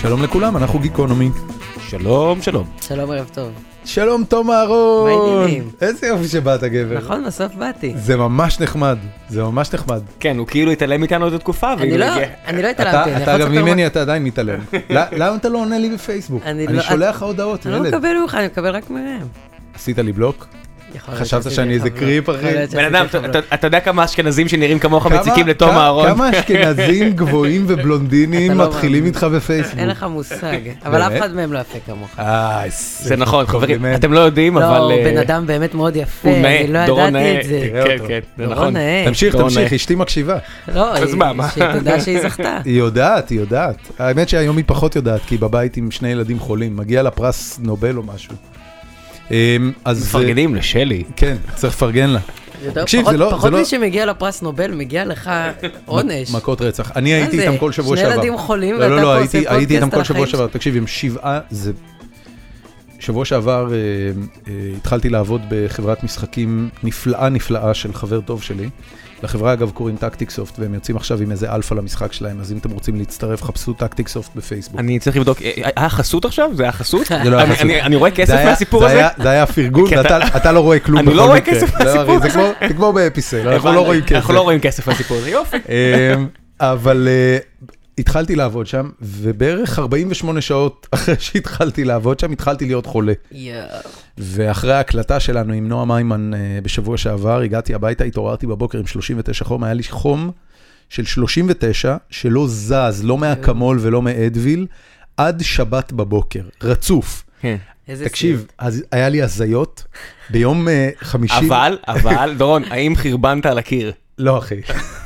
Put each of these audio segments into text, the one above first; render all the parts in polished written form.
שלום לכולם, אנחנו גיקונומי. שלום, שלום. שלום, ערב טוב. שלום, תום אהרון. מה העניינים? איזה יופי שבאת, גבר. נכון, בסוף באתי. זה ממש נחמד, זה ממש נחמד. כן, הוא כאילו התעלם איתנו עוד תקופה. אני לא התעלמתי. אתה גם ממני, אתה עדיין מתעלם. למה אתה לא עונה לי בפייסבוק? אני שולח לך הודעות, אני לא מקבל ממך, אני מקבל רק מהם. עשית לי בלוק? חשבת שאני איזה קריפ, אחי? בן אדם, אתה יודע כמה אשכנזים שנראים כמוך מציקים לתום אהרון? כמה אשכנזים גבוהים ובלונדינים מתחילים איתך בפייסבוק? אין לך מושג, אבל אף אחד מהם לא יפה כמוך. זה נכון, חברים, אתם לא יודעים, אבל... לא, בן אדם באמת מאוד יפה, אני לא ידעתי את זה. כן, כן, זה נכון. תמשיך, אשתי מקשיבה. לא, שתדע שהיא זכתה. היא יודעת. האמת שהיום היא פחות יודעת, כי בבית עם שני ילדים חולים, מגיע לה פרס נובל או משהו. מפרגנים לשלי. כן, צריך לפרגן לה. פחות מי שמגיע לפרס נובל, מגיע לך עונש. מכות רצח. אני הייתי איתם כל שבוע שעבר. שני ילדים חולים ואתה לא, פה עושה הייתי איתם פודקאסט על כל שבוע החיים. שעבר. תקשיב, הם 7, שבוע שעבר התחלתי לעבוד בחברת משחקים נפלאה של חבר טוב שלי. לחברה אגב קוראים טקטיקסופט, והם יוצאים עכשיו עם איזה אלפא למשחק שלהם, אז אם אתם רוצים להצטרף, חפשו טקטיקסופט בפייסבוק. אני צריך לבדוק, היה חסות עכשיו? זה היה חסות? זה לא היה חסות. אני רואה כסף מהסיפור הזה? זה היה פרגון, ואתה לא רואה כלום בכל מקרה. אני לא רואה כסף מהסיפור הזה. זה כמו באפיסל, אנחנו לא רואים כסף. אנחנו לא רואים כסף מהסיפור הזה, יופי. אבל התחלתי לעבוד שם, ובערך 48 שעות אחרי שהתחלתי לעבוד שם, התחלתי להיות חולה. ואחרי ההקלטה שלנו עם נועה מיימן בשבוע שעבר, הגעתי הביתה, התעוררתי בבוקר עם 39 חום, היה לי חום של 39, שלא זז, לא מהקמול ולא מאדוויל, עד שבת בבוקר, רצוף. תקשיב, אז היה לי הזיות, ביום חמישי... אבל, דורון, האם חרבנת על הקיר? לא, אחי.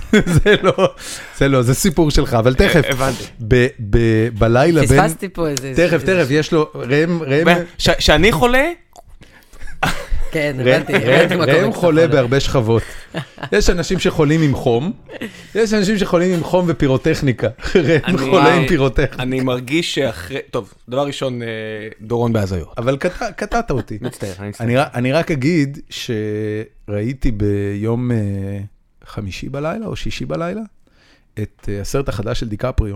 זה סיפור שלך, אבל תכף, בלילה בין... פספסתי פה איזה... תכף, יש לו, רם... שאני חולה? כן, הבנתי מה קורה. רם חולה בהרבה שכבות. יש אנשים שחולים עם חום, יש אנשים שחולים עם חום ופירוטכניקה. רם חולה עם פירוטכניקה. אני מרגיש שאחרי... טוב, דבר ראשון, דורון בהזיות. אבל קטעת אותי. מצטער. אני רק אגיד שראיתי ביום... חמישי בלילה או שישי בלילה, את הסרט החדש של דיקפריו,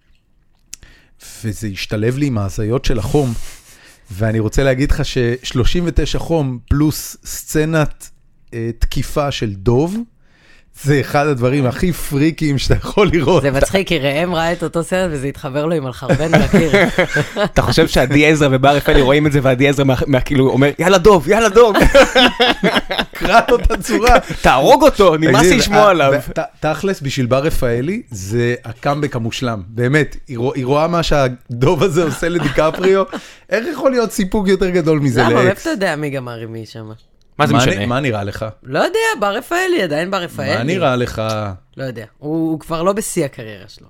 וזה השתלב לי עם ההזיות של החום, ואני רוצה להגיד לך ש39 חום פלוס סצנת תקיפה של דוב, זה אחד הדברים הכי פריקיים שאתה יכול לראות. זה מצחיק, כי ראם ראה את אותו סרט וזה התחבר לו עם אלחרבן לקיר. אתה חושב שעדי עזרא ובר רפאלי רואים את זה, ועדי עזרא כאילו אומר, יאללה דוב, יאללה דוב. קראת אותה צורה. תהרוג אותו, נמאס לשמוע עליו. תכלס, בשביל בר רפאלי, זה הקאמבק המושלם. באמת, היא רואה מה שהדוב הזה עושה לדיקפריו, איך יכול להיות סיפוק יותר גדול מזה לאקס? למה, איפה אתה יודע מי גמר עם מי שם? מה זה משנה? מה נראה לך? לא יודע, בר רפאלי, עדיין בר רפאלי. מה נראה לך? לא יודע, הוא כבר לא בשיא הקריירה שלו.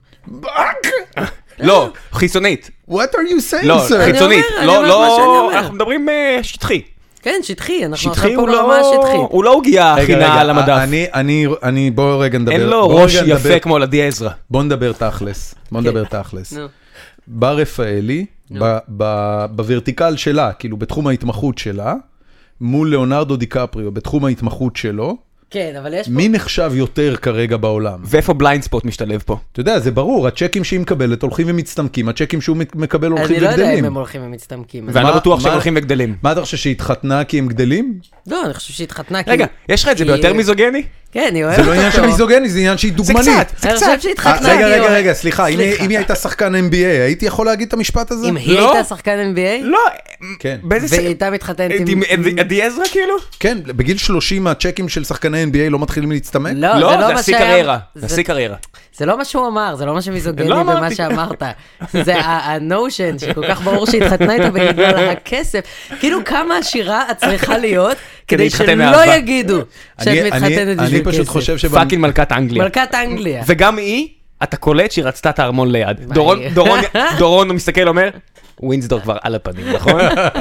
לא, חיצונית. What are you saying, לא, sir? חיצונית. אני אומר מה שאני אומר. אנחנו מדברים שטחי. כן, שטחי, אנחנו עכשיו שטחי פה ברמה שטחי. הוא לא הגיע הכינה על המדף. בואו רגע נדבר. אין לו ראש יפה כמו לעדי עזרא. בואו נדבר תכלס. בר רפאלי, בוורטיקל שלה, כאילו בתחום ההתמחות שלה, מול ליאונרדו דיקפריו, בתחום ההתמחות שלו, כן, אבל יש פה... מי נחשב יותר כרגע בעולם? ואיפה בליינד ספוט משתלב פה? אתה יודע, זה ברור, הצ'קים שהיא מקבלת הולכים ומצטמקים, הצ'קים שהוא מקבל הולכים וגדלים. אני לא יודע אם הם הולכים ומצטמקים. ואני לא בטוח שהם הולכים וגדלים. מה אתה חושב, שהתחתנה כי הם גדלים? לא, אני חושב שהתחתנה כי... רגע, יש לך את זה ביותר מיזוגני? כן, אני אוהבת אותו. זה לא עניין של מיזוגני, זה עניין שהיא דוגמנית. אני חושב שהתחתנה כי... רגע, סליחה, אם היא הייתה שחקן NBA, הייתי יכול להגיד את המשפט הזה? אם היא הייתה שחקן NBA? לא. כן. והיא הייתה מתחתנת עם... עדי עזרא כאילו? כן, בגיל 30 הצ'קים של שחקני NBA לא מתחילים להצטמק? לא, זה השיא קריירה. זה השיא קריירה. זה לא מה שהוא אמר, זה לא מה שמיזוגני במה שאמרת. זה הנושן שכל כך ברור שהתחתנה איתה בגלל הכסף. כאילו כמה עשירה את צריכה להיות כדי שלא יגידו שאת מתחתנת בשביל כסף. אני פשוט חושב פאקינג מלכת אנגליה. מלכת אנגליה. וגם היא, אתה קולט שהיא רצתה את הארמון ליד. דורון מסתכל אומר, ווינסדור כבר על הפנים, נכון?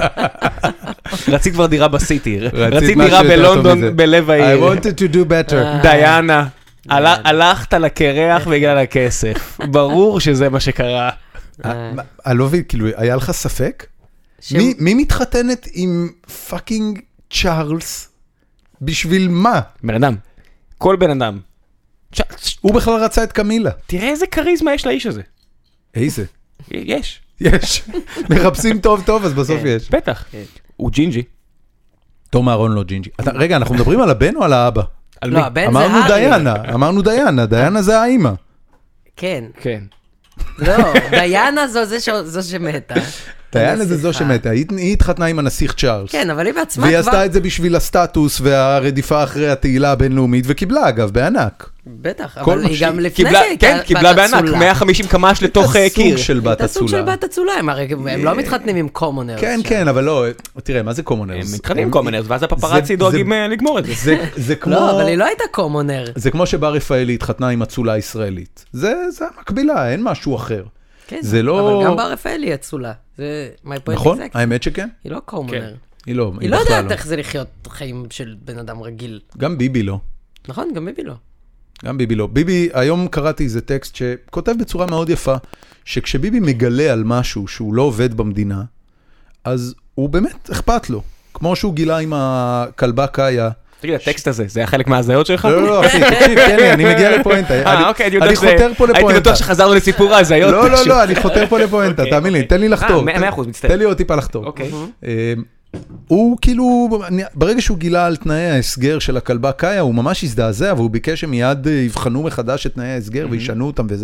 רצית כבר דירה בסיטי, רצית דירה בלונדון בלב העיר. I wanted to do better. דיינה. הלכת לקרח בגלל הכסף. ברור שזה מה שקרה. אני לא מבין, כאילו, היה לך ספק? מי מתחתנת עם פאקינג צ'ארלס? בשביל מה? בן אדם. כל בן אדם. הוא בכלל רצה את קמילה. תראה איזה קריזמה יש לאיש הזה. איזה? יש. יש. מחפשים טוב טוב, אז בסוף יש. בטח. הוא ג'ינג'י. תום אהרון לא ג'ינג'י. רגע, אנחנו מדברים על הבן או על האבא? לא, הבן זה אמרנו דיינה, אמרנו דיינה, דיינה זה האמא. כן. כן. לא, דיינה זו שמתה. דיינה זה זו שמתה, היא התחתנה עם הנסיך צ'ארלס. כן, אבל היא בעצמה כבר... והיא עשתה את זה בשביל הסטטוס והרדיפה אחרי התהילה הבינלאומית, וקיבלה אגב, בענק. בטח, אבל היא גם לפני זה הייתה כן, קיבלה בענק, 150 קמ"ש לתוך קיר. סוג של בת הייתה סוג של אצולה. בת אצולה, הם לא מתחתנים עם קומונרס. כן, כן, אבל לא, תראה, מה זה קומונרס? הם מתחתנים עם קומונרס, ואז הפפרצי דואגים לגמור את זה. זה כמו... לא, אבל היא לא הייתה קומונר. זה כמו שבר רפאלי התחתנה עם אצולה ישראלית. זה המקבילה, אין משהו אחר. זה לא... אבל גם בר רפאלי היא אצולה. נכון, האמת שכן. היא לא קומונר. היא לא, היא לא יודעת איך זה לחיות חיים של בן אדם רגיל. גם ביבי לא. נכון, גם ביבי לא. גם ביבי לא. ביבי, היום קראתי איזה טקסט שכותב בצורה מאוד יפה, שכשביבי מגלה על משהו שהוא לא עובד במדינה, אז הוא באמת אכפת לו. כמו שהוא גילה עם הכלבה קאיה. תגיד, הטקסט הזה, זה היה חלק מהזיות שלך? לא, אחי, תקשיב, תן לי, אני מגיע לפואנטה. אוקיי, אני חותר פה לפואנטה. הייתי בטוח שחזרנו לסיפור ההזיות. לא, אני חותר פה לפואנטה, תאמין לי, תן לי לחתור. 100%, מצטער. תן לי עוד טיפה לחתור. אוקיי. הוא כאילו, ברגע שהוא גילה על תנאי ההסגר של הכלבה קאיה, הוא ממש הזדעזע, והוא ביקש שמיד יבחנו מחדש את תנאי ההסגר וישנו אותם וזה.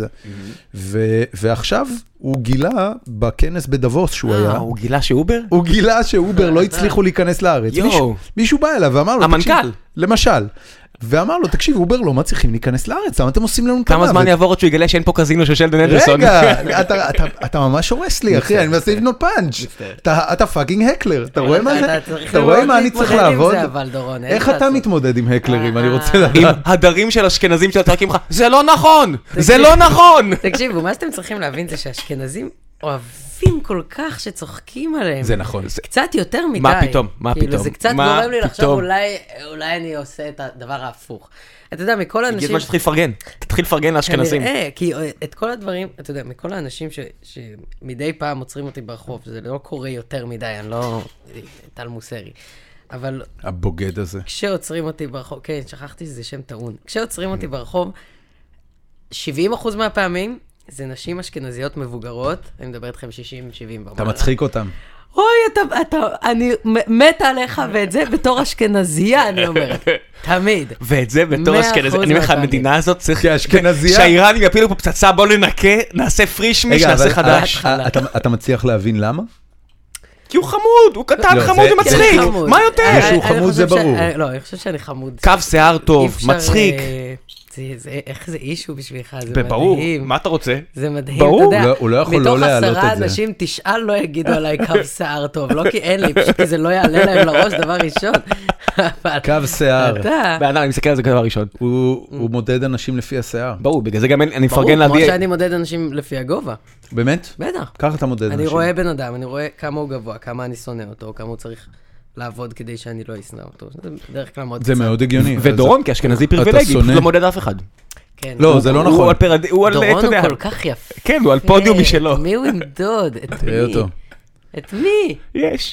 ועכשיו הוא גילה בכנס בדבוס שהוא היה. הוא גילה שאובר? הוא גילה שאובר לא הצליחו להיכנס לארץ. מישהו בא אליו ואמר לו, המנכ"ל. למשל. ואמר לו, תקשיב, אובר לא מצליחים להיכנס לארץ, למה אתם עושים לנו כמה זמן יעבור עוד שהוא יגלה שאין פה קזינו של שלדון אדלסון? רגע, אתה ממש הורס לי, אחי, אני מנסה לבנות פאנץ'. אתה פאקינג הקלר, אתה רואה מה זה? אתה רואה מה אני צריך לעבוד? איך אתה מתמודד עם הקלרים? אני רוצה לדעת. עם הדרים של אשכנזים שצועקים לך, זה לא נכון! זה לא נכון! תקשיבו, מה שאתם צריכים להבין זה שהאשכנזים אוהבים כל כך שצוחקים עליהם. זה נכון. קצת יותר מדי. מה פתאום? מה פתאום? זה קצת גורם לי לחשוב, אולי אני עושה את הדבר ההפוך. אתה יודע, מכל האנשים... הגיע זמן שתתחיל לפרגן. תתחיל לפרגן לאשכנזים. כי את כל הדברים, אתה יודע, מכל האנשים שמדי פעם עוצרים אותי ברחוב, זה לא קורה יותר מדי, אני לא... טל מוסרי. אבל... הבוגד הזה. כשעוצרים אותי ברחוב, כן, שכחתי שזה שם טעון. כשעוצרים אותי ברחוב, 70% מהפעמים, זה נשים אשכנזיות מבוגרות, אני מדבר איתכם 60-70. אתה מצחיק אותם. אוי, אני מתה עליך, ואת זה בתור אשכנזייה, אני אומרת. תמיד. ואת זה בתור אשכנזייה. אני אומר לך, המדינה הזאת צריך... כאשכנזייה? שהאיראנים יפילו פה פצצה, בוא לנקה, נעשה פרישמיש, נעשה חדש. אתה מצליח להבין למה? כי הוא חמוד, הוא קטן חמוד ומצחיק. מה יותר? שהוא חמוד זה ברור. לא, אני חושבת שאני חמוד. קו שיער טוב, מצחיק. איך זה אישו בשבילך, זה מדהים. ברור, מה אתה רוצה? זה מדהים, ברור, הוא לא יכול לא להעלות מתוך 10 את זה. אנשים, 9 לא יגידו עליי קו שיער טוב, לא כי אין לי, פשוט כי זה לא יעלה להם לראש דבר ראשון. קו שיער. באדם, אני מסתכל על זה כדבר ראשון. הוא מודד אנשים לפי השיער. ברור, בגלל זה גם אני מפרגן ברור, כמו שאני מודד אנשים לפי הגובה. באמת? בטח. ככה אתה מודד אנשים. אני רואה בן אדם, אני רואה כמה הוא גבוה, כמה אני שונא אותו, כמה הוא צריך לעבוד כדי שאני לא אשנא אותו. זה בדרך כלל מאוד זה מאוד הגיוני. ודורון, כאשכנזי פריבילגי, לא מודד אף אחד. לא, זה לא נכון. דורון הוא כל כך יפה. כן, הוא על פודיום משלו. מי הוא ימדוד? את מי? תראה אותו. את מי? יש.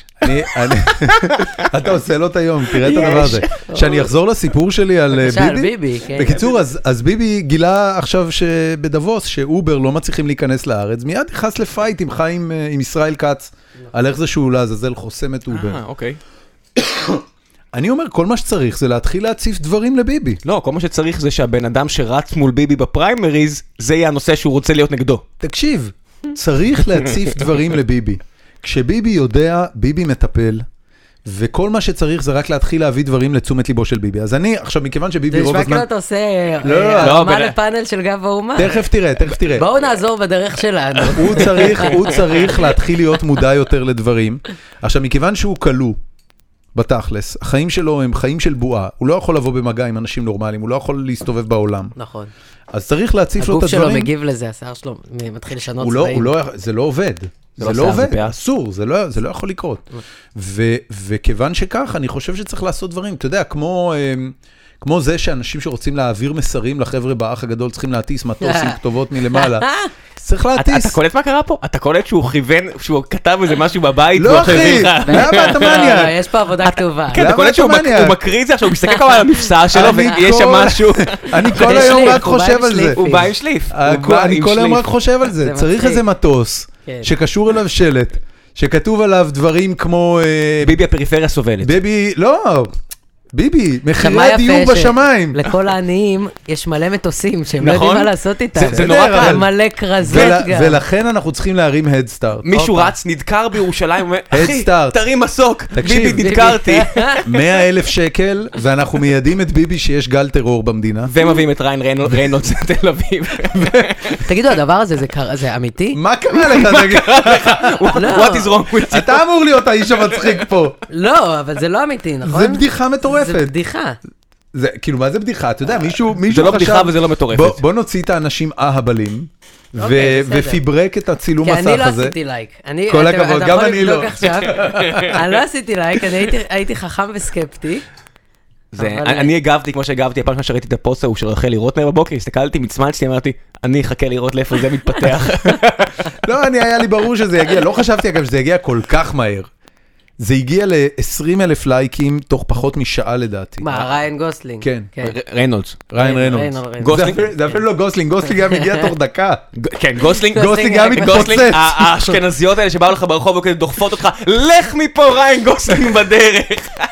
אתה עושה לו את היום, תראה את הדבר הזה. שאני אחזור לסיפור שלי על ביבי. בקיצור, אז ביבי גילה עכשיו שבדבוס, שאובר לא מצליחים להיכנס לארץ, מיד נכנס לפייט עם חיים, עם ישראל כץ, על איך זה שהוא לעזאזל חוסם את אובר. אוקיי. אני אומר, כל מה שצריך זה להתחיל להציף דברים לביבי. לא, כל מה שצריך זה שהבן אדם שרץ מול ביבי בפריימריז, זה יהיה הנושא שהוא רוצה להיות נגדו. תקשיב, צריך להציף דברים לביבי. כשביבי יודע, ביבי מטפל, וכל מה שצריך זה רק להתחיל להביא דברים לתשומת ליבו של ביבי. אז אני, עכשיו, מכיוון שביבי רוב הזמן... זה נשמע כאילו אתה עושה הרמה לפאנל של גב האומה. תכף תראה. בואו נעזור בדרך שלנו. הוא צריך להתחיל להיות מודע יותר לדברים. עכשיו, מכיוון שהוא כלוא, בתכלס, החיים שלו הם חיים של בועה, הוא לא יכול לבוא במגע עם אנשים נורמליים, הוא לא יכול להסתובב בעולם. נכון. אז צריך להציף לו את הדברים. הגוף שלו מגיב לזה, השיער שלו מתחיל לשנות צבעים. זה לא עובד. זה לא עובד, אסור, זה לא יכול לקרות. וכיוון שכך, אני חושב שצריך לעשות דברים, אתה יודע, כמו זה שאנשים שרוצים להעביר מסרים לחבר'ה באח הגדול, צריכים להטיס מטוס עם כתובות מלמעלה. צריך להטיס. אתה קולט מה קרה פה? אתה קולט שהוא כיוון, שהוא כתב איזה משהו בבית? לא אחי, למה אתה מניאק? יש פה עבודה כתובה. כן, אתה קולט שהוא מקריא את זה, עכשיו הוא מסתכל כמה על המפסע שלו, ויש שם משהו. אני כל היום רק חושב על זה. הוא בא עם שליף. אני כל היום רק חושב על זה. צריך איזה מטוס. שקשור אליו שלט, שכתוב עליו דברים כמו... ביבי הפריפריה סובלת. ביבי, לא... ביבי, מחירי הדיור בשמיים. לכל העניים יש מלא מטוסים שהם לא יודעים מה לעשות איתם. זה נורא קל. מלא קרזות גם. ולכן אנחנו צריכים להרים הדסטארט. מישהו רץ, נדקר בירושלים, אומר, אחי, Head Start. תרים מסוק, ביבי נדקרתי. 100,000 שקל, ואנחנו מיידים את ביבי שיש גל טרור במדינה. ומביאים את ריין ריינולדס לתל אביב. תגידו, הדבר הזה זה אמיתי? מה קרה לך? What is wrong with you? אתה אמור להיות האיש המצחיק פה. לא, אבל זה לא אמיתי, נכון? זה בדיחה מטורפת. זה בדיחה. זה, כאילו, מה זה בדיחה? אתה יודע, מישהו זה לא בדיחה וזה לא מטורפת. בוא נוציא את האנשים אהבלים, ופיברק את הצילום מסך הזה. כי אני לא עשיתי לייק. כל הכבוד, גם אני לא. אני לא עשיתי לייק, אני הייתי חכם וסקפטי. אני הגבתי כמו שהגבתי, הפעם שראיתי את הפוסט ההוא של רחלי רוטנר בבוקר, הסתכלתי, מצמצתי, אמרתי, אני אחכה לראות לאיפה זה מתפתח. לא, היה לי ברור שזה יגיע, לא חשבתי אגב שזה יגיע כל כך מהר. זה הגיע ל-20,000 לייקים תוך פחות משעה לדעתי. מה, ריין גוסלינג? כן. ריינולדס. ריין ריינולדס. זה אפילו לא גוסלינג, גוסלינג גם הגיע תוך דקה. כן, גוסלינג גם מתפוצץ. האשכנזיות האלה שבאו לך ברחוב וכדי דוחפות אותך, לך מפה ריין גוסלינג בדרך.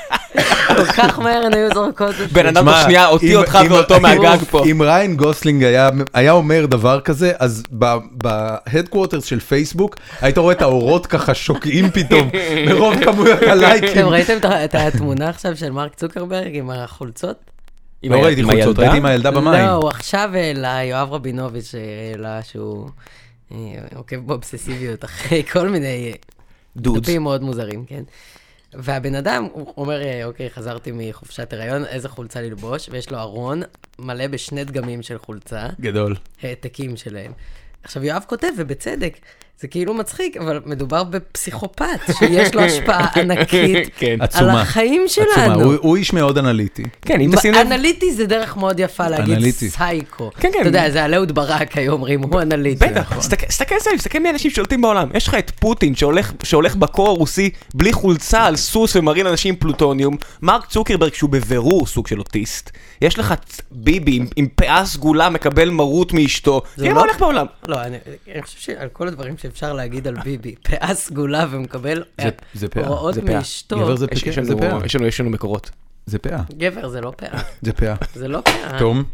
כל כך מהר הן היו זורקות. בן אדם בשנייה, אותי אותך ואותו מהגג פה. אם ריין גוסלינג היה אומר דבר כזה, אז בהדקוורטרס של פייסבוק, היית רואה את האורות ככה שוקעים פתאום, מרוב כמויות הלייקים. אתם ראיתם את התמונה עכשיו של מרק צוקרברג עם החולצות? לא ראיתי חולצות, ראיתי עם הילדה במים. לא, הוא עכשיו העלה, יואב רבינוביץ' העלה שהוא עוקב באובססיביות אחרי כל מיני דפים מאוד מוזרים, כן. והבן אדם, הוא אומר, אוקיי, חזרתי מחופשת הריון, איזה חולצה ללבוש, ויש לו ארון מלא בשני דגמים של חולצה. גדול. העתקים שלהם. עכשיו, יואב כותב, ובצדק, זה כאילו מצחיק, אבל מדובר בפסיכופת, שיש לו השפעה ענקית על החיים שלנו. הוא איש מאוד אנליטי. כן, אם תשים לב... אנליטי זה דרך מאוד יפה להגיד סייקו. כן, כן. אתה יודע, זה הלאוד ברק היו אומרים, הוא אנליטי. בטח, סתכל מי אנשים שולטים בעולם. יש לך את פוטין שהולך בקור הרוסי בלי חולצה על סוס ומרין אנשים פלוטוניום. מרק צוקרברג שהוא בבירור סוג של אוטיסט. יש לך ביבי עם פאה סגולה מקבל מרות מאשתו. זה מה הולך בעולם? לא, אני חושב שעל כל הדברים שאפשר להגיד על ביבי, פאה סגולה ומקבל הוראות מאשתו. גבר זה פאה. יש לנו מקורות. זה פאה. גבר זה לא פאה. זה פאה. זה לא פאה. תום.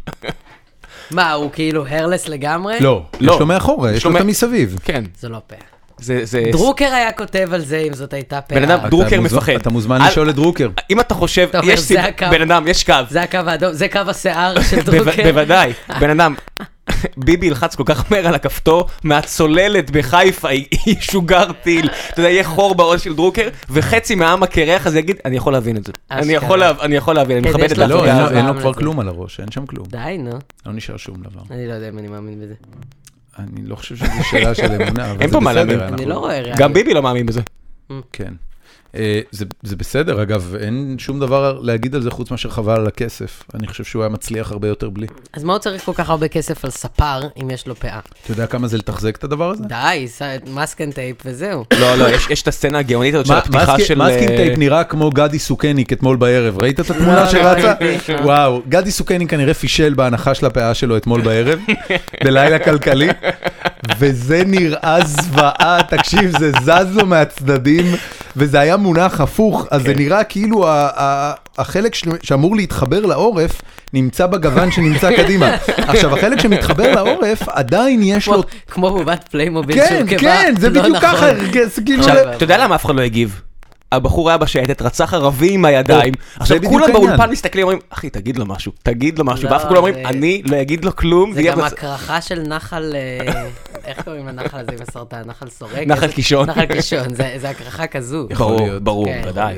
מה, הוא כאילו הרלס לגמרי? לא, יש לו מאחורה, יש לו את המסביב. כן. זה לא פאה. דרוקר היה כותב על זה אם זאת הייתה פאה. בן אדם, דרוקר מפחד. אתה מוזמן לשאול את דרוקר. אם אתה חושב, בן אדם, יש קו. זה הקו האדום, זה קו השיער של דרוקר. בוודאי, בן אדם. ביבי ילחץ כל כך מהר על הכפתור, מהצוללת בחיפה, היא שוגר טיל, אתה יודע, יהיה חור בעוז של דרוקר, וחצי מהעם הקרח הזה יגיד, אני יכול להבין את זה. אני יכול להבין, אני מכבד את זה. לא, אין לו כבר כלום על הראש, אין שם כלום. די, נו. לא נשאר שום דבר. אני לא יודע אם אני מאמין בזה. אני לא חושב שזו שאלה של אמונה, אבל אין פה מה להאמין. אני לא רואה ריאלי. גם ביבי לא מאמין בזה. כן. זה בסדר, אגב, אין שום דבר להגיד על זה חוץ מאשר חבל על הכסף. אני חושב שהוא היה מצליח הרבה יותר בלי. אז מה הוא צריך כל כך הרבה כסף על ספר, אם יש לו פאה? אתה יודע כמה זה לתחזק את הדבר הזה? די, מסקן טייפ וזהו. לא, יש את הסצנה הגאונית הזאת של הפתיחה של... מסקין טייפ נראה כמו גדי סוכניק אתמול בערב. ראית את התמונה שרצה? וואו, גדי סוכניק כנראה פישל בהנחה של הפאה שלו אתמול בערב, בלילה כלכלי, וזה נראה זוועה, תקשיב, זה זז לו מהצדדים, וזה היה מונח הפוך, אז זה נראה כאילו החלק שאמור להתחבר לעורף, נמצא בגוון שנמצא קדימה. עכשיו, החלק שמתחבר לעורף, עדיין יש לו... כמו בובת פליימוביל כן, כן, זה בדיוק ככה. אתה יודע למה אף אחד לא הגיב? הבחור היה בשייטת, רצח ערבי עם הידיים, עכשיו כולם באולפן מסתכלים ואומרים, אחי, תגיד לו משהו, ואף כולם אומרים, אני לא אגיד לו כלום. זה גם הקרחה של נחל, איך קוראים לנחל הזה עם הסרטן? נחל סורק? נחל קישון. נחל קישון, זה הקרחה כזו. ברור, ודאי.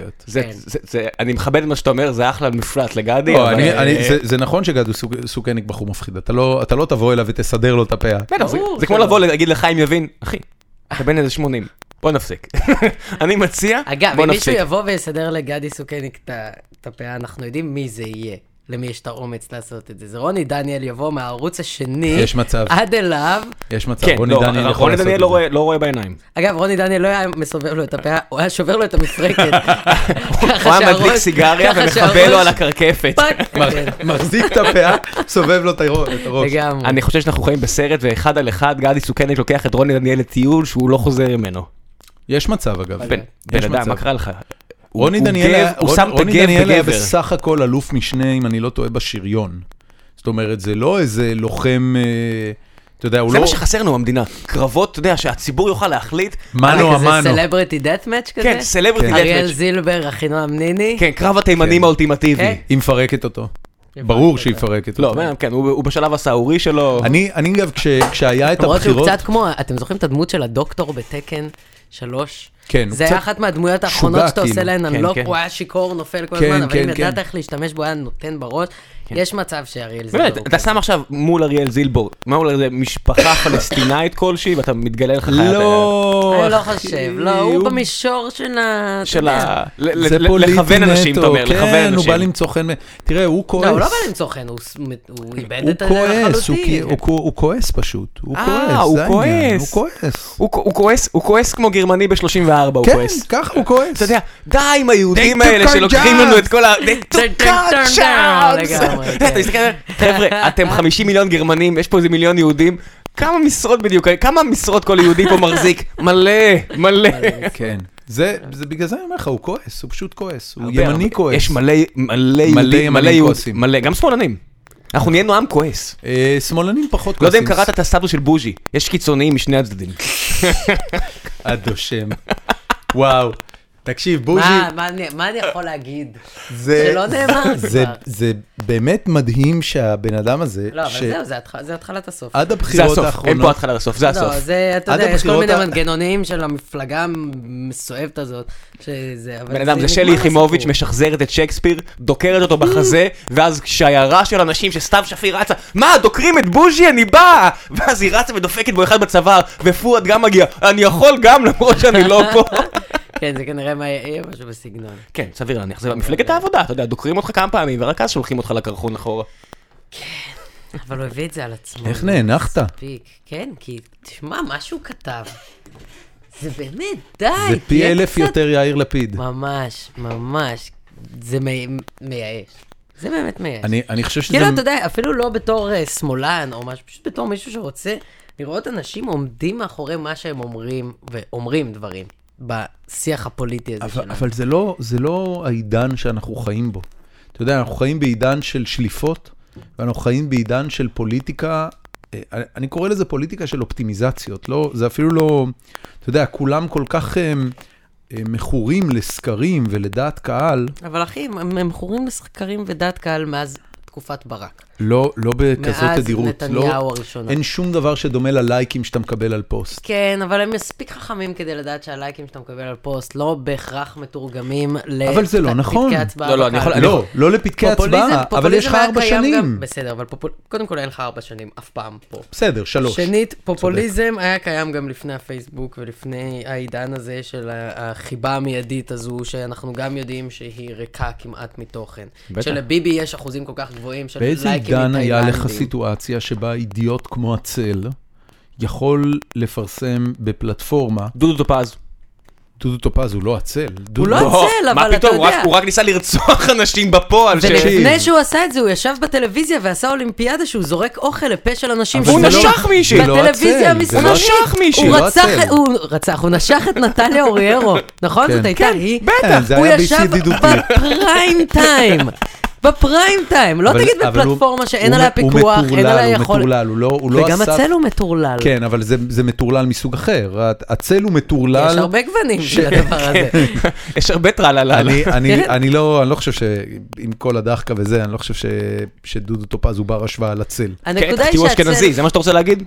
אני מכבד את מה שאתה אומר, זה אחלה מפלט לגדי. זה נכון שגדי סוכניק בחור מפחיד, אתה לא תבוא אליו ותסדר לו את הפאה. זה כמו לבוא להגיד לחיים יבין, אחי, אתה בין איזה 80. בוא נפסיק. אני מציע, בוא נפסיק. אגב, אם מישהו יבוא ויסדר לגדי סוכניק את הפאה, אנחנו יודעים מי זה יהיה. למי יש את האומץ לעשות את זה. זה רוני דניאל יבוא מהערוץ השני, יש מצב. עד אליו. יש מצב, רוני דניאל יכול לעשות את זה. רוני דניאל לא רואה בעיניים. אגב, רוני דניאל לא היה מסובב לו את הפה, הוא היה שובר לו את המפרקת. הוא היה מדליק סיגריה ומחבל לו על הקרקפת. מחזיק את הפה, סובב לו את הראש. אני חושב שאנחנו חיים בסרט, ואחד על אחד, גדי סוכנת לוקח את רוני דניאל לטיול שהוא לא חוזר ממנו. יש מצב, אגב. בן אדם, מה קרה לך? רוני דניאל היה בסך הכל אלוף משנה, אם אני לא טועה, בשריון. זאת אומרת, זה לא איזה לוחם, אתה יודע, הוא לא... זה מה שחסרנו במדינה. קרבות, אתה יודע, שהציבור יוכל להחליט. מנו המנו. כזה סלבריטי דאט מאץ' כזה? כן, סלבריטי דאט מאץ'. אריאל זילבר, אחינועם ניני. כן, קרב התימנים האולטימטיבי. היא מפרקת אותו. ברור שהיא מפרקת אותו. לא, כן, הוא בשלב הסעורי שלו. אני אגב, כשהיה את הבחירות... למרות שהוא קצת כמו, אתם זוכרים את הדמות של הדוקטור בתקן 3? כן. זה היה אחת מהדמויות האחרונות שאתה עושה להן אנלוק, הוא היה שיקור, נופל כל הזמן, אבל אם ידעת איך להשתמש בו, היה נותן בראש. יש מצב שאריאל זילבור... באמת, אתה שם עכשיו מול אריאל זילבור, מה אולי זה משפחה פלסטינאית כלשהי, ואתה מתגלה לך חיית... לא, אני לא חושב, לא, הוא במישור של ה... לכוון אנשים, אתה אומר, לכוון אנשים. כן, הוא בא למצוא חן... תראה, הוא כועס. לא, הוא לא בא למצוא חן, הוא איבד את זה לחלוטין. הוא כועס פשוט, הוא כועס. הוא כועס כמו גרמני ב-34, הוא כועס. כן, ככה הוא כועס. אתה יודע, די עם היהודים האלה שלוקחים לנו את כל ה... אתה מסתכל, חבר'ה, אתם 50 מיליון גרמנים, יש פה איזה מיליון יהודים, כמה משרות בדיוק, כמה משרות כל יהודי פה מחזיק? מלא. כן. זה בגלל זה אני אומר לך, הוא כועס, הוא פשוט כועס, הוא ימני כועס. יש מלא יהודים, מלא, גם שמאלנים. אנחנו נהיינו עם כועס. שמאלנים פחות כועסים. לא יודע אם קראת את הסטטוס של בוז'י, יש קיצוניים משני הצדדים. הדושם. וואו. תקשיב, בוז'י... מה אני יכול להגיד? שלא נאמר כבר. זה באמת מדהים שהבן אדם הזה... לא, אבל זהו, זה התחלת הסוף. עד הבחירות האחרונות... אין פה התחלת הסוף, זה הסוף. לא, זה, אתה יודע, יש כל מיני מנגנונים של המפלגה המסואבת הזאת, שזה... בן אדם, זה שלי יחימוביץ' משחזרת את שייקספיר, דוקרת אותו בחזה, ואז שיירה של אנשים שסתיו שפיר רצה, מה, דוקרים את בוז'י, אני בא! ואז היא רצה ודופקת בו אחד בצוואר, ופואד גם מגיע, אני יכול גם למרות שאני לא פה. כן, זה כנראה מה יהיה משהו בסגנון. כן, סביר להניח, זה מפלגת העבודה, אתה יודע, דוקרים אותך כמה פעמים, ורק אז שולחים אותך לקרחון אחורה. כן, אבל הוא הביא את זה על עצמו. איך נהנחת? כן, כי תשמע, מה שהוא כתב, זה באמת, די. זה פי 1000 יותר יאיר לפיד. ממש, זה מייאש. זה באמת מייאש. אני חושב שזה... כאילו, אתה יודע, אפילו לא בתור שמאלן או משהו, פשוט בתור מישהו שרוצה לראות אנשים עומדים מאחורי מה שהם אומרים, ואומרים דברים. בשיח הפוליטי הזה שלנו. אבל זה לא העידן שאנחנו חיים בו. אתה יודע, אנחנו חיים בעידן של שליפות, ואנחנו חיים בעידן של פוליטיקה, אני קורא לזה פוליטיקה של אופטימיזציות, לא, זה אפילו לא, אתה יודע, כולם כל כך מכורים לסקרים ולדעת קהל. אבל אחי, הם מכורים לסקרים ודעת קהל מאז תקופת ברק. לא בכזאת תדירות. מאז נתניהו הראשונה. אין שום דבר שדומה ללייקים שאתה מקבל על פוסט. כן, אבל הם מספיק חכמים כדי לדעת שהלייקים שאתה מקבל על פוסט לא בהכרח מתורגמים אבל זה לא נכון. הצבעה. לא לפתקי הצבעה, אבל יש לך 4 שנים. בסדר, אבל קודם כל אין לך 4 שנים, אף פעם פה. בסדר, 3. שנית, פופוליזם היה קיים גם לפני הפייסבוק ולפני העידן הזה של החיבה המיידית הזו, שאנחנו גם יודעים שהיא ריקה כמעט מתוכן. שלביבי יש אחוזים כל כך גבוהים של לייקים. עידן היה לך סיטואציה שבה אידיוט כמו הצל יכול לפרסם בפלטפורמה. דודו טופז הוא לא הצל. הוא לא הצל, אבל אתה יודע. הוא רק ניסה לרצוח אנשים בפועל. ולפני שהוא עשה את זה, הוא ישב בטלוויזיה ועשה אולימפיאדה שהוא זורק אוכל לפה של אנשים. הוא נשך מישהי. בטלוויזיה המסחרית. הוא נשך מישהי. הוא נשך את נטליה אוריירו. נכון? זאת הייתה היא. בטח. הוא ישב בפריים טיים. בפריים טיים, לא תגיד בפלטפורמה שאין עליה פיקוח, אין עליה יכול... הוא מטורלל, וגם הצל הוא מטורלל. כן, אבל זה מטורלל מסוג אחר. הצל הוא מטורלל... יש הרבה גוונים של הדבר הזה. יש הרבה טרללה. אני לא חושב שעם כל הדחקה וזה, אני לא חושב שדודו טופז הוא בר השוואה לצל. הנקודה היא שהצל... אשכנזי, זה מה שאתה רוצה להגיד?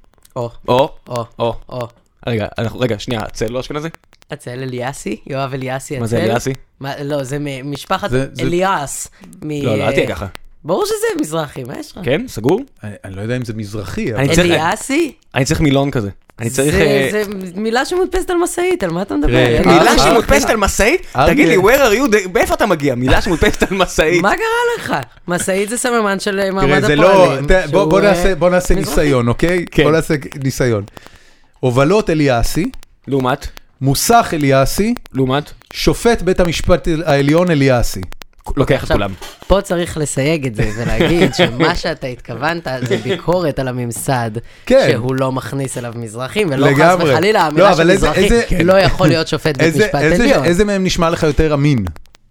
או. רגע, שנייה, הצל לא אשכנזי? הצל אליאסי, יואב אליאסי. מה זה אליאסי? לא, זה משפחת אליאס. לא, אל תהיה ככה. ברור שזה מזרחי, מה יש לך? כן, סגור? אני לא יודע אם זה מזרחי. אליאסי? אני צריך מילון כזה. זה מילה שמודפסת על מסעית, על מה אתה מדבר? מילה שמודפסת על מסעית? תגיד לי, where are you? באיפה אתה מגיע? מילה שמודפסת על מסעית. מה קרה לך? מסעית זה סממן של מעמד הפועלים. בוא נעשה ניסיון, אוקיי? בוא נעשה ניסיון. הובלות אליאסי. לעומת? מוסך אליאסי. לעומת? שופט בית המשפט העליון אליאסי. לוקח את כולם. פה צריך לסייג את זה ולהגיד שמה שאתה התכוונת זה ביקורת על הממסד, שהוא לא מכניס אליו מזרחים, ולא חס וחלילה, האמירה של מזרחי לא יכול להיות שופט בית משפט עליון. איזה מהם נשמע לך יותר אמין?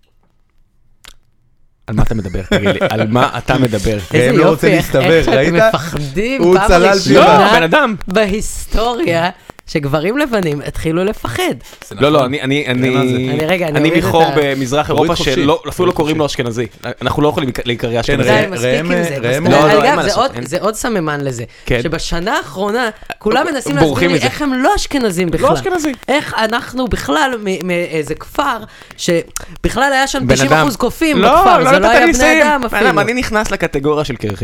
על מה אתה מדבר? תגיד לי, על מה אתה מדבר? איזה יופי, איך שאתם מפחדים פעם ראשונה בהיסטוריה שגברים לבנים התחילו לפחד. לא, אני מחור במזרח אירופה שאפילו לא קוראים לו אשכנזי. אנחנו לא יכולים להיקרא אשכנזי. אגב, זה עוד סממן לזה. שבשנה האחרונה כולם מנסים להסביר לי איך הם לא אשכנזים בכלל. לא אשכנזי. איך אנחנו בכלל מאיזה כפר שבכלל היה שם 90% קופים בכפר. זה לא היה בני אדם אפילו. אני נכנס לקטגוריה של קרחים.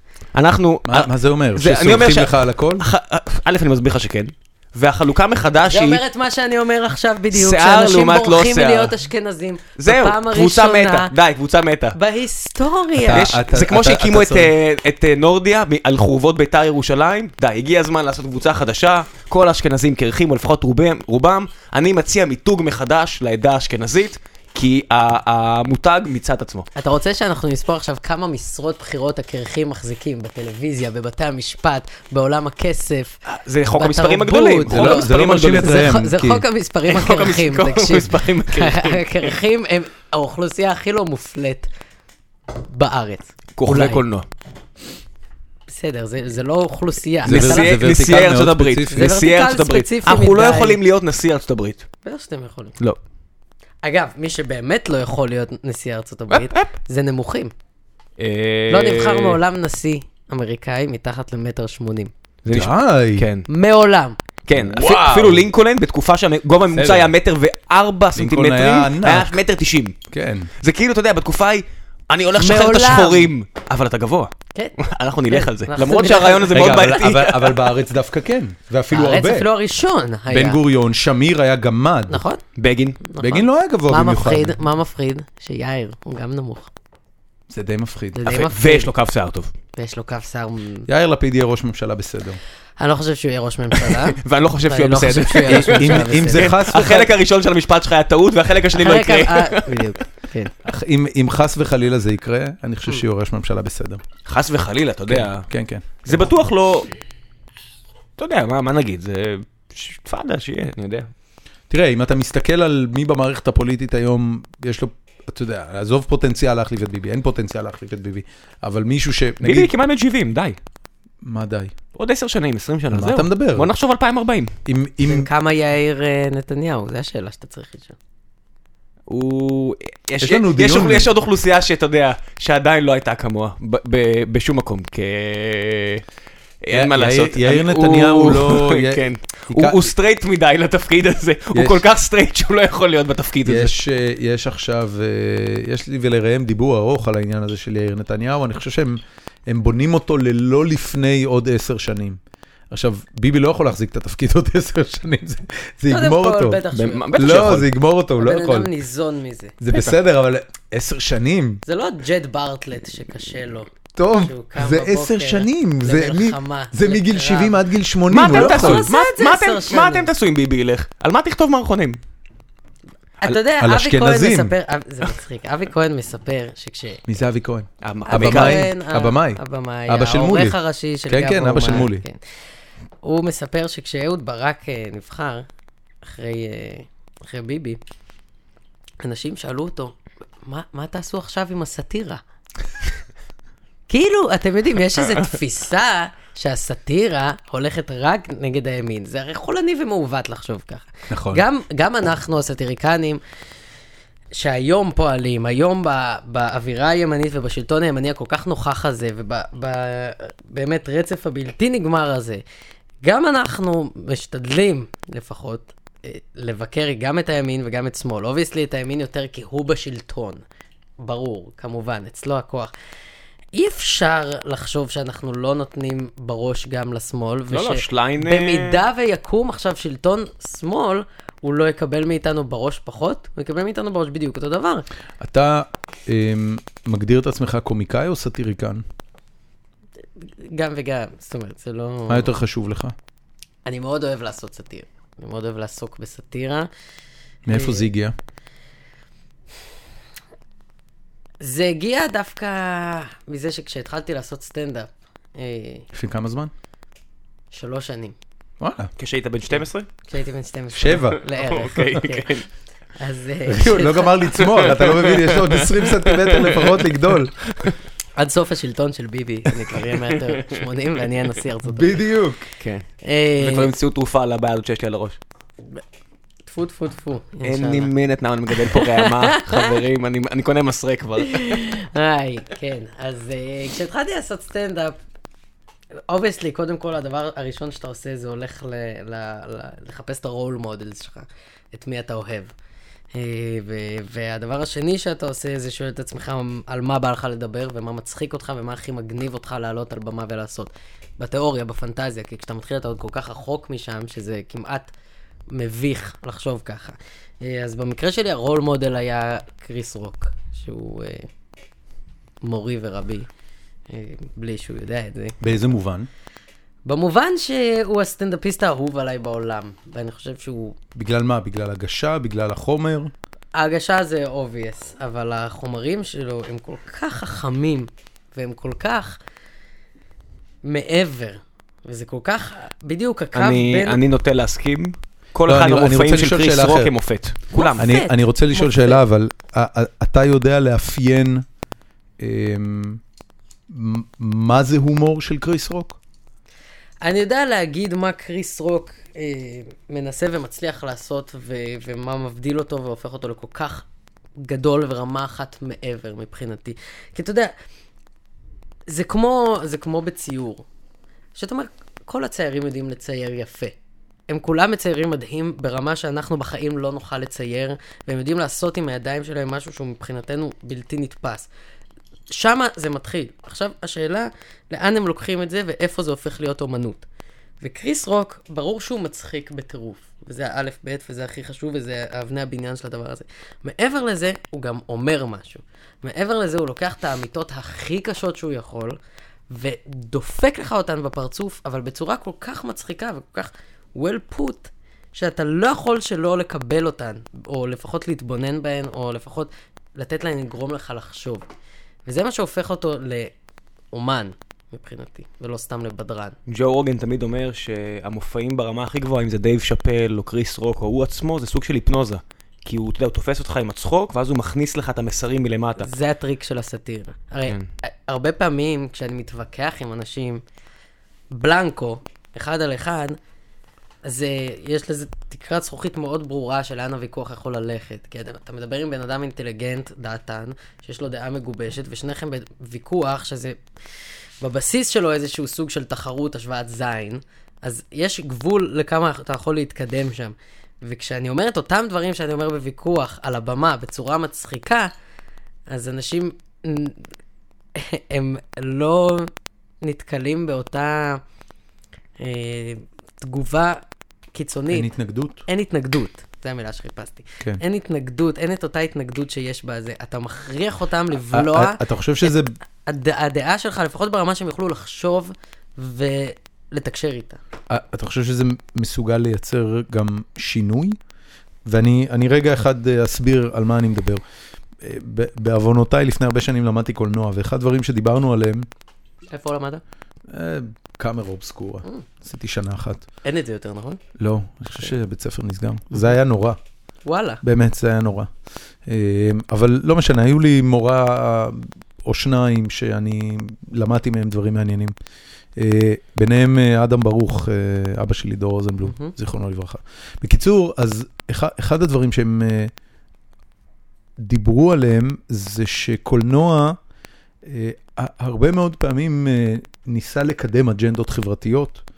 מה זה אומר? שסומכים לך על הכל? א', אני מסביר לך שכן. והחלוקה מחדש היא... זה אומר את מה שאני אומר עכשיו בדיוק, שאנשים בורחים מלהיות אשכנזים. זהו, קבוצה מתה. די, קבוצה מתה. בהיסטוריה. זה כמו שהקימו את נורדיה על חורבות ביתר ירושלים. די, הגיע הזמן לעשות קבוצה חדשה. כל האשכנזים קרחים, או לפחות רובם. אני מציע מיתוג מחדש לעדה האשכנזית. כי המותג מצד עצמו. אתה רוצה שאנחנו נספור עכשיו כמה משרות בחירות הקרחים מחזיקים בטלוויזיה, בבתי המשפט, בעולם הכסף, זה חוק המספרים הגדולים. זה לא מרשים את זה. זה חוק המספרים הקרחים, תקשיב. הקרחים הם האוכלוסייה הכי לא מופלט בארץ. כוכבי קולנוע. בסדר, זה לא אוכלוסייה. נשיאי ארצות הברית. נשיאי ארצות הברית. אנחנו לא יכולים להיות נשיא ארצות הברית. בטח שאתם יכולים. לא. אגב, מי שבאמת לא יכול להיות נשיא ארצות הברית, זה נמוכים. לא נבחר מעולם נשיא אמריקאי מתחת ל1.80 מטר. די. כן. מעולם. כן, אפילו לינקולן, בתקופה שהגובה הממוצע היה 1.04 סנטימטרים, היה 1.90 מטר. כן. זה כאילו, אתה יודע, בתקופה היא, אני הולך לשחרר את השחורים, אבל אתה גבוה. כן. אנחנו נלך על זה. למרות שהרעיון הזה מאוד בעייתי. אבל בארץ דווקא כן, ואפילו הרבה. בארץ אפילו הראשון היה. בן גוריון, שמיר היה גמד. נכון. בגין. בגין לא היה גבוה במיוחד. מה מפחיד? שיאיר הוא גם נמוך. זה די מפחיד. ויש לו קו שיער טוב. ויש לו קו שיער... יאיר לפיד יהיה ראש ממשלה בסדר. אני לא חושב שהוא יהיה ראש ממשלה. ואני לא חושב שהוא יהיה בסדר. אם זה חס וחלילה... החלק הראשון של המשפט שלך היה טעות, והחלק השני לא יקרה. בדיוק, כן. אם חס וחלילה זה יקרה, אני חושב שיהיה ראש ממשלה בסדר. חס וחלילה, אתה יודע. כן, כן. זה בטוח לא... אתה יודע, מה נגיד? זה... תפאדה שיהיה, אני יודע. תראה, אם אתה מסתכל על מי במערכת הפוליטית היום, יש לו... אתה יודע, עזוב פוטנציאל להחליף את ביבי, אין פוטנציאל להחליף את ביבי, אבל מישהו ש... ביבי כמעט בן 70, די. מה די? עוד 10 שנים, 20 שנה, זהו. מה אתה מדבר? בוא נחשוב 2040. כמה יאיר נתניהו, זה השאלה שאתה צריך לשאול. יש עוד אוכלוסייה שאתה יודע, שעדיין לא הייתה כמוה, בשום מקום, אין מה לעשות. יאיר נתניהו לא... הוא סטרייט מדי לתפקיד הזה, הוא כל כך סטרייט שהוא לא יכול להיות בתפקיד הזה. יש עכשיו, יש לי ולראם דיבור ארוך על העניין הזה של יאיר נתניהו, אני חושב שהם בונים אותו ללא לפני עוד 10 שנים. עכשיו, ביבי לא יכול להחזיק את התפקיד עוד 10 שנים, זה יגמור אותו. לא, זה יגמור אותו, הוא לא יכול. בן אדם ניזון מזה. זה בסדר, אבל 10 שנים. זה לא ג'ט ברטלט שקשה לו. טוב, זה 10 שנים, זה מגיל 70 עד גיל 80, הוא לא יכול. מה אתם תעשו עם ביבי ילך? על מה תכתוב מערכונים? אתה יודע, אבי כהן מספר, זה מצחיק, אבי כהן מספר שכש... מי זה אבי כהן? הבמאי, אבא של מולי. העורך הראשי של כן, כן, אבא של מולי. הוא מספר שכשאהוד ברק נבחר, אחרי ביבי, אנשים שאלו אותו, מה תעשו עכשיו עם הסאטירה? כאילו, אתם יודעים, יש איזו תפיסה שהסאטירה הולכת רק נגד הימין. זה הרי חולני ומעוות לחשוב ככה. נכון. גם אנחנו, הסאטיריקנים, שהיום פועלים, היום באווירה הימנית ובשלטון הימני הכל כך נוכח הזה, ובאמת רצף הבלתי נגמר הזה, גם אנחנו משתדלים לפחות לבקר גם את הימין וגם את שמאל. אובייסלי את הימין יותר כי הוא בשלטון. ברור, כמובן, אצלו הכוח. אי אפשר לחשוב שאנחנו לא נותנים בראש גם לשמאל, שליין... במידה ויקום עכשיו שלטון שמאל, הוא לא יקבל מאיתנו בראש פחות, הוא יקבל מאיתנו בראש בדיוק אותו דבר. אתה מגדיר את עצמך קומיקאי או סאטיריקן? גם וגם, זאת אומרת, זה לא... מה יותר חשוב לך? אני מאוד אוהב לעשות סאטיר. אני מאוד אוהב לעסוק בסאטירה. מאיפה זה הגיע? זה הגיע דווקא מזה שכשהתחלתי לעשות סטנדאפ. לפני כמה זמן? 3 שנים. וואלה. כשהיית בן 12? כשהייתי בן 12. 7. לערך. אוקיי, כן. אז... לא גמר לצמוח, אתה לא מבין, יש לו עוד 20 סנטימטר לפחות לגדול. עד סוף השלטון של ביבי, אני כבר אהיה 1.80 ואני אהיה נשיא ארצות הברית. בדיוק. כן. וכבר המציאו תרופה על הבעיה הזאת שיש לי על הראש. טפו, טפו, טפו. אין לי מינט נאו, אני מגדל פה רעמה, חברים, אני קונה מסרה כבר. כן. אז כשהתחלתי לעשות סטנדאפ, obviously, קודם כל, הדבר הראשון שאתה עושה זה הולך לחפש את הרול מודלס שלך, את מי אתה אוהב. והדבר השני שאתה עושה זה שואל את עצמך על מה בא לך לדבר ומה מצחיק אותך ומה הכי מגניב אותך לעלות על במה ולעשות. בתיאוריה, בפנטזיה, כי כשאתה מתחיל אתה עוד כל כך רחוק משם שזה כמעט מביך לחשוב ככה. אז במקרה שלי הרול מודל היה קריס רוק, שהוא מורי ורבי, בלי שהוא יודע את זה. באיזה מובן? במובן שהוא הסטנדאפיסט האהוב עליי בעולם, ואני חושב שהוא... בגלל מה? בגלל הגשה? בגלל החומר? ההגשה זה obvious, אבל החומרים שלו הם כל כך חכמים, והם כל כך מעבר, וזה כל כך בדיוק הקו בין... אני נוטה להסכים. כל אחד המופעים של קריס רוק הם מופת. כולם. אני רוצה לשאול שאלה, אבל אתה יודע לאפיין מה זה הומור של קריס רוק? אני יודע להגיד מה קריס רוק מנסה ומצליח לעשות, ומה מבדיל אותו והופך אותו לכל כך גדול ורמה אחת מעבר מבחינתי. כי אתה יודע, זה כמו בציור. שאתה אומר, כל הציירים יודעים לצייר יפה. הם כולם מציירים מדהים ברמה שאנחנו בחיים לא נוכל לצייר, והם יודעים לעשות עם הידיים שלהם משהו שהוא מבחינתנו בלתי נתפס. שמה זה מתחיל. עכשיו, השאלה, לאן הם לוקחים את זה ואיפה זה הופך להיות אומנות. וקריס רוק, ברור שהוא מצחיק בטירוף. וזה האלף בית, וזה הכי חשוב, וזה אבני הבניין של הדבר הזה. מעבר לזה, הוא גם אומר משהו. מעבר לזה, הוא לוקח את האמיתות הכי קשות שהוא יכול, ודופק לך אותן בפרצוף, אבל בצורה כל כך מצחיקה וכל כך well put, שאתה לא יכול שלא לקבל אותן, או לפחות להתבונן בהן, או לפחות לתת להן לגרום לך לחשוב. וזה מה שהופך אותו לאומן, מבחינתי, ולא סתם לבדרן. ג'ו רוגן תמיד אומר שהמופעים ברמה הכי גבוהה, אם זה דייב שאפל או קריס רוק או הוא עצמו, זה סוג של היפנוזה. כי הוא, אתה יודע, הוא תופס אותך עם הצחוק, ואז הוא מכניס לך את המסרים מלמטה. זה הטריק של הסאטיר. הרי הרבה פעמים, כשאני מתווכח עם אנשים, בלנקו, אחד על אחד, אז יש לזה תקרת זכוכית מאוד ברורה של לאן הוויכוח יכול ללכת. כי אתה מדבר עם בן אדם אינטליגנט, דעתן, שיש לו דעה מגובשת, ושניכם בוויכוח שזה בבסיס שלו איזשהו סוג של תחרות, השוואת זין, אז יש גבול לכמה אתה יכול להתקדם שם. וכשאני אומר את אותם דברים שאני אומר בוויכוח על הבמה בצורה מצחיקה, אז אנשים הם לא נתקלים באותה תגובה קיצונית. אין התנגדות? אין התנגדות, זו המילה שחיפשתי. כן. אין התנגדות, אין את אותה התנגדות שיש בזה. אתה מכריח אותם לבלוע. אתה חושב שזה... הדעה שלך, לפחות ברמה שהם יוכלו לחשוב ולתקשר איתה. אתה חושב שזה מסוגל לייצר גם שינוי? ואני רגע אחד אסביר על מה אני מדבר. בעוונותיי לפני הרבה שנים למדתי קולנוע, ואחד הדברים שדיברנו עליהם... איפה למדת? קאמרה אובסקורה. עשיתי שנה אחת. אין את זה יותר, נכון? לא, אני חושב שבית ספר נסגר. זה היה נורא. וואלה. באמת, זה היה נורא. אבל לא משנה, היו לי מורה או שניים שאני למדתי מהם דברים מעניינים. ביניהם אדם ברוך, אבא שלי דור רוזנבלום, זיכרונו לברכה. בקיצור, אז אחד הדברים שהם דיברו עליהם זה שקולנוע הרבה מאוד פעמים ניסה לקדם אג'נדות חברתיות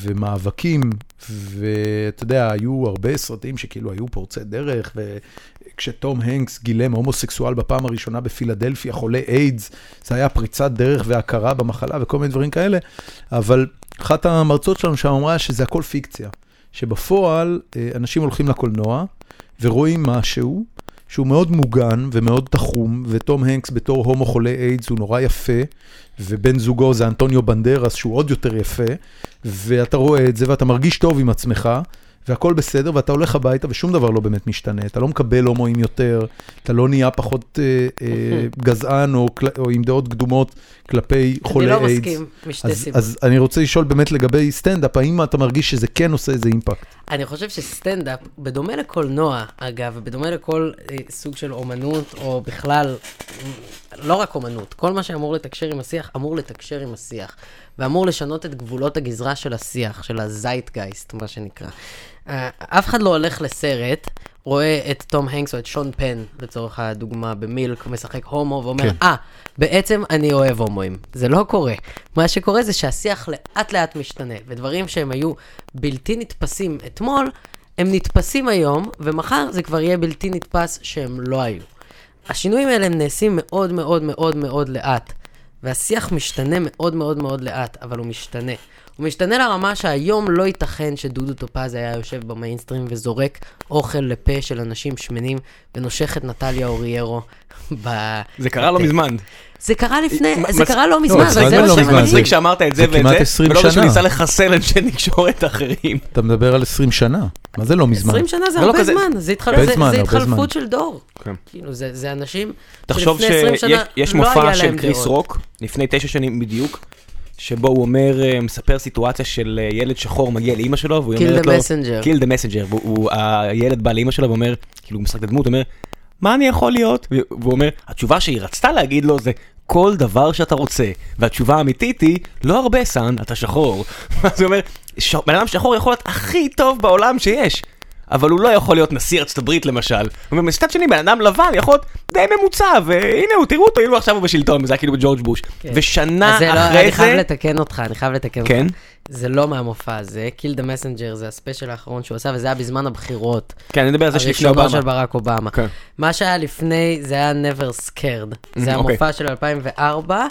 ומאבקים, ואתה יודע, היו הרבה סרטים שכאילו היו פורצי דרך, כשתום הנקס גילם הומוסקסואל בפעם הראשונה בפילדלפיה, חולה איידס, זה היה פריצת דרך והכרה במחלה וכל מיני דברים כאלה, אבל אחת המרצות שלנו שם אמרה שזה הכל פיקציה, שבפועל אנשים הולכים לקולנוע ורואים משהו שהוא מאוד מוגן ומאוד תחום, ותום הנקס בתור הומו חולה איידס הוא נורא יפה, ובן זוגו זה אנטוניו בנדרס שהוא עוד יותר יפה, ואתה רואה את זה ואתה מרגיש טוב עם עצמך, והכל בסדר, ואתה הולך הביתה ושום דבר לא באמת משתנה, אתה לא מקבל הומואים יותר, אתה לא נהיה פחות גזען או עם דעות קדומות כלפי חולי איידס. אני לא מסכים, משתי סיבות. אז אני רוצה לשאול באמת לגבי סטנדאפ, האם אתה מרגיש שזה כן עושה איזה אימפקט? אני חושב שסטנדאפ, בדומה לקולנוע, אגב, ובדומה לכל סוג של אומנות, או בכלל, לא רק אומנות, כל מה שאמור לתקשר עם השיח, אמור לתקשר עם השיח, ואמור לשנות את גבולות הגזרה של השיח, של הזייטגייסט, מה שנקרא. אף אחד לא הולך לסרט, רואה את תום הנקס או את שון פן, לצורך הדוגמה, במילק, משחק הומו, ואומר, בעצם אני אוהב הומואים. זה לא קורה. מה שקורה זה שהשיח לאט לאט משתנה, ודברים שהם היו בלתי נתפסים אתמול, הם נתפסים היום, ומחר זה כבר יהיה בלתי נתפס שהם לא היו. השינויים האלה הם נעשים מאוד מאוד מאוד מאוד לאט, והשיח משתנה מאוד מאוד מאוד לאט, אבל הוא משתנה. הוא משתנה לרמה שהיום לא ייתכן שדודו טופז היה יושב במיינסטרים וזורק אוכל לפה של אנשים שמנים ונושך את נטליה אוריירו זה קרה לא מזמן. זה קרה לפני, זה קרה לא מזמן. זה לא מזמן. מצחיק שאמרת את זה ואת זה, ולא שהוא ניסה לחסל אנשי נקשורת אחרים. אתה מדבר על 20 שנה. מה זה לא מזמן? 20 שנה זה הרבה זמן. זה התחלפות של דור. זה אנשים תחשוב שיש מופע של קריס רוק, לפני 9 שנים בדיוק, שבו הוא אומר, מספר סיטואציה של ילד שחור מגיע לאמא שלו, והוא אומרת לו, kill the messenger, הילד בא לאמא שלו ואומר, כאילו הוא משחק את הדמות, הוא אומר, מה אני יכול להיות? והוא אומר, התשובה שהיא רצתה להגיד לו זה, כל דבר שאתה רוצה, והתשובה האמיתית היא, לא הרבה סן, אתה שחור. אז הוא אומר, בן אדם שחור יכול להיות הכי טוב בעולם שיש, אבל הוא לא יכול להיות נשיא ארצות הברית למשל. הוא אומר, מצד שני, בן אדם לבן יכול להיות די ממוצע, והנה הוא, תראו אותו, הנה הוא עכשיו הוא בשלטון, וזה היה כאילו בג'ורג' בוש. ושנה אחרי זה... אני חייב לתקן אותך, כן? זה לא מהמופע הזה, Kill the Messenger, זה הספיישל האחרון שהוא עשה, וזה היה בזמן הבחירות. כן, אני מדבר על זה שלפני אובמה. הראשונו של ברק אובמה. מה שהיה לפני, זה היה Never Scared. זה היה מופע של 2004,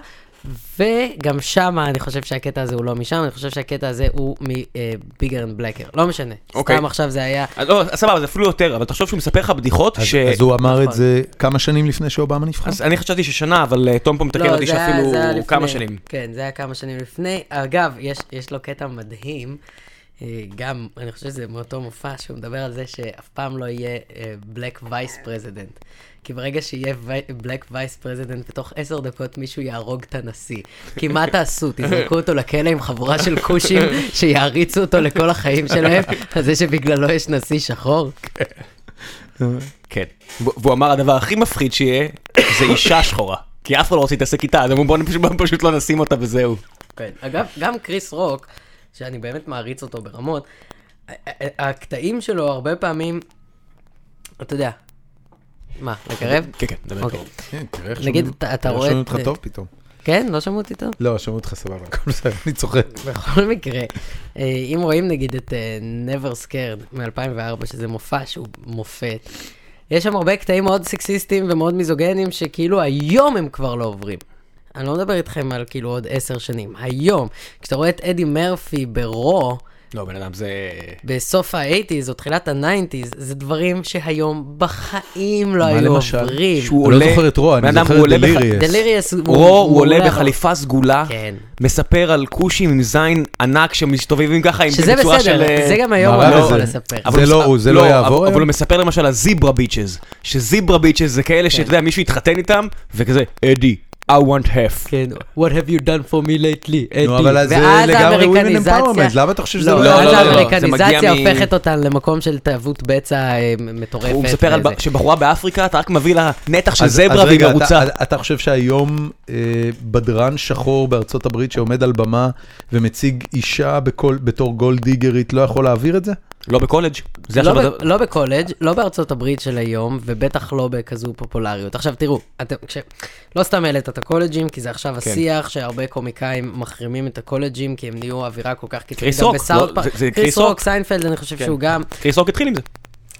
וגם שם אני חושב שהקטע הזה הוא לא משם, אני חושב שהקטע הזה הוא מ-Bigger and Blacker. לא משנה. סתם עכשיו זה היה... לא, סבבה, זה אפילו יותר, אבל תחשוב שהוא מספר לך בדיחות ש... אז הוא אמר את זה כמה שנים לפני שאובמה נבחר? אז אני חשבתי ששנה, אבל תום פה מתקן אותי שאפילו כמה שנים. כן, זה היה כמה שנים לפני. אגב, יש לו קטע מדהים, גם, אני חושב שזה מאותו מופע, שהוא מדבר על זה שאף פעם לא יהיה Black Vice President. כי ברגע שיהיה Black Vice President, בתוך 10 דקות מישהו יהרוג את הנשיא. כי מה תעשו? תזרקו אותו לכלא עם חבורה של קושים שיעריצו אותו לכל החיים שלהם, על זה שבגללו יש נשיא שחור? כן. והוא אמר, הדבר הכי מפחיד שיהיה, זה אישה שחורה. כי אף אחד לא רוצה להתעסק איתה, אז בואו פשוט לא נשים אותה וזהו. כן. אגב, גם קריס רוק, שאני באמת מעריץ אותו ברמות, הקטעים שלו הרבה פעמים, אתה יודע, מה, לקרב? כן, כן, דבר קרוב. נגיד, אתה רואה... לא שמעו אותך טוב פתאום. כן? לא שמעו אותי טוב? לא, שמעו אותך סבבה, הכל בסדר, אני צוחק. בכל מקרה, אם רואים נגיד את Never Scared מ-2004, שזה מופע שהוא מופת, יש שם הרבה קטעים מאוד סקסיסטיים ומאוד מיזוגנים, שכאילו היום הם כבר לא עוברים. אני לא מדבר איתכם על כאילו עוד 10 שנים. היום, כשאתה רואה את אדי מרפי ברו, לא, בן אדם זה... בסוף ה-80s או תחילת ה-90s, זה דברים שהיום בחיים לא היו עוברים. שהוא עולה... לא זוכר את רו, אני זוכר את דליריאס. רו, הוא עולה בחליפה סגולה, מספר על קושים עם זין ענק שמסתובבים ככה עם בצורה של... שזה בסדר, זה גם היום הוא לא יכול לספר. זה לא יעבור? אבל הוא מספר למשל על זיברה ביצ'ז, שזיברה ביצ'ז זה כאלה שאתה יודע, מישהו יתחתן איתם, וכזה, אדי. I want half. כן, what have you done for me lately? נו, אבל זה לגמרי women empowerment, למה אתה חושב שזה לא? לא, אז האמריקניזציה הופכת אותן למקום של תאבות בצע מטורפת. הוא מספר שבחורה באפריקה, אתה רק מביא לה נתח של זברה והיא מרוצה. אתה חושב שהיום בדרן שחור בארצות הברית שעומד על במה ומציג אישה בתור גולד דיגרית לא יכול להעביר את זה? לא בקולג'. לא בקולג', לא בארצות הברית של היום, ובטח לא בכזו פופולריות. עכשיו תראו, לא סתם העלית את הקולג'ים, כי זה עכשיו השיח שהרבה קומיקאים מחרימים את הקולג'ים, כי הם נהיו אווירה כל כך קיצונית. קריס רוק. קריס רוק, סיינפלד, אני חושב שהוא גם... קריס רוק התחיל עם זה.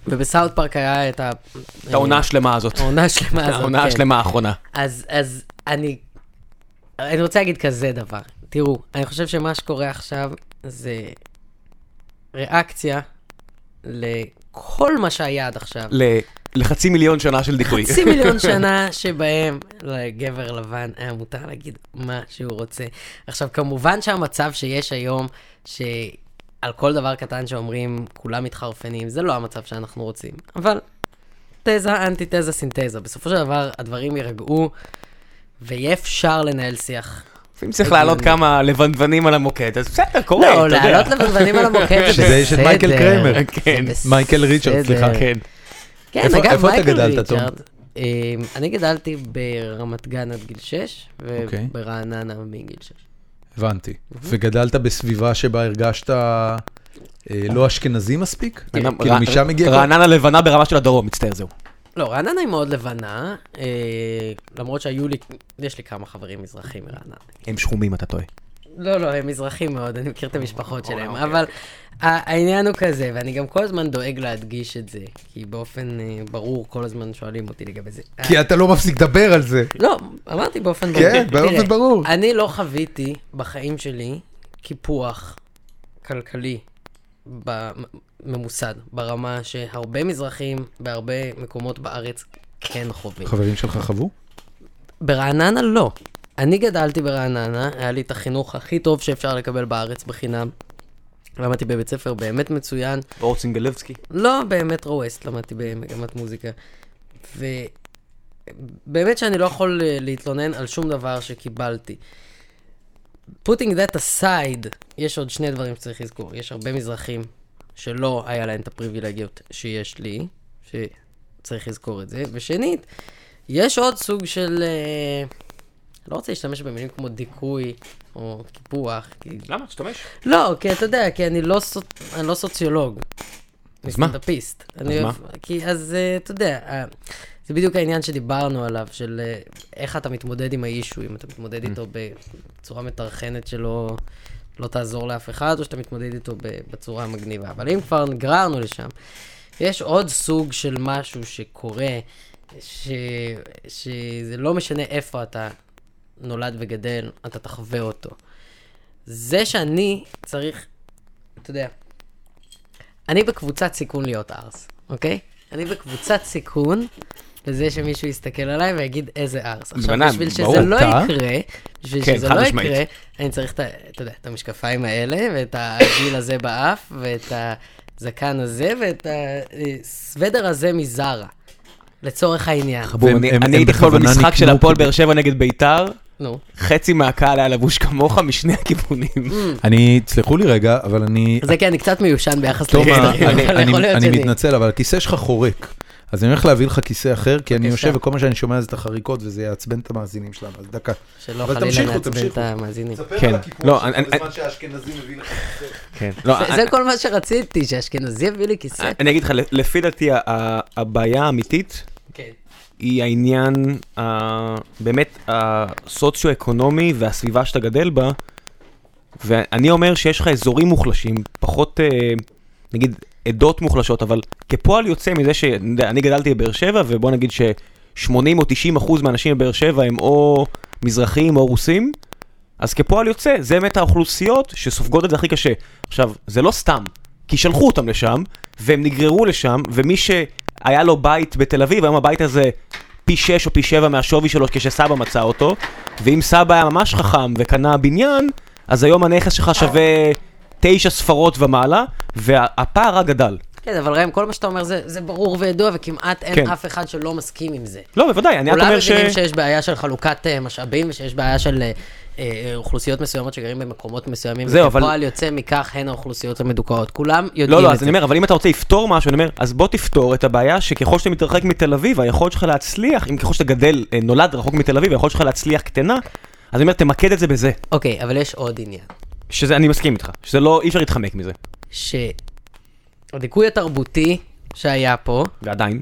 ובסאוט פארק היה את העונה השלמה הזאת. העונה השלמה האחרונה. אז אני רוצה להגיד כזה דבר. תראו, אני חושב שמה שקורה עכשיו זה ריאקציה לכל מה שהיה עד עכשיו. לחצי מיליון שנה של דיכוי. חצי מיליון שנה שבהם לגבר לבן היה מותר להגיד מה שהוא רוצה. עכשיו, כמובן שהמצב שיש היום, שעל כל דבר קטן שאומרים, כולם מתחרפנים, זה לא המצב שאנחנו רוצים. אבל תזה, אנטי-תזה, סינתזה. בסופו של דבר, הדברים יירגעו, ויהיה אפשר לנהל שיח. אם צריך לעלות כמה לבנוונים על המוקד, אז בסדר, קורה, אתה יודע. לא, לעלות לבנוונים על המוקד זה בסדר. שזה יש את מייקל קריימר. מייקל ריצ'רד, סליחה. כן, אגב, מייקל ריצ'רד. אני גדלתי ברמת גן עד גיל 6, וברעננה מגיל 6. הבנתי. וגדלת בסביבה שבה הרגשת לא אשכנזי מספיק? כאילו משם מגיע... רעננה לבנה ברמה של הדרום, מצטער זהו. לא, רעננה היא מאוד לבנה, למרות יש לי כמה חברים מזרחים מרעננה. הם שחומים, אתה טועה. לא, הם מזרחים מאוד, אני מכיר את המשפחות שלהם, אבל העניין הוא כזה, ואני גם כל הזמן דואג להדגיש את זה, כי באופן ברור כל הזמן שואלים אותי לגבי זה. כי אתה לא מפסיק לדבר על זה. לא, אמרתי באופן ברור. כן, באופן ברור. אני לא חוויתי בחיים שלי קיפוח כלכלי ממוסד, ברמה שהרבה מזרחים בהרבה מקומות בארץ כן חווים. חברים שלך חוו? ברעננה לא. אני גדלתי ברעננה, היה לי את החינוך הכי טוב שאפשר לקבל בארץ בחינם. למדתי בבית ספר באמת מצוין. אור סינגלבסקי? לא, באמת רואסט, למדתי במגמת מוזיקה. ובאמת שאני לא יכול להתלונן על שום דבר שקיבלתי. Putting that aside, יש עוד שני דברים שצריך לזכור. יש הרבה מזרחים שלא היה להם את הפריבילגיות שיש לי, שצריך לזכור את זה. ושנית, יש עוד סוג של... לא רוצה להשתמש במילים כמו דיכוי או קיפוח. למה? תשתמש? לא, כי אתה יודע, כי אני לא סוציולוג. אז מה? סטנדאפיסט. אז מה? אז אתה יודע, זה בדיוק העניין שדיברנו עליו, של איך אתה מתמודד עם האישו, אם אתה מתמודד איתו בצורה מתרחנת שלא תעזור לאף אחד, או שאתה מתמודד איתו בצורה מגניבה. אבל אם כבר נגררנו לשם, יש עוד סוג של משהו שקורה, שזה לא משנה איפה אתה נולד וגדל, אתה תחווה אותו. זה שאני צריך, אתה יודע, אני בקבוצת סיכון להיות ארס, אוקיי? אני בקבוצת סיכון לזה שמישהו יסתכל עליי ויגיד איזה ארס. עכשיו, בשביל שזה לא יקרה, אני צריך אתה יודע, את המשקפיים האלה, ואת הגיל הזה באף, ואת הזקן הזה, ואת הסוודר הזה מזרה. לצורך העניין. אני הייתי כל במשחק של הפועל באר שבע נגד ביתר, חצי מהקהל היה לבוש כמוך משני הכיוונים. תסלחו לי רגע, אבל אני... זה כי אני קצת מיושן ביחס אני מתנצל, אבל הכיסא שלך חורק. אז אני הולך להביא לך כיסא אחר, כי אני יושב וכל מה שאני שומע זה את החריקות, וזה יעצבן את המאזינים שלנו. אז דקה. שלא חלילה לעצבן את המאזינים. תספר על הקיפוח שלך בזמן שהאשכנזי מביא לך כיסא. זה כל מה שרציתי, שהאשכנזי הביא לי כיסא. אני אגיד לך, לפי דעתי, הבעיה האמיתית, היא העניין באמת הסוציו-אקונומי והסביבה שאתה גדל בה, ואני אומר שיש לך אזורים מוחלשים, פחות, נגיד, עדות מוחלשות, אבל כפועל יוצא מזה שאני גדלתי בבאר שבע, ובוא נגיד ש80 או 90% מהאנשים בבאר שבע הם או מזרחים או רוסים, אז כפועל יוצא, זה באמת האוכלוסיות שסופגות את זה הכי קשה. עכשיו, זה לא סתם, כי שלחו אותם לשם, והם נגררו לשם, ומי שהיה לו בית בתל אביב, היום הבית הזה פי 6 או פי 7 מהשווי שלו כשסבא מצא אותו, ואם סבא היה ממש חכם וקנה בניין, אז היום הנכס שלך שווה 9 ספרות ומעלה, והפער הגדל. כן, אבל ראם, כל מה שאתה אומר זה ברור וידוע, וכמעט אין אף אחד שלא מסכים עם זה. לא, בוודאי, אני אומר כולם מבינים שיש בעיה של חלוקת משאבים, ושיש בעיה של אוכלוסיות מסוימות שגרים במקומות מסוימים, וכפועל יוצא מכך הן האוכלוסיות המדוכאות. כולם יודעים את זה. לא, אז אני אומר, אבל אם אתה רוצה לפתור משהו, אני אומר, אז בוא תפתור את הבעיה שככל שאתה מתרחק מתל אביב, היכולת שלך להצליח, אם ככל שאתה גדל, נולד רחוק מתל אביב, היכולת שלך להצליח קטנה, אז אני אומר, תמקד את זה בזה. אוקיי, אבל יש עוד עניין. שזה, אני מסכים איתך, שזה לא, אי אפשר להתחמק מזה. שהדיכוי התרבותי שהיה פה, ועדיין.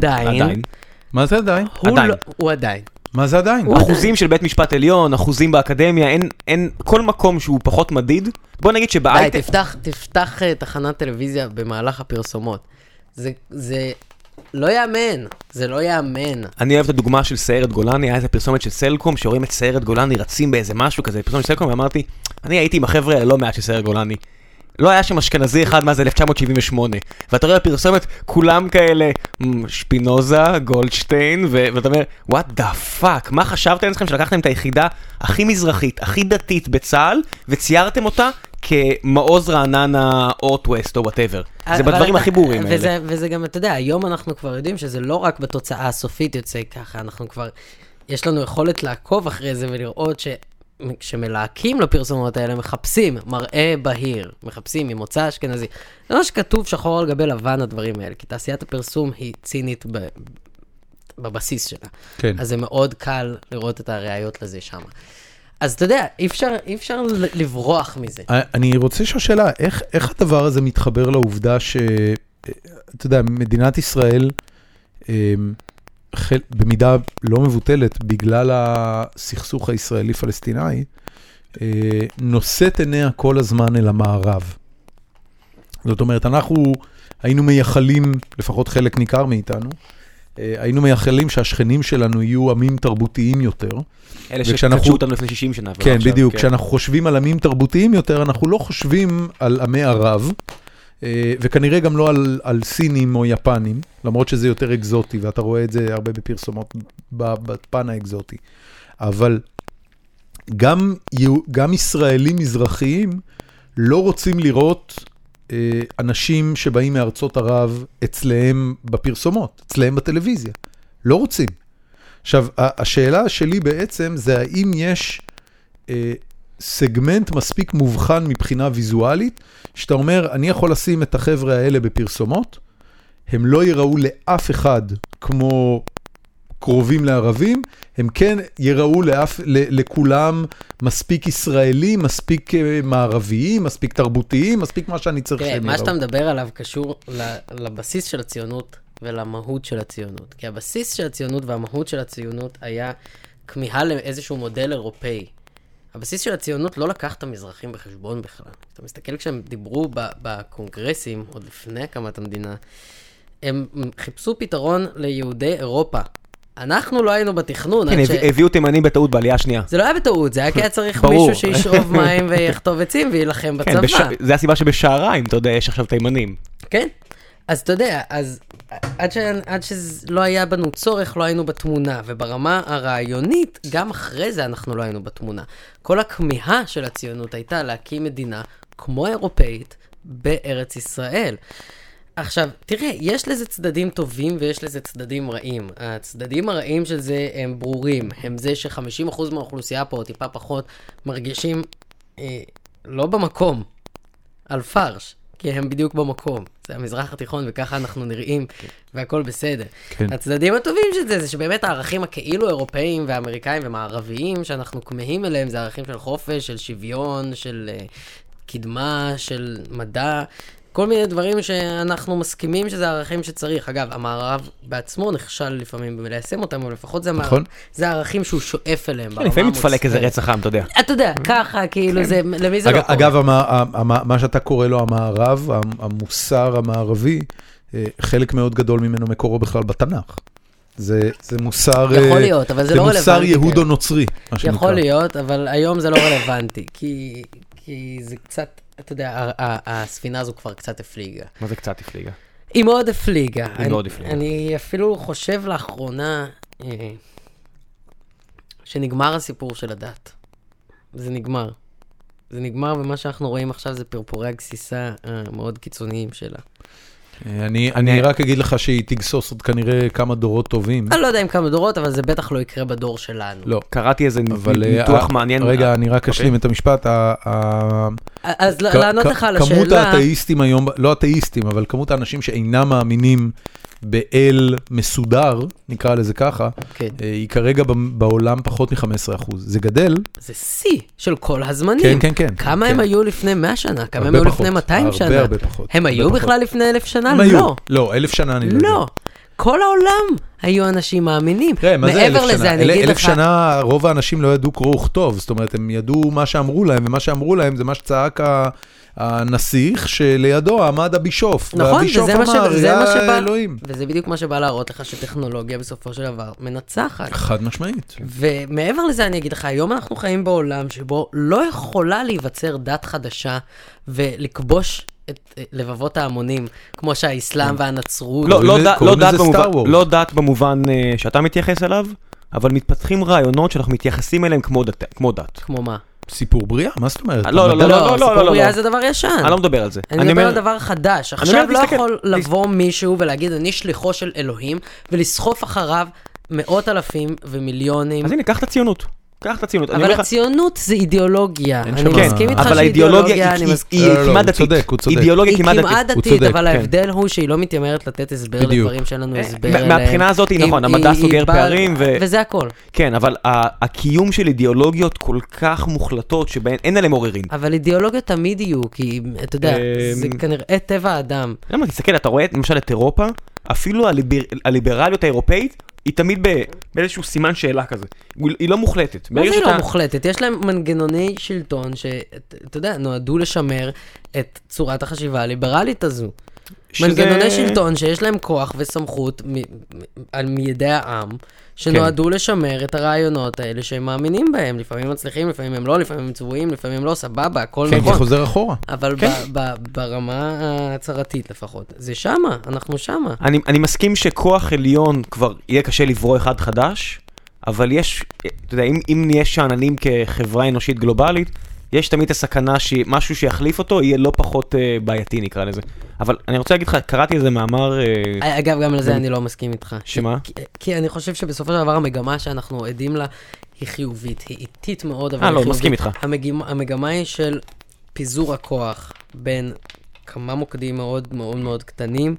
מה זה עדיין? הוא עדיין. מה זה עדיין? אחוזים של בית משפט עליון, אחוזים באקדמיה, אין כל מקום שהוא פחות מדיד. בוא נגיד שבהייטק... תפתח תחנת טלוויזיה במהלך הפרסומות. זה לא יאמן, זה לא יאמן. אני אוהב את הדוגמה של סיירת גולני, היה איזה פרסומת של סלקום, שרואים את סיירת גולני רצים באיזה משהו כזה, פרסומת של סלקום, ואמרתי, אני הייתי עם החבר'ה האלה לא מעט של סיירת גולני. לא היה שם אשכנזי אחד מאז 1978, ואתה רואה בפרסומת, כולם כאלה, שפינוזה, גולדשטיין, ואתה אומר, what the fuck, מה חשבתם אצלכם שלקחתם את היחידה הכי מזרחית, הכי דתית בצה"ל, וציירתם אותה כמעוז רעננה, אורט-ווסט או whatever. זה בדברים הכי ברורים האלה. וזה גם, אתה יודע, היום אנחנו כבר יודעים שזה לא רק בתוצאה הסופית יוצא ככה, אנחנו כבר, יש לנו יכולת לעקוב אחרי זה ולראות כשמלהקים לפרסומות האלה, מחפשים מראה בהיר, מחפשים ממוצא אשכנזי. זה מה שכתוב שחור על גבי לבן הדברים האלה, כי תעשיית הפרסום היא צינית בבסיס שלה. כן. אז זה מאוד קל לראות את הראיות לזה שם. אז אתה יודע, אי אפשר לברוח מזה. אני רוצה שהשאלה, איך הדבר הזה מתחבר לעובדה אתה יודע, מדינת ישראל, במידה לא מבוטלת, בגלל הסכסוך הישראלי-פלסטיני, נושאת עיניה כל הזמן אל המערב. זאת אומרת, אנחנו היינו מייחלים, לפחות חלק ניכר מאיתנו, היינו מייחלים שהשכנים שלנו יהיו עמים תרבותיים יותר. אלה שקדשו אותנו לפני 60 שנה. כן, בדיוק. כשאנחנו חושבים על עמים תרבותיים יותר, אנחנו לא חושבים על עמי ערב, וכנראה גם לא על סינים או יפנים, למרות שזה יותר אקזוטי, ואתה רואה את זה הרבה בפרסומות בפן האקזוטי. אבל גם ישראלים מזרחיים לא רוצים לראות אנשים שבאים מארצות ערב אצלהם בפרסומות, אצלהם בטלוויזיה. לא רוצים. עכשיו, השאלה שלי בעצם זה האם יש סגמנט מספיק מובחן מבחינה ויזואלית, שאתה אומר, אני יכול לשים את החבר'ה האלה בפרסומות, הם לא יראו לאף אחד כמו קרובים לערבים, הם כן יראו לכולם מספיק ישראלים, מספיק מערביים, מספיק תרבותיים, מספיק מה שאני צריך שהם יראו. מה שאתה מדבר עליו קשור לבסיס של הציונות ולמהות של הציונות. כי הבסיס של הציונות והמהות של הציונות היה כמיהה לאיזשהו מודל אירופאי. הבסיס של הציונות לא לקח את המזרחים בחשבון בכלל. אתה מסתכל כשהם דיברו בקונגרסים, עוד לפני הקמת המדינה, הם חיפשו פתרון ליהודי אירופה. אנחנו לא היינו בתכנון. כן, הביאו תימנים בטעות בעלייה השנייה. זה לא היה בטעות, זה היה כי היה צריך מישהו שישאוב מים ויכתוב עצים וילחם בצבא. זה הסיבה שבשעריים, אתה יודע, יש עכשיו תימנים. כן, אז אתה יודע, אז עד שלא היה בנו צורך, לא היינו בתמונה, וברמה הרעיונית, גם אחרי זה אנחנו לא היינו בתמונה. כל הכמיהה של הציונות הייתה להקים מדינה כמו אירופאית בארץ ישראל. עכשיו, תראה, יש לזה צדדים טובים ויש לזה צדדים רעים. הצדדים הרעים של זה הם ברורים. הם זה ש50% מהאוכלוסייה פה, או טיפה פחות, מרגישים לא במקום, על פרש, כי הם בדיוק במקום. זה המזרח התיכון וככה אנחנו נראים, והכל בסדר. כן. הצדדים הטובים של זה, זה שבאמת הערכים הכאילו אירופאים ואמריקאים ומערביים, שאנחנו כמהים אליהם, זה ערכים של חופש, של שוויון, של קדמה, של מדע, כל מיני דברים שאנחנו מסכימים שזה הערכים שצריך. אגב, המערב בעצמו נכשל לפעמים במליישם אותם, אבל לפחות זה הערכים שהוא שואף אליהם. לפעמים מתפלק איזה רצח עם, אתה יודע. אתה יודע, ככה, כאילו, זה, למי זה לא קורה? אגב, מה שאתה קורא לו המערב, המוסר המערבי, חלק מאוד גדול ממנו מקורו בכלל בתנ"ך. זה מוסר... יכול להיות, אבל זה לא רלוונטי. זה מוסר יהודו נוצרי, מה שנקרא. יכול להיות, אבל היום זה לא רלוונטי, כי זה קצת... אתה יודע, הספינה הזו כבר קצת הפליגה. מה זה קצת הפליגה? היא מאוד הפליגה. היא מאוד הפליגה. אני אפילו חושב לאחרונה שנגמר הסיפור של הדת. זה נגמר. זה נגמר, ומה שאנחנו רואים עכשיו זה פרפורי הגסיסה המאוד קיצוניים שלה. אני רק אגיד לך שהיא תגסוס עוד כנראה כמה דורות טובים. אני לא יודע אם כמה דורות, אבל זה בטח לא יקרה בדור שלנו. לא. קראתי איזה ניתוח מעניין. רגע, אני רק אשלים את המשפט. אז לענות לך על השאלה... כמות האתאיסטים היום, לא אתאיסטים, אבל כמות האנשים שאינם מאמינים באל מסודר, נקרא לזה ככה, היא כרגע בעולם פחות מ-15%. זה גדל. זה שיא של כל הזמנים. כן, כן, כן. כמה הם היו לפני 100 שנה? כמה הם היו לפני 200 שנה? הרבה פחות. הם היו בכלל לפני 1,000 שנה? לא. לא, 1,000 שנה אני לא יודע. לא. כל העולם היו אנשים מאמינים. מה זה 1,000 שנה? 1,000 שנה רוב האנשים לא ידעו קרוא וכתוב, זאת אומרת, הם ידעו מה שאמרו להם, ומה שאמרו להם זה מה שצעק הנסיך שלידו עמד הבישוף. נכון, וזה מה שבא, אלוהים. וזה בדיוק מה שבא להראות לך שטכנולוגיה בסופו של דבר מנצחת. חד משמעית. ומעבר לזה אני אגיד לך, היום אנחנו חיים בעולם שבו לא יכולה להיווצר דת חדשה ולכבוש את לבבות ההמונים, כמו שהאסלאם והנצרות. לא דת במובן שאתה מתייחס אליו, אבל מתפתחים רעיונות שאנחנו מתייחסים אליהם כמו דת. כמו מה? סיפור בריאה? מה זאת אומרת? לא, סיפור בריאה זה דבר ישן. אני לא מדבר על זה. אני מדבר על דבר חדש. עכשיו לא יכול לבוא מישהו ולהגיד, אני שליחו של אלוהים, ולסחוף אחריו מאות אלפים ומיליונים. אז הנה, קח את הציונות. אבל הציונות זה אידיאולוגיה. אני מסכים איתך שאידיאולוגיה היא כמעט דתית. אידיאולוגיה כמעט דתית, אבל ההבדל הוא שהיא לא מתיימרת לתת הסבר לדברים שאין לנו הסבר אליהם. מהבחינה הזאת היא נכון, המדע סוגר פערים. וזה הכל. כן, אבל הקיום של אידיאולוגיות כל כך מוחלטות שבהן אין עליהם עוררין. אבל אידיאולוגיות תמיד יהיו, כי אתה יודע, זה כנראה טבע האדם. למה, תסתכל, אתה רואה למשל את אירופה, אפילו הליברליות האירופאית, היא תמיד באיזשהו סימן שאלה כזה. היא לא מוחלטת. מה זה לא מוחלטת? יש להם מנגנוני שלטון שאתה יודע, נועדו לשמר את צורת החשיבה הליברלית הזו. מנגנוני שלטון שיש להם כוח וסמכות מידי העם, שנועדו לשמר את הרעיונות האלה שהם מאמינים בהם. לפעמים מצליחים, לפעמים הם לא, לפעמים הם צבועים, לפעמים הם לא, סבבה, הכל נכון. כן, זה חוזר אחורה. אבל ברמה הצהרתית לפחות, זה שמה, אנחנו שמה. אני מסכים שכוח עליון כבר יהיה קשה לברוא אחד חדש, אבל יש, אתה יודע, אם נהיה שעננים כחברה אנושית גלובלית, יש תמיד הסכנה שמשהו שיחליף אותו יהיה לא פחות בעייתי, נקרא לזה. אבל אני רוצה להגיד לך, קראתי איזה מאמר... אגב, גם לזה אני לא מסכים איתך. שמה? כי אני חושב שבסופו של דבר המגמה שאנחנו עדים לה היא חיובית, היא איטית מאוד, אבל היא חיובית. לא, מסכים איתך. המגמה היא של פיזור הכוח בין כמה מוקדים מאוד מאוד מאוד קטנים,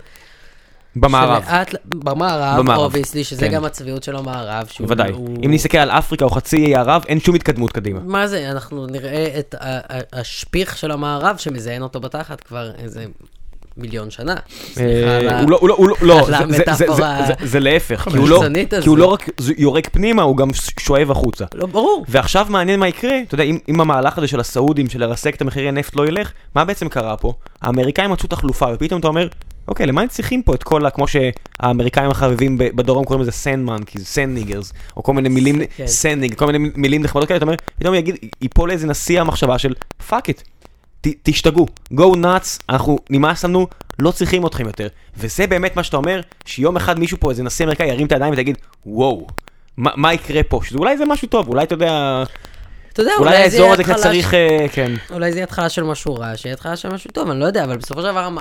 במערב, אובייסלי, שזה גם הצביעות של המערב. ודאי. אם נסתכל על אפריקה או חצי אי ערב, אין שום התקדמות קדימה. מה זה? אנחנו נראה את השפיך של המערב, שמזיין אותו בתחת כבר איזה מיליון שנה. לא, זה להפך. כי הוא לא רק יורק פנימה, הוא גם שואב החוצה. לא, ברור. ועכשיו מעניין מה יקרה, אתה יודע, אם המהלך הזה של הסעודים, של לרסק את המחירי הנפט לא ילך, מה בעצם קרה פה? האמריקאים מצאו תחלופה, ופתאום אתה אומר, אוקיי, למה הם צריכים פה את כל, כמו שהאמריקאים החביבים בדרום קוראים לזה סנדמן, כי זה סנדניגרס, או כל מיני מילים, סנדניג, כל מיני מילים נחמדות כאלה, אתה אומר, פתאום ייפול איזה נשיא המחשבה של, fuck it, תשתגעו, go nuts, אנחנו נמאס לנו, לא צריכים אתכם יותר. וזה באמת מה שאתה אומר, שיום אחד מישהו פה, איזה נשיא אמריקאי, ירים את הידיים ותגיד, וואו, מה יקרה פה? אולי זה משהו טוב, אולי אתה יודע... אולי האזור הזה קצת צריך, כן. אולי זה יהיה התחלה של משהו רע, שיהיה התחלה של משהו טוב, אני לא יודע, אבל בסופו של דבר,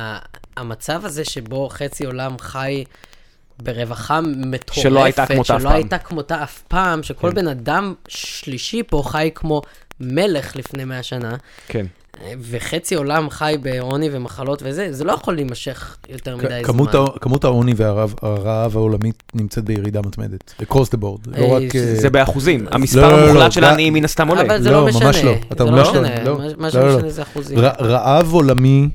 המצב הזה שבו חצי עולם חי ברווחה מטורפת, שלא הייתה כמותה אף פעם, שכל בן אדם שלישי פה חי כמו מלך לפני 100 שנה, כן. וחצי עולם חי בעוני ומחלות וזה, זה לא יכול להימשך יותר מדי זמן. כמות העוני והרעב העולמית נמצאת בירידה מתמדת, across the board. זה באחוזים, המספר המוחלט של העניים מן הסתם עולה. אבל זה לא משנה. ממש לא. זה לא משנה, מה שמשנה זה אחוזים. רעב עולמי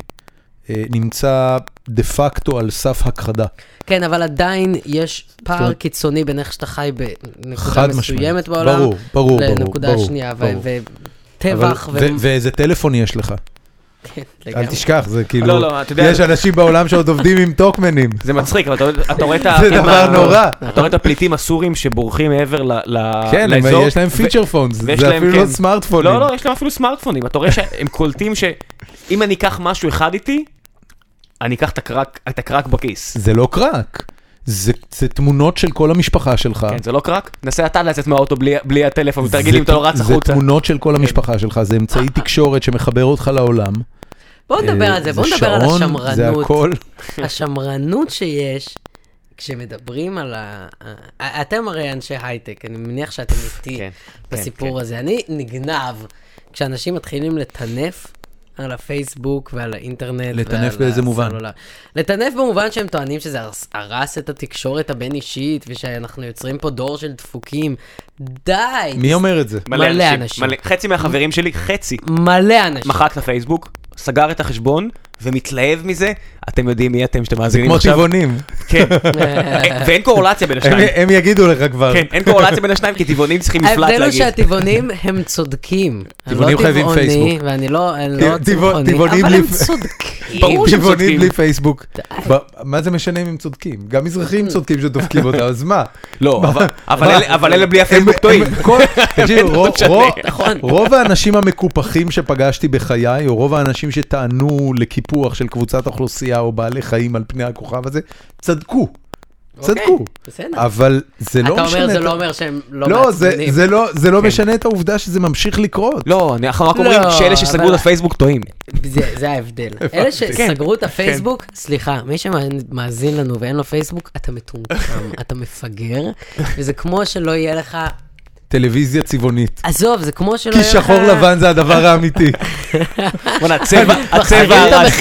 נמצא דה פקטו על סף הכחדה. כן, אבל עדיין יש פער קיצוני בין איך שאתה חי בנקודה מסוימת בעולם, לנקודה השנייה, וטבח. ואיזה טלפון יש לך. אל תשכח, זה כאילו, יש אנשים בעולם שעוד עובדים עם טוקמנים. זה מצחיק, אבל אתה רואה את זה דבר נורא. אתה רואה את הפליטים הסורים שבורחים מעבר לאזור. כן, יש להם פיצ'ר פונס, זה אפילו לא סמארטפונים. לא, יש להם אפילו סמארטפונים. אתה רואה שהם קולטים שאם אני אקח משהו אחד איתי, אני אקח את הקרק בכיס. זה לא קרק. זה תמונות של כל המשפחה שלך. כן, זה לא קרק. נסה אתה לצאת מהאוטו בלי הטלפון, ותרגיל אם אתה לא רץ החוצה. זה תמונות של כל המשפחה שלך, זה אמצעי תקשורת שמחבר אותך לעולם. בואו נדבר על זה, בואו נדבר על השמרנות. זה הכל. השמרנות שיש, כשמדברים על אתם הרי אנשי הייטק, אני מניח שאתם איתי בסיפור הזה. אני נגנב, כשאנשים מתחילים לטנף, על הפייסבוק ועל האינטרנט. לטנף באיזה מובן? לטנף במובן שהם טוענים שזה הרס את התקשורת הבין-אישית, ושאנחנו יוצרים פה דור של דפוקים. די! מי אומר את זה? מלא אנשים. חצי מהחברים שלי, חצי. מלא אנשים. מחק את הפייסבוק, סגר את החשבון, ומתלהב מזה, אתם יודעים מי אתם שאתם מאזינים עכשיו. כמו טבעונים. כן. ואין קורולציה בין השניים. הם יגידו לך כבר. כן, אין קורולציה בין השניים, כי טבעונים צריכים מפלט להגיד. ההבדל הוא שהטבעונים הם צודקים. טבעונים חייבים פייסבוק. ואני לא צמחוני, אבל הם צודקים. טבעונים בלי פייסבוק. מה זה משנה אם הם צודקים? גם מזרחים צודקים שדופקים אותם, אז מה? לא, אבל אלה בלי הפייסבוק טועים. תקשיבו, רוב האנשים המקופחים שפגשתי בחיי, או רוב האנשים שטענו לקיפוח של קבוצת אוכלוסייה או בעלי חיים על פני הכוכב הזה, צדקו. צדקו. אבל זה לא משנה... אתה אומר, זה לא אומר שהם לא מעצבנים. זה לא משנה את העובדה שזה ממשיך לקרות. לא, אנחנו רק אומרים שאלה שסגרו את הפייסבוק טועים. זה ההבדל. אלה שסגרו את הפייסבוק, סליחה, מי שמאזין לנו ואין לו פייסבוק, אתה מטומטם, אתה מפגר, וזה כמו שלא יהיה לך... טלוויזיה צבעונית. עזוב, זה כמו שלא כי שחור לבן זה הדבר האמיתי. הצבע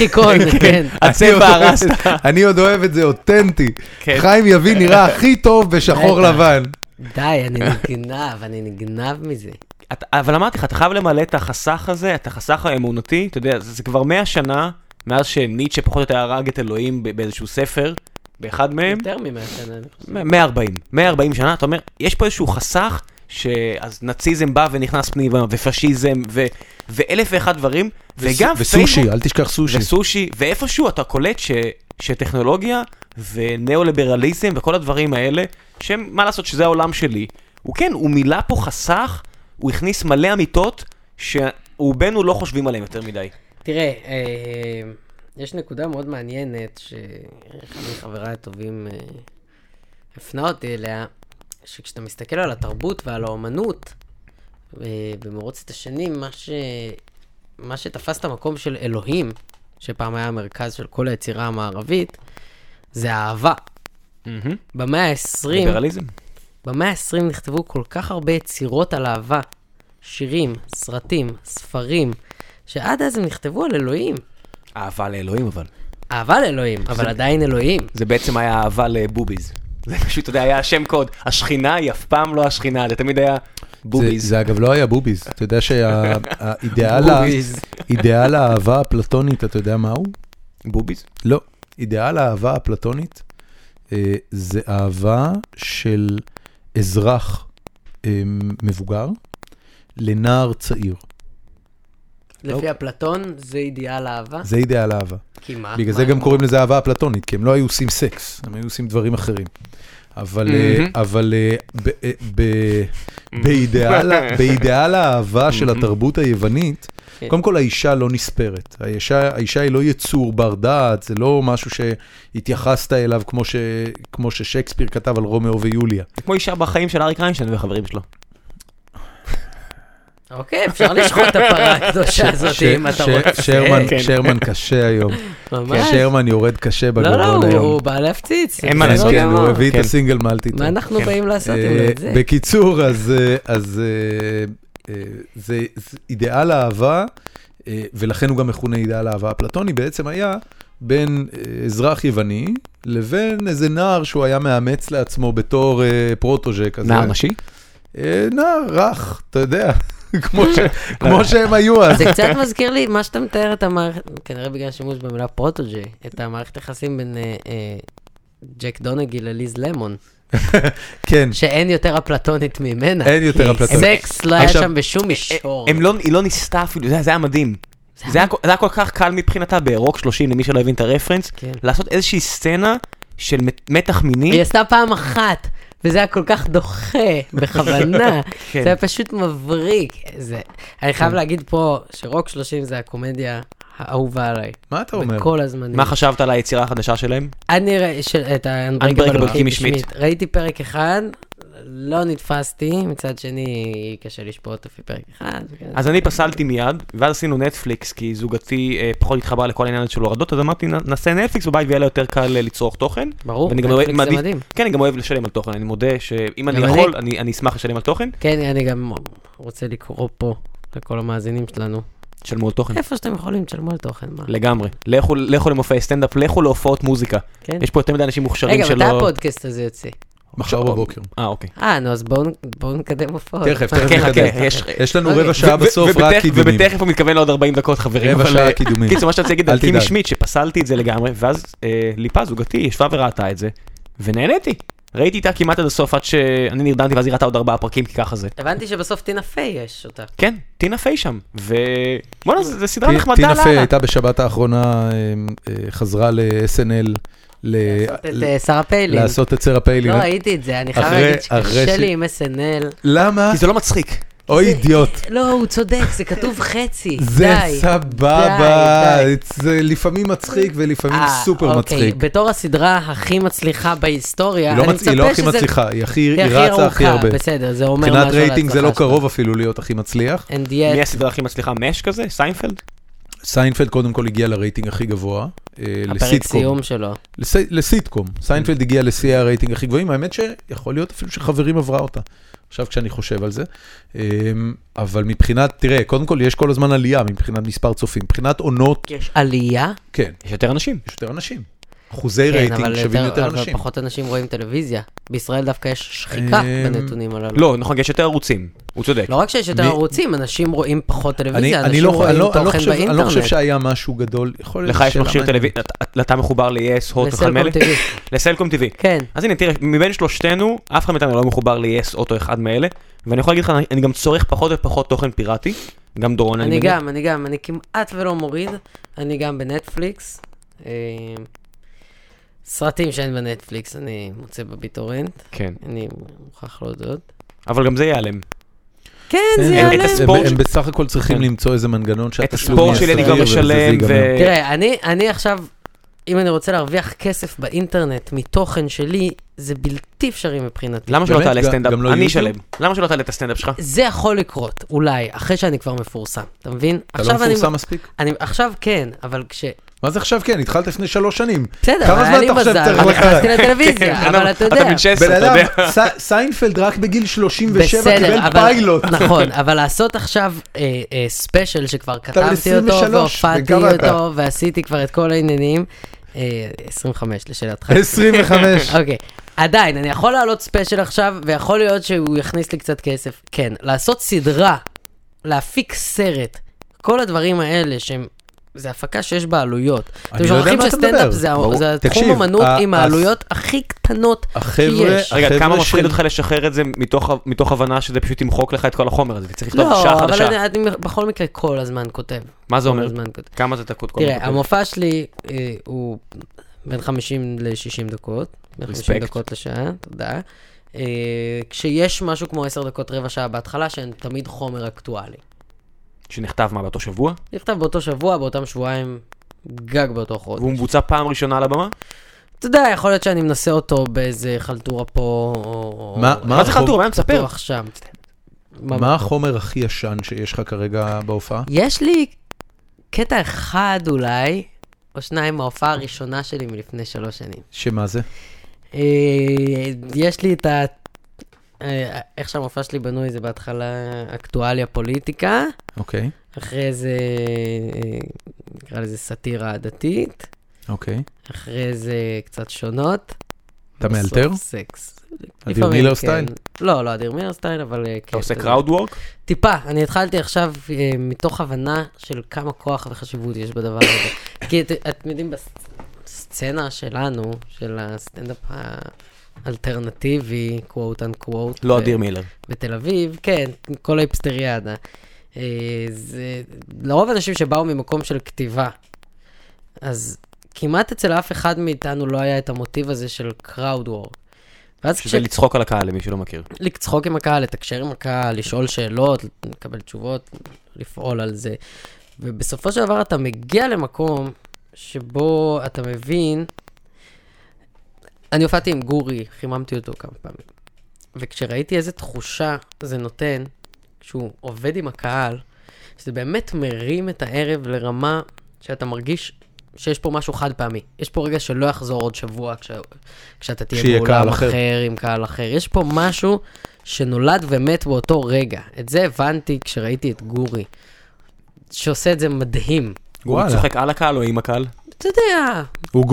הרסת. אני עוד אוהב את זה אותנטי. חיים יבין נראה הכי טוב בשחור לבן. די, אני נגנב מזה. אבל אמרתי לך, אתה חייב למלא את החסך הזה, את החסך האמונתי, אתה יודע, זה כבר 100 שנה, מאז שניטשה פחות או יותר הרג את אלוהים באיזשהו ספר, באחד מהם. יותר מ-100 שנה. 140 שנה, אתה אומר, יש פה איזשהו חסך, אז נאציזם בא ונכנס פנימה, ופשיזם, ואלף ואחד דברים, וגם וסושי, אל תשכח סושי. וסושי, ואיפשהו אתה קולט שטכנולוגיה ונאו-ליברליזם וכל הדברים האלה, שהם, מה לעשות שזה העולם שלי, הוא מילא פה חסך, הוא הכניס מלא אמיתות, שרובנו לא חושבים עליהם יותר מדי. תראה, יש נקודה מאוד מעניינת, שאחד מחבריי הטובים הפנה אותי אליה, שכשאתה מסתכל על התרבות ועל האומנות, במרוצת השנים, מה שתפס את המקום של אלוהים, שפעם היה המרכז של כל היצירה המערבית, זה האהבה. במאה ה-20, ליברליזם. במאה ה-20 נכתבו כל כך הרבה יצירות על אהבה, שירים, סרטים, ספרים, שעד אז הם נכתבו על אלוהים. אהבה לאלוהים אבל. אהבה לאלוהים, אבל עדיין אלוהים. זה בעצם היה אהבה לבוביז. זה פשוט, אתה יודע, היה השם קוד. השכינה היא אף פעם לא השכינה, זה תמיד היה בוביז. זה אגב לא היה בוביז. אתה יודע שהאידאל האהבה הפלטונית, אתה יודע מהו? בוביז? לא. אידאל האהבה הפלטונית זה אהבה של אזרח מבוגר לנער צעיר. לפי אפלטון זה אידיאל אהבה? זה אידיאל אהבה. כי מה? בגלל זה גם קוראים לזה אהבה אפלטונית, כי הם לא היו עושים סקס, הם היו עושים דברים אחרים. אבל באידיאל האהבה של התרבות היוונית, קודם כל האישה לא נספרת. האישה היא לא יצור בר דעת, זה לא משהו שהתייחסת אליו כמו ששייקספיר כתב על רומאו ויוליה. זה כמו אישה בחיים של אריק איינשטיין וחברים שלו. אוקיי, אפשר לשחוט את הפרה הקדושה הזאת, אם אתה רוצה. שרמן קשה היום. ממש. שרמן יורד קשה בגרון היום. לא, הוא בא להפציץ. אין מה לעשות. הוא הביא את הסינגל מלטי. מה אנחנו באים לעשות עם זה? בקיצור, אז זה אידיאל האהבה, ולכן הוא גם מכונה אידיאל האהבה הפלטוני, בעצם היה בין אזרח יווני, לבין איזה נער שהוא היה מאמץ לעצמו בתור פרוטוג'ה כזה. נער נשי? נער רך, אתה יודע. כמו שהם היו אז. זה קצת מזכיר לי מה שאתה מתאר את המערכת, כנראה בגלל שימוש במילה פרוטוג'י, את המערכת יחסים בין ג'ק דונגי לליז למון. כן. שאין יותר אפלטונית ממנה. אין יותר אפלטונית. סקס לא היה שם בשום מישור. היא לא ניסתה אפילו, זה היה מדהים. זה היה כל כך קל מבחינתה ברוק 30, למי שלא הבין את הרפרנס, לעשות איזושהי סצנה של מתח מיני. היא עשתה פעם אחת. וזה היה כל כך דוחה, בכוונה. זה היה פשוט מבריק. אני חייב להגיד פה שרוק 30 זה הקומדיה האהובה עליי. מה אתה אומר? בכל הזמנים. מה חשבת על היצירה החדשה שלהם? אני את ה-Unbreakable Kimmy Schmidt. ראיתי פרק אחד, לא נתפסתי, מצד שני קשה לשפוט לפי פרק אחד. אז אני פסלתי מיד, ואז עשינו נטפליקס, כי זוגתי פחות התחבר לכל העניין של הורדות, אז אמרתי, נעשה נטפליקס בבית ויהיה לה יותר קל לצרוך תוכן. ברור, נטפליקס זה מדהים. כן, אני גם אוהב לשלם על תוכן, אני מודה שאם אני יכול, אני אשמח לשלם על תוכן. כן, אני גם רוצה לקרוא פה לכל המאזינים שלנו. תשלמו על תוכן. איפה שאתם יכולים, תשלמו על תוכן. לגמרי. לכו למופעי סטנדאפ, לכו להופעות מוזיקה. יש פה יותר מדי אנשים מוכשרים שלא... רגע, מתי הפודקאסט הזה יוצא? מחר בבוקר. אוקיי. נו, אז בואו נקדם הופעות. תכף נקדם. יש לנו רבע שעה בסוף רק קידומים. ובתכף הוא מתכוון לעוד 40 דקות, חברים. רבע שעה קידומים. קיצור, מה שאתה רוצה להגיד על קימי שמיט, שפסלתי את זה לגמרי, ואז ליפה זוגתי ישבה וראתה את זה, ונהניתי. ראיתי איתה כמעט עד הסוף, עד שאני נרדמתי, ואז היא ראתה עוד 4 פרקים, כי ככה זה. הבנתי שבסוף טינה פיי יש אותה. כן, טינה פיי שם. ובוא'נה, זה סדרה נחמדה. טינה פיי הייתה בשבת האחרונה, חזרה ל-SNL, לעשות את שרה פיילין. לעשות את שרה פיילין. לא ראיתי את זה, אני חייב להגיד שקשה לי עם SNL. למה? כי זה לא מצחיק. אוי אידיוט. לא, הוא צודק, זה כתוב חצי. זה סבבה, זה לפעמים מצחיק ולפעמים סופר מצחיק. בתור הסדרה הכי מצליחה בהיסטוריה, היא לא הכי מצליחה, היא רצה הכי הרבה. בסדר, זה אומר משהו מבחינת רייטינג זה לא קרוב אפילו להיות הכי מצליח. מי הסדרה הכי מצליחה? מש כזה? סיינפלד? סיינפלד קודם כל הגיע לרייטינג הכי גבוה. הפרק סיום שלו. לסיטקום. סיינפלד הגיע לשיא הרייטינג הכי גבוהים. האמת שיכול להיות אפילו שחברים עברה אותה. עכשיו כשאני חושב על זה. אבל מבחינת, תראה, קודם כל יש כל הזמן עלייה מבחינת מספר צופים. מבחינת עונות... יש עלייה? כן. יש יותר אנשים. יש יותר אנשים. אחוזי רייטינג שווים יותר אנשים. אבל פחות אנשים רואים טלוויזיה. בישראל דווקא יש שחיקה בנתונים הללו. לא, נכון, יש יותר ערוצים. הוא צודק. לא רק שיש יותר ערוצים, אנשים רואים פחות טלוויזיה, אנשים רואים תוכן באינטרנט. אני לא חושב שהיה משהו גדול. לך יש מכשיר טלוויזיה, אתה מחובר ל-yes, הוט, אחד מאלה? לסלקום TV. כן. אז הנה, תראה, מבין שלושתנו, אף אחד מאיתנו לא מחובר ל-yes, הוט או אחד מאלה, ואני יכול להגיד לך, אני גם צורך פחות ופחות תוכן פיראטי, גם דורון. אני כמעט ולא מוריד, אני גם בנטפליקס. סרטים שאין בנטפליקס, אני מוצא בביטורנט. כן. אני מוכרח להודות. אבל גם זה ייעלם. כן, זה ייעלם. הם בסך הכל צריכים למצוא איזה מנגנון את הספורט שלי אני כבר משלם. תראה, אני עכשיו, אם אני רוצה להרוויח כסף באינטרנט מתוכן שלי, זה בלתי אפשרי מבחינתי. למה שלא תעלה סטנדאפ? אני אשלם. למה שלא תעלה את הסטנדאפ שלך? זה יכול לקרות, אולי, אחרי שאני כבר מפורסם. אתה מבין? אתה לא מפורסם מספיק? עכשיו כן, אבל כש... מה זה עכשיו כן? התחלת לפני 3 שנים. בסדר, היה לי מזל, נכנסתי לטלוויזיה, אבל אתה יודע. אתה בן 16, אתה יודע. סיינפלד רק בגיל 37 קיבל פיילוט. נכון, אבל לעשות עכשיו ספיישל שכבר כתבתי אותו, והופעתי אותו, ועשיתי כבר את כל העניינים, 25 לשאלתך. 25. אוקיי. עדיין, אני יכול לעלות ספיישל עכשיו, ויכול להיות שהוא יכניס לי קצת כסף. כן, לעשות סדרה, להפיק סרט, כל הדברים האלה שהם... זה הפקה שיש בה עלויות. אתם שוכחים שסטנדאפ זה תחום אמנות עם העלויות הכי קטנות שיש. רגע, כמה מפחיד אותך לשחרר את זה מתוך הבנה שזה פשוט ימחוק לך את כל החומר הזה, וצריך לכתוב שעה חדשה. לא, אבל אני בכל מקרה כל הזמן כותב. מה זה אומר? כמה זה תקוד? תראה, המופע שלי הוא בין 50 ל-60 דקות. בין 50 דקות לשעה, תודה. כשיש משהו כמו 10 דקות, רבע שעה בהתחלה, שהן תמיד חומר אקטואלי. שנכתב מה, באותו שבוע? נכתב באותו שבוע, באותם שבועיים, גג באותו חודש. והוא מבוצע פעם ראשונה על הבמה? אתה יודע, יכול להיות שאני מנסה אותו באיזה חלטורה פה, או... מה זה חלטורה? מה מספר? מה החומר הכי ישן שיש לך כרגע בהופעה? יש לי קטע אחד אולי, או 2 מההופעה הראשונה שלי מלפני 3 שנים. שמה זה? יש לי את ה... איך שהמופע שלי בנוי, זה בהתחלה אקטואליה פוליטיקה. אוקיי. אחרי זה, נקרא לזה סאטירה דתית. אוקיי. אחרי זה קצת שונות. אתה מאלתר? סקס. אדיר מילר סטייל? לא אדיר מילר סטייל, אבל... אתה עושה קראוד וורק? טיפה, אני התחלתי עכשיו מתוך הבנה של כמה כוח וחשיבות יש בדבר הזה. כי אתם יודעים, בסצנה שלנו, של הסטנדאפ אלטרנטיבי, קוואט אנקוואט. לא אדיר מילר. בתל אביב, כן, כל האפסטריאדה. זה לרוב אנשים שבאו ממקום של כתיבה. אז כמעט אצל אף אחד מאיתנו לא היה את המוטיב הזה של קראוד וורק. שזה לצחוק על הקהל, למי שלא מכיר. לצחוק עם הקהל, לתקשר עם הקהל, לשאול שאלות, לקבל תשובות, לפעול על זה. ובסופו של דבר אתה מגיע למקום שבו אתה מבין... אני הופעתי עם גורי, חיממתי אותו כמה פעמים. וכשראיתי איזה תחושה זה נותן, כשהוא עובד עם הקהל, שזה באמת מרים את הערב לרמה שאתה מרגיש שיש פה משהו חד פעמי. יש פה רגע שלא יחזור עוד שבוע כשאתה תהיה בעולם אחר עם קהל אחר. יש פה משהו שנולד ומת באותו רגע. את זה הבנתי כשראיתי את גורי, שעושה את זה מדהים. הוא צוחק על הקהל או עם הקהל? אתה יודע. הוא גורי.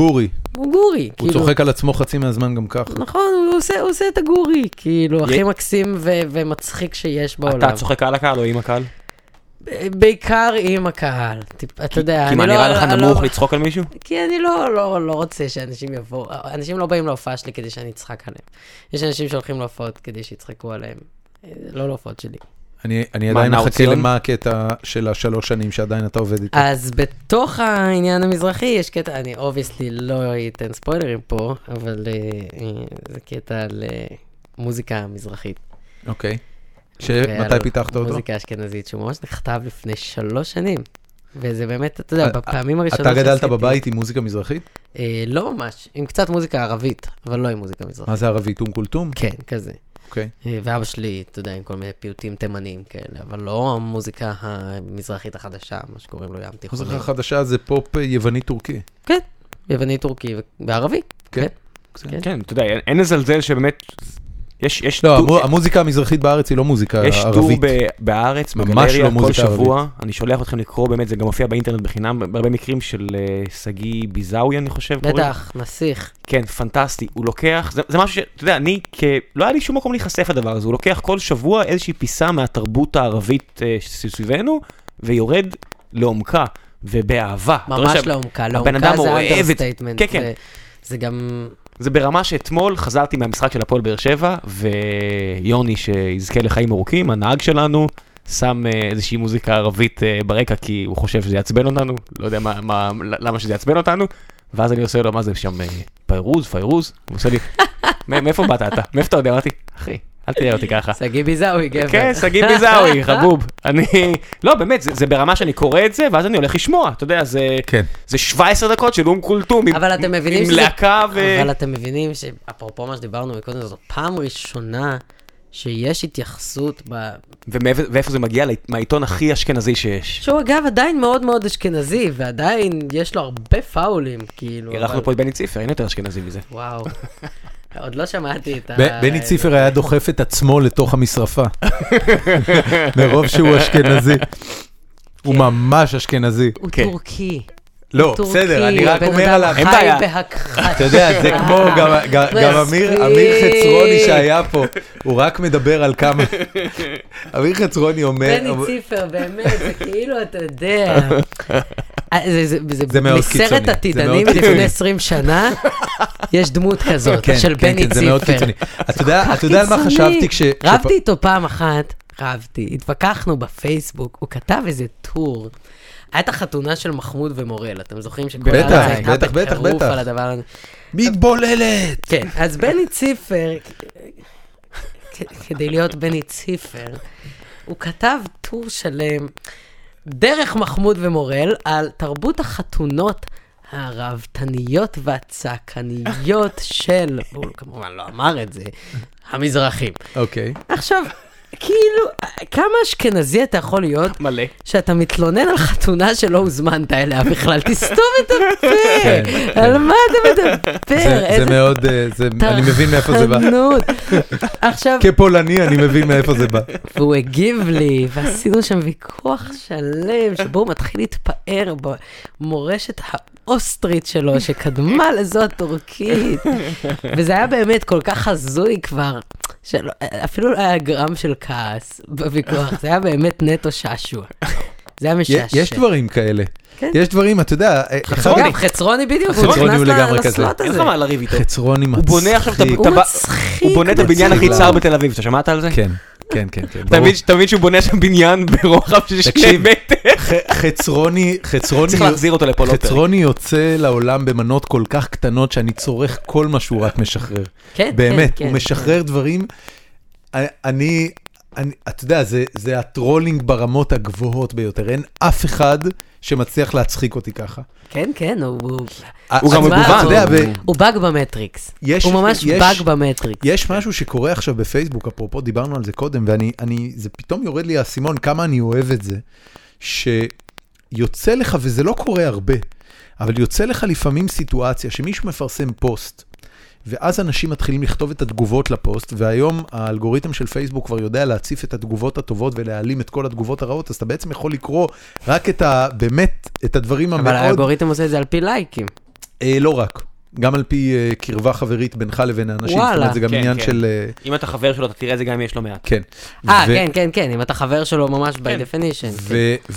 הוא גורי. הוא צוחק על עצמו חצי מהזמן גם ככה. נכון, הוא עושה את הגורי, כאילו, הכי מקסים ומצחיק שיש בעולם. אתה צוחק על הקהל או עם הקהל? בעיקר עם הקהל, אתה יודע. כי מה, נראה לך נמוך לצחוק על מישהו? כי אני לא רוצה שאנשים יבואו, אנשים לא באים להופעה שלי כדי שאני אצחק עליהם. יש אנשים שהולכים להופעות כדי שיצחקו עליהם, לא להופעות שלי. אני עדיין אחכה למה הקטע של 3 שנים שעדיין אתה עובד איתו. אז בתוך העניין המזרחי יש קטע, אני obviously לא אתן ספוילרים פה, אבל זה קטע על מוזיקה מזרחית. אוקיי. מתי פיתחת אותו? מוזיקה אשכנזית, שהוא ממש נכתב לפני 3 שנים. וזה באמת, אתה יודע, בפעמים הראשונות... אתה גדלת בבית עם מוזיקה מזרחית? לא ממש, עם קצת מוזיקה ערבית, אבל לא עם מוזיקה מזרחית. מה זה ערבית? טום קולטום? כן, כזה. אוקיי. ואבא שלי, אתה יודע, עם כל מיני פיוטים תימניים כאלה, אבל לא המוזיקה המזרחית החדשה, מה שקוראים לו ים תיכוני. מוזיקה החדשה זה פופ יווני-טורקי. כן, יווני-טורקי וערבי. כן. כן, אתה יודע, אין לזלזל שבאמת... לא, המוזיקה המזרחית בארץ היא לא מוזיקה ערבית. יש טור בארץ, בגלריה, כל שבוע. אני שולח אתכם לקרוא, באמת, זה גם מופיע באינטרנט בחינם, בהרבה מקרים של סגי ביזאוי, אני חושב. בטח, נסיך. כן, פנטסטי. הוא לוקח, זה משהו שאתה יודע, לא היה לי שום מקום להיחשף לדבר הזה, הוא לוקח כל שבוע איזושהי פיסה מהתרבות הערבית סביבנו, ויורד לעומקה ובאהבה. ממש לעומקה, לעומקה זה אנדרסטייטמנט. זה גם... זה ברמה שאתמול חזרתי מהמשחק של הפועל באר שבע, ויוני שיזכה לחיים ארוכים, הנהג שלנו, שם איזושהי מוזיקה ערבית ברקע, כי הוא חושב שזה יעצבן אותנו, לא יודע למה שזה יעצבן אותנו, ואז אני עושה לו, מה זה שם, פיירוז? הוא עושה לי, מאיפה באת אתה? מאיפה אתה יודע? אמרתי, אחי, אל תראה אותי ככה. סגי ביזאוי, גבר. כן, סגי ביזאוי, חבוב. לא, באמת, זה ברמה שאני קורא את זה, ואז אני הולך לשמוע, אתה יודע, זה 17 דקות של אום קולטום, עם להקה אבל אתם מבינים שאפרופו מה שדיברנו מקודם, זאת פעם ראשונה שיש התייחסות ואיפה זה מגיע? מהעיתון הכי אשכנזי שיש. שהוא אגב עדיין מאוד מאוד אשכנזי, ועדיין יש לו הרבה פאולים, כאילו. אירחנו פה את בני ציפר, אין יותר אשכנזי מזה. וואו. עוד לא שמעתי את בני ציפר היה דוחף את עצמו לתוך המשרפה. מרוב שהוא אשכנזי. הוא ממש אשכנזי. הוא טורקי. לא, בסדר, אני רק אומר עליו. בן אדם חי בהכחש. אתה יודע, זה כמו גם אמיר חצרוני שהיה פה, הוא רק מדבר על כמה. אמיר חצרוני אומר... בני ציפר, באמת, זה כאילו, אתה יודע. זה מאוד קיצוני. מסרט עתידני מלפני 20 שנה, יש דמות כזאת, של בני ציפר. זה מאוד קיצוני. אתה יודע על מה חשבתי כש... רבתי איתו פעם אחת, התווכחנו בפייסבוק, הוא כתב איזה טור. הייתה החתונה של מחמוד ומורל, אתם זוכרים שכל בטח, הארץ הייתה בטח, בטירוף על הדבר הזה. מתבוללת! כן, אז בני ציפר, כדי להיות בני ציפר, הוא כתב טור שלם, דרך מחמוד ומורל, על תרבות החתונות הרבתניות והצעקניות של, הוא כמובן לא אמר את זה, המזרחים. אוקיי. עכשיו... כאילו, כמה אשכנזי אתה יכול להיות? מלא. שאתה מתלונן על חתונה שלא הוזמנת אליה בכלל, תסתום את הפה. על מה אתה מדבר? זה מאוד, אני מבין מאיפה זה בא. עכשיו... כפולני אני מבין מאיפה זה בא. והוא הגיב לי, ועשינו שם ויכוח שלם, שבו הוא מתחיל להתפאר במורשת האוסטרית שלו, שקדמה לזו הטורקית. וזה היה באמת כל כך הזוי כבר. אפילו לא היה גרם של כעס בוויכוח, זה היה באמת נטו שעשוע. זה היה משעשע. יש דברים כאלה. יש דברים, אתה יודע... חצרוני בדיוק, הוא נכנס לסלוט הזה. אין לך מה לריב איתו. חצרוני מצחיק. הוא בונה את הבניין הכי צר בתל אביב, אתה שמעת על זה? כן. כן. אתה מבין שהוא בונה שם בניין ברוחב של 2 מטר? צריך להחזיר אותו לפה לא פרק. חצרוני יוצא לעולם במנות כל כך קטנות שאני צורך כל מה שהוא רק משחרר. באמת, הוא משחרר דברים. אתה יודע, זה הטרולינג ברמות הגבוהות ביותר. אין אף אחד שמצליח להצחיק אותי ככה. כן, הוא גם מגוון. הוא באג במטריקס. הוא ממש באג במטריקס. יש משהו שקורה עכשיו בפייסבוק, אפרופו, דיברנו על זה קודם, וזה פתאום יורד לי האסימון, כמה אני אוהב את זה, שיוצא לך, וזה לא קורה הרבה, אבל יוצא לך לפעמים סיטואציה, שמישהו מפרסם פוסט, ואז אנשים מתחילים לכתוב את התגובות לפוסט, והיום האלגוריתם של פייסבוק כבר יודע להציף את התגובות הטובות ולהעלים את כל התגובות הרעות, אז אתה בעצם יכול לקרוא רק באמת את הדברים המאוד... אבל האלגוריתם עושה את זה על פי לייקים. לא רק. גם על פי קרבה חברית בינך לבין האנשים, זאת אומרת, זה גם עניין של... אם אתה חבר שלו, אתה תראה את זה גם אם יש לו מעט. כן. כן, אם אתה חבר שלו ממש by definition.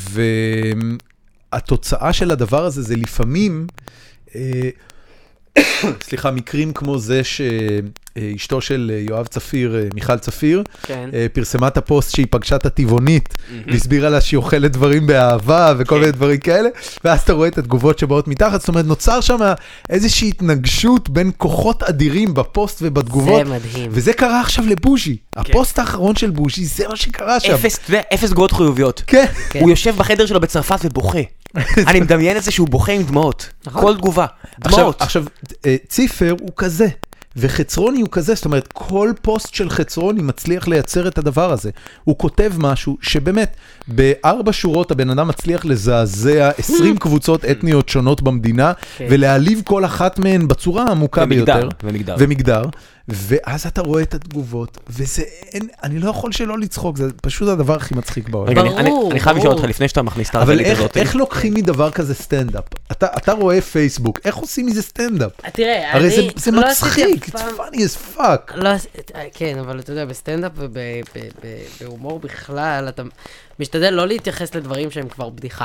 והתוצאה של הדבר הזה זה לפעמים, סליחה, מקרים כמו זה שאשתו של יואב צפיר, מיכל צפיר, פרסמה את הפוסט שהיא פגשה את הטבעונית, והסבירה לה שהיא אוכלת דברים באהבה וכל מיני דברים כאלה, ואז אתה רואה את התגובות שבאות מתחת, זאת אומרת, נוצר שם איזושהי התנגשות בין כוחות אדירים בפוסט ובתגובות, זה מדהים. וזה קרה עכשיו לבוז'י. הפוסט האחרון של בוז'י, זה מה שקרה שם. אפס תגובות חיוביות. כן. הוא יושב בחדר שלו בצרפת ובוכה. אני מדמיין את זה שהוא בוכה עם דמעות. כל תגובה. דמעות. עכשיו, ציפר הוא כזה. וחצרוני הוא כזה, זאת אומרת, כל פוסט של חצרוני מצליח לייצר את הדבר הזה. הוא כותב משהו שבאמת, ב4 שורות הבן אדם מצליח לזעזע 20 קבוצות אתניות שונות במדינה, ולהעליב כל אחת מהן בצורה העמוקה ביותר. ומגדר. ואז אתה רואה את התגובות, וזה אין, אני לא יכול שלא לצחוק, זה פשוט הדבר הכי מצחיק בעולם. אני חייב לשאול אותך לפני שאתה מכניס את הרחלית הזאת. אבל איך לוקחים מדבר כזה סטנדאפ? אתה רואה פייסבוק, איך עושים מזה סטנדאפ? תראה, הרי זה מצחיק, it's funny as fuck. כן, אבל אתה יודע, בסטנדאפ ובהומור בכלל, אתה משתדל לא להתייחס לדברים שהם כבר בדיחה.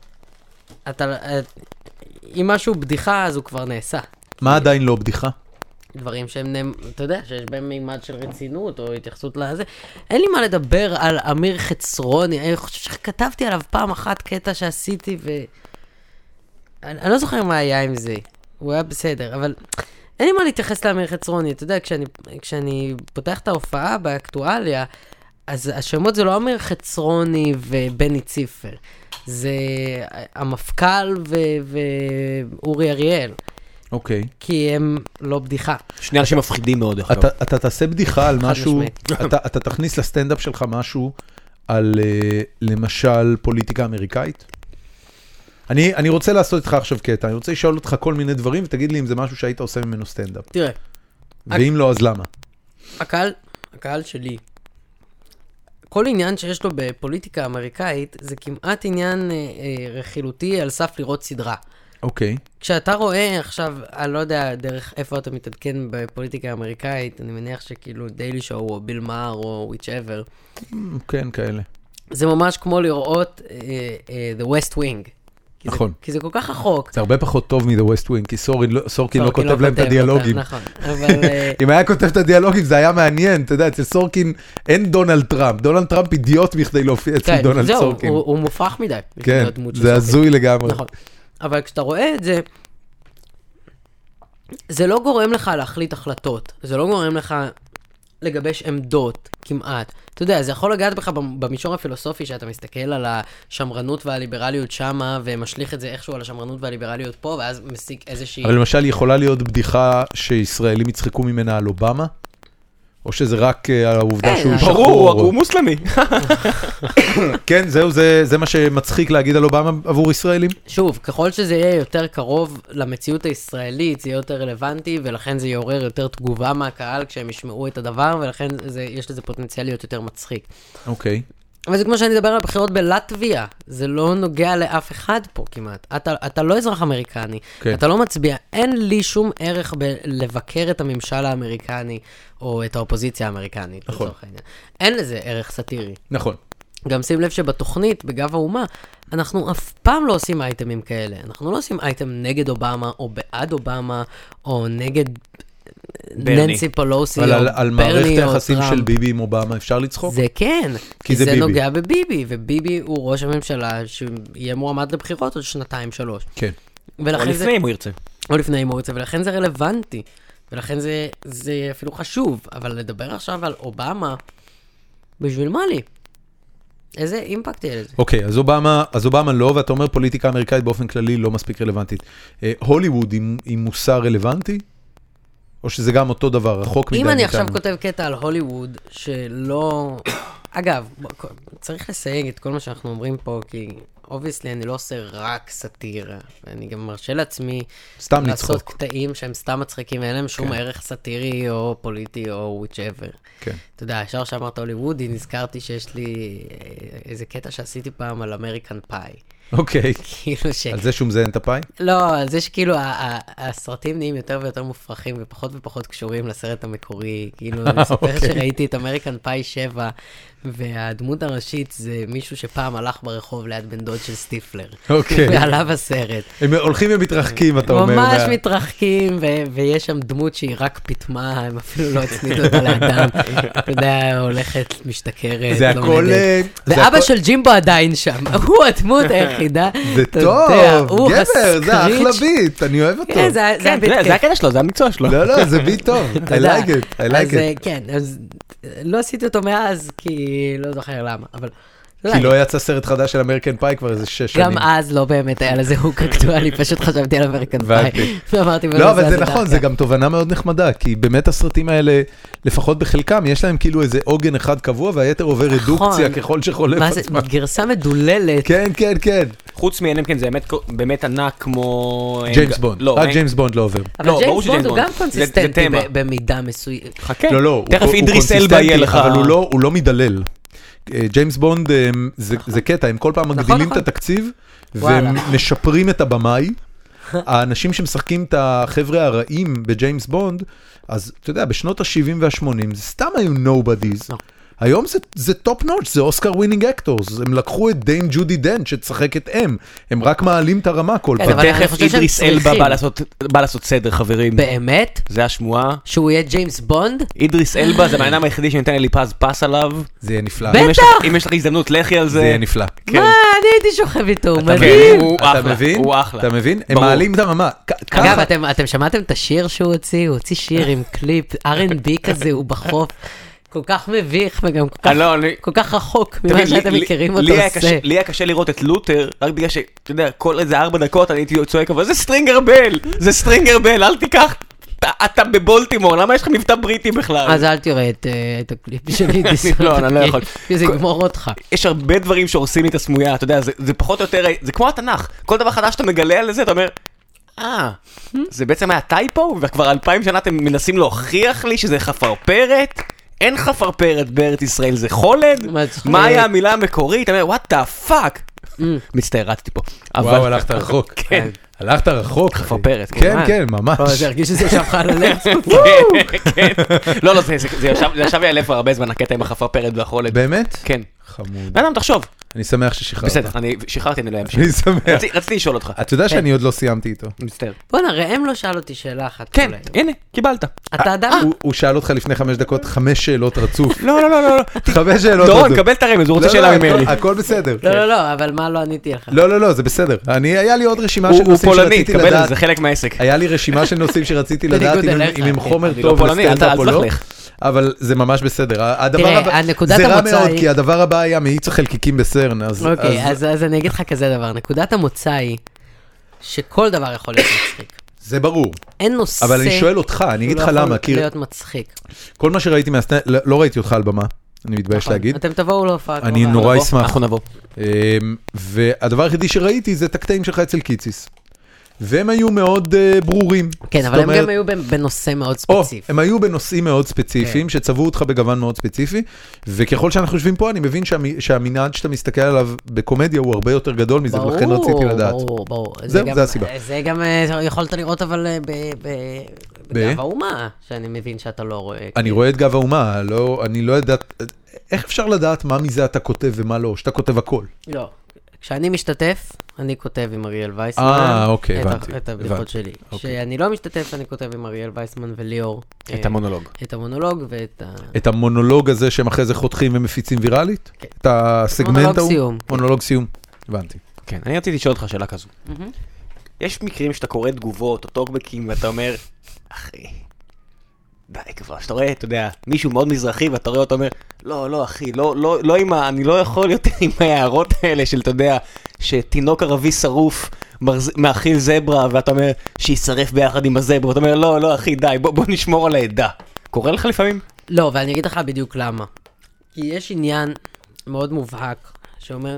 אם משהו בדיחה, אז הוא כבר נעשה. מה עדיין לא בדיחה? דברים שהם, אתה יודע, שיש בהם מימד של רצינות או התייחסות לזה. אין לי מה לדבר על אמיר חצרוני, אני חושב שכתבתי עליו פעם אחת קטע שעשיתי אני לא זוכר מה היה עם זה, הוא היה בסדר, אבל אין לי מה להתייחס לאמיר חצרוני, אתה יודע, כשאני פותח את ההופעה באקטואליה, אז השמות זה לא אמיר חצרוני ובני ציפר, זה המפכ"ל ואורי אריאל. אוקיי. כי הם לא בדיחה. שני אנשים מפחידים מאוד. אתה תעשה בדיחה על משהו, אתה תכניס לסטנדאפ שלך משהו על למשל פוליטיקה אמריקאית? אני רוצה לעשות איתך עכשיו קטע, אני רוצה לשאול אותך כל מיני דברים ותגיד לי אם זה משהו שהיית עושה ממנו סטנדאפ. תראה. ואם לא, אז למה? הקהל שלי, כל עניין שיש לו בפוליטיקה אמריקאית, זה כמעט עניין רכילותי על סף לראות סדרה. אוקיי. כשאתה רואה עכשיו, אני לא יודע דרך איפה אתה מתעדכן בפוליטיקה האמריקאית, אני מניח שכאילו דיילי שואו או ביל מאר או whichever. כן, כאלה. זה ממש כמו לראות The West Wing. נכון. כי זה כל כך רחוק. זה הרבה פחות טוב מ-The West Wing, כי סורקין לא כותב להם את הדיאלוגים. נכון, אבל... אם היה כותב את הדיאלוגים זה היה מעניין, אתה יודע, אצל סורקין אין דונלד טראמפ. דונלד טראמפ אידיוט בכדי להופיע אצל דונלד סורקין. זהו, הוא מופרך מדי. כן, זה הזוי לגמרי. נכון. אבל כשאתה רואה את זה, זה לא גורם לך להחליט החלטות, זה לא גורם לך לגבש עמדות כמעט. אתה יודע, זה יכול לגעת בך במישור הפילוסופי שאתה מסתכל על השמרנות והליברליות שמה, ומשליך את זה איכשהו על השמרנות והליברליות פה, ואז מסיק איזושהי... אבל למשל, יכולה להיות בדיחה שישראלים יצחקו ממנה על אובמה? או שזה רק העובדה שהוא שחור? ברור, הוא מוסלמי. כן, זהו, זה מה שמצחיק להגיד על אובמה עבור ישראלים? שוב, ככל שזה יהיה יותר קרוב למציאות הישראלית, זה יהיה יותר רלוונטי, ולכן זה יעורר יותר תגובה מהקהל כשהם ישמעו את הדבר, ולכן יש לזה פוטנציאל להיות יותר מצחיק. אוקיי. אבל זה כמו שאני מדבר על הבחירות בלטביה, זה לא נוגע לאף אחד פה כמעט. אתה לא אזרח אמריקני, אתה לא מצביע, אין לי שום ערך לבקר את הממשל האמריקני, או את האופוזיציה האמריקנית. נכון. אין לזה ערך סאטירי. נכון. גם שים לב שבתוכנית, בגב האומה, אנחנו אף פעם לא עושים אייטמים כאלה. אנחנו לא עושים אייטם נגד אובמה, או בעד אובמה, או נגד... ננסי פלוסי או ברני או טראמפ. אבל על מערכת היחסים של ביבי עם אובמה אפשר לצחוק? זה כן, כי זה נוגע בביבי, וביבי הוא ראש הממשלה שיהיה מועמד לבחירות עוד 2-3. כן. או לפני אם הוא ירצה. או לפני אם הוא ירצה, ולכן זה רלוונטי, ולכן זה אפילו חשוב, אבל לדבר עכשיו על אובמה, בשביל מה לי? איזה אימפקט יהיה לזה? אוקיי, אז אובמה לא, ואתה אומר פוליטיקה אמריקאית באופן כללי לא מספיק רלוונטית. הוליווד היא מוסר רלוונטי? או שזה גם אותו דבר, רחוק מדי? אם אני עכשיו כותב קטע על הוליווד, שלא... אגב, צריך לסייג את כל מה שאנחנו אומרים פה, כי אובייסלי אני לא עושה רק סאטירה, אני גם מרשה לעצמי סתם לעשות לצחוק. קטעים שהם סתם מצחיקים, אין להם שום ערך סאטירי או פוליטי או whichever. כן. אתה יודע, ישר שאמרת הוליוודי, נזכרתי שיש לי איזה קטע שעשיתי פעם על אמריקן פאי. אוקיי. כאילו ש... על זה שהוא מזיין את הפאי? לא, על זה שכאילו הסרטים נהיים יותר ויותר מופרכים ופחות ופחות קשורים לסרט המקורי. כאילו, אני מספר שראיתי את אמריקן פאי 7, והדמות הראשית זה מישהו שפעם הלך ברחוב ליד בן דוד של סטיפלר. אוקיי. ועליו הסרט. הם הולכים ומתרחקים, אתה אומר. ממש מתרחקים, ויש שם דמות שהיא רק פתמה, הם אפילו לא הצמידו אותה לאדם. אתה יודע, הולכת, משתכרת, זה הכל... ואבא של ג'ימבו עדיין שם. הוא הדמות היחידה. זה טוב, גבר, זה אחלה ביט, אני אוהב אותו. זה הקטע שלו, זה המקצוע שלו. לא, זה ביט טוב, I like it, I like it. כן, אז לא עשיתי אותו מאז, כי לא זוכר למה, אבל... כי לא יצא סרט חדש של אמריקן פאי כבר איזה 6 שנים. גם אז לא באמת היה לזה הוק אקטואלי, פשוט חשבתי על אמריקן פאי. ואמרתי... לא, אבל זה נכון, זה גם תובנה מאוד נחמדה, כי באמת הסרטים האלה, לפחות בחלקם, יש להם כאילו איזה עוגן אחד קבוע, והיתר עובר רדוקציה ככל שחולף עצמה. מה זה, גרסה מדוללת. כן, כן, כן. חוץ מעניין, כן, זה באמת ענק כמו... ג'יימס בונד, רק ג'יימס בונד לא עובר. אבל ג'יימס בונד הוא גם קונסיסטנטי במידה מסוימת. חכה, לא, תכף אידריס אלבה יהיה לך. אבל הוא לא מדלל. ג'יימס בונד זה קטע, הם כל פעם מגדילים את התקציב והם משפרים את הבמאי. האנשים שמשחקים את החבר'ה הרעים בג'יימס בונד, אז אתה יודע, בשנות ה-70 וה-80 זה סתם היו nobodies. היום זה טופ נוטש, זה אוסקר ווינינג אקטורס, הם לקחו את דיים ג'ודי דנט שתשחק את הם רק מעלים את הרמה כל פעם. ותכף אידריס אלבה בא לעשות סדר, חברים. באמת? זה השמועה. שהוא יהיה ג'יימס בונד? אידריס אלבה זה מהעינם היחידי שניתן לי פס עליו. זה יהיה נפלא. בטח! אם יש לך הזדמנות, לכי על זה. זה יהיה נפלא. מה? אני הייתי שוכב איתו, מדהים. אתה מבין? הוא אחלה. אתה מבין? הם מעלים את הרמה. אגב, אתם שמעתם את השיר שהוא הוציא? הוא הוציא שיר עם קליפ, R&B כזה, הוא בחוף. כל כך מביך וגם כל כך רחוק ממה שאתם מכירים אותו עושה. לי היה קשה לראות את לותר, רק בגלל שאתה יודע, כל איזה 4 דקות אני הייתי צועק, אבל זה סטרינגר בל, זה סטרינגר בל, אל תיקח, אתה בבולטימור, למה יש לך מבטא בריטי בכלל? אז אל תראה את הקליפ שלי, לא, אני לא יכול. זה יגמור אותך. יש הרבה דברים שהורסים לי את הסמויה, אתה יודע, זה פחות או יותר, זה כמו התנ"ך, כל דבר חדש שאתה מגלה על זה, אתה אומר, זה בעצם היה טייפו, וכבר 2000 שנה אתם מנסים להוכיח לי שזה חפרפרת, אין חפרפרת בארץ ישראל, זה חולד? מה היה המילה המקורית? אתה אומר, what the fuck? מצטער, רצתי פה. וואו, הלכת רחוק. כן. הלכת רחוק. חפרפרת. כן, כן, ממש. זה הרגיש שזה ישב לך על הלב. כן. לא, זה ישב לי על הלב הרבה זמן, הקטע עם החפרפרת והחולד. באמת? כן. חמוד. בן אדם, תחשוב. אני שמח ששחררת. בסדר, אני שחררתי, אני לא אמשיך. אני שמח. רציתי לשאול אותך. אתה יודע שאני עוד לא סיימתי איתו. מצטער. בוא נראה, הם לא שאל אותי שאלה אחת. כן, הנה, קיבלת. אתה אדם? הוא שאל אותך לפני 5 דקות 5 שאלות רצוף. לא, לא, לא, לא. 5 שאלות רצוף. דורון, קבל את הרמז, הוא רוצה שאלה ממני. הכל בסדר. לא, לא, אבל מה לא עניתי לך? לא, לא, לא, זה בסדר. היה לי עוד רשימה של הוא נושאים פולני, שרציתי קבל את לדעת. זה חלק מהעסק. היה לי רשימה של נושאים שרציתי לדעת אם הם חומר טוב לסטנדאפ או לא. אבל זה ממש בסדר. זה רע מאוד, כי הדבר הבא היה מאיץ החלקיקים בסרן. אוקיי, אז אני אגיד לך כזה דבר. נקודת המוצא היא שכל דבר יכול להיות מצחיק. זה ברור. אין נושא. אבל אני שואל אותך, אני אגיד לך למה. להיות מצחיק. כל מה שראיתי מהסטנדאפ, לא ראיתי אותך על במה. אני מתבייש להגיד. אתם תבואו להופעה. אני נורא אשמח. אנחנו נבוא. והדבר היחידי שראיתי זה את הקטעים שלך אצל קיציס. והם היו מאוד ברורים. כן, אבל הם גם היו בנושא מאוד ספציפי. הם היו בנושאים מאוד ספציפיים, שצבעו אותך בגוון מאוד ספציפי, וככל שאנחנו יושבים פה, אני מבין שהמנעד שאתה מסתכל עליו בקומדיה הוא הרבה יותר גדול מזה, ולכן רציתי לדעת. ברור. זה הסיבה. זה גם יכולת לראות, אבל בגב האומה, שאני מבין שאתה לא רואה. אני רואה את גב האומה, אני לא יודעת, איך אפשר לדעת מה מזה אתה כותב ומה לא, שאתה כותב הכל? לא. כשאני משתתף, אני כותב עם אריאל וייסמן. אוקיי, הבנתי. את הבדיחות שלי. כשאני לא משתתף, אני כותב עם אריאל וייסמן וליאור. את המונולוג. את המונולוג ואת את המונולוג הזה שהם אחרי זה חותכים ומפיצים ויראלית? כן. את הסגמנט מונולוג סיום. מונולוג סיום. הבנתי. כן, אני רציתי לשאול אותך שאלה כזו. יש מקרים שאתה קורא תגובות או טוקבקים ואתה אומר, אחי, די כבר, שאתה רואה, אתה יודע, מישהו מאוד מזרחי ואתה רואה אותו אומר, לא, אחי, לא עם אני לא יכול יותר עם ההערות האלה של, אתה יודע, שתינוק ערבי שרוף מאכיל זברה, ואתה אומר, שישרף ביחד עם הזברה, ואתה אומר, לא, אחי, די, בוא נשמור על העדה. קורה לך לפעמים? לא, ואני אגיד לך בדיוק למה. כי יש עניין מאוד מובהק, שאומר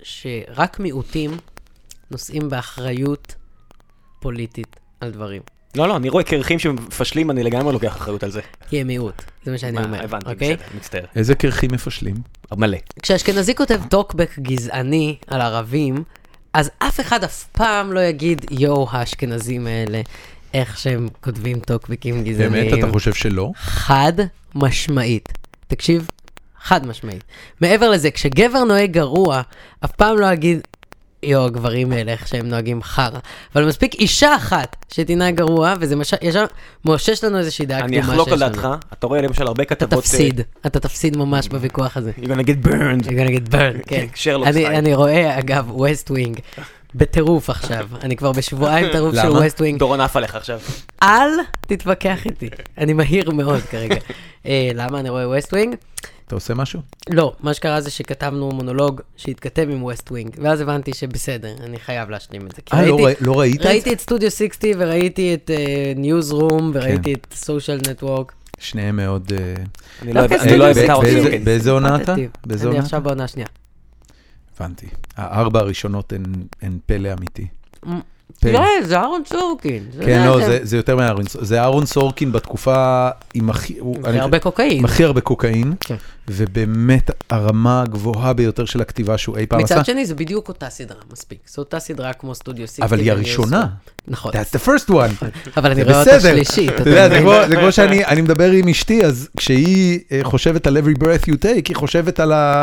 שרק מיעוטים נושאים באחריות פוליטית על דברים. לא, אני רואה קרחים שמפשלים, אני לגמרי לוקח אחריות על זה. כי הם מיעוט, זה מה שאני אומר. הבנתי, בסדר, מצטער. איזה קרחים מפשלים? מלא. כשאשכנזי כותב טוקבק גזעני על ערבים, אז אף אחד אף פעם לא יגיד, יו, האשכנזים האלה, איך שהם כותבים טוקבקים גזעניים. באמת, אתה חושב שלא? חד משמעית. תקשיב, חד משמעית. מעבר לזה, כשגבר נוהג גרוע, אף פעם לא אגיד, יו, הגברים האלה, איך שהם נוהגים חרא. אבל מספיק אישה אחת שתנהג גרוע, וזה ישר מושש לנו איזושהי דעה קדומה שיש לנו. אני אחלוק על דעתך, אתה רואה למשל הרבה כתבות... אתה תפסיד ממש בוויכוח הזה. You're gonna get burned. You're gonna get burned, כן. אני רואה, אגב, ווסט ווינג, בטירוף עכשיו. אני כבר בשבועיים טירוף של ווסט ווינג. דורון עף עליך עכשיו. אל תתווכח איתי. אני מהיר מאוד כרגע. למה אני רואה ווסט ווינג? אתה עושה משהו? לא, מה שקרה זה שכתבנו מונולוג שהתכתב עם ווסט ווינג, ואז הבנתי שבסדר, אני חייב להשלים את זה. לא ראית את זה? ראיתי את סטודיו 60, וראיתי את ניוז רום, וראיתי את סושיאל נטוורק. שניהם מאוד... אני לא אוהב את האורסים. באיזה עונה אתה? אני עכשיו בעונה שנייה. הבנתי. 4 הראשונות הן פלא אמיתי. לא, זה אהרון סורקין. כן, לא, זה יותר מאהרון סורקין. זה אהרון סורקין בתקופה עם הכי הרבה קוקאין. עם הכי הרבה קוקאין, ובאמת הרמה הגבוהה ביותר של הכתיבה שהוא אי פעם עשה. מצד שני, זה בדיוק אותה סדרה, מספיק. זו אותה סדרה כמו סטודיו 60. אבל היא הראשונה. נכון. That's the first one. אבל אני רואה אותה שלישית. אתה יודע, זה כמו שאני מדבר עם אשתי, אז כשהיא חושבת על every breath you take, היא חושבת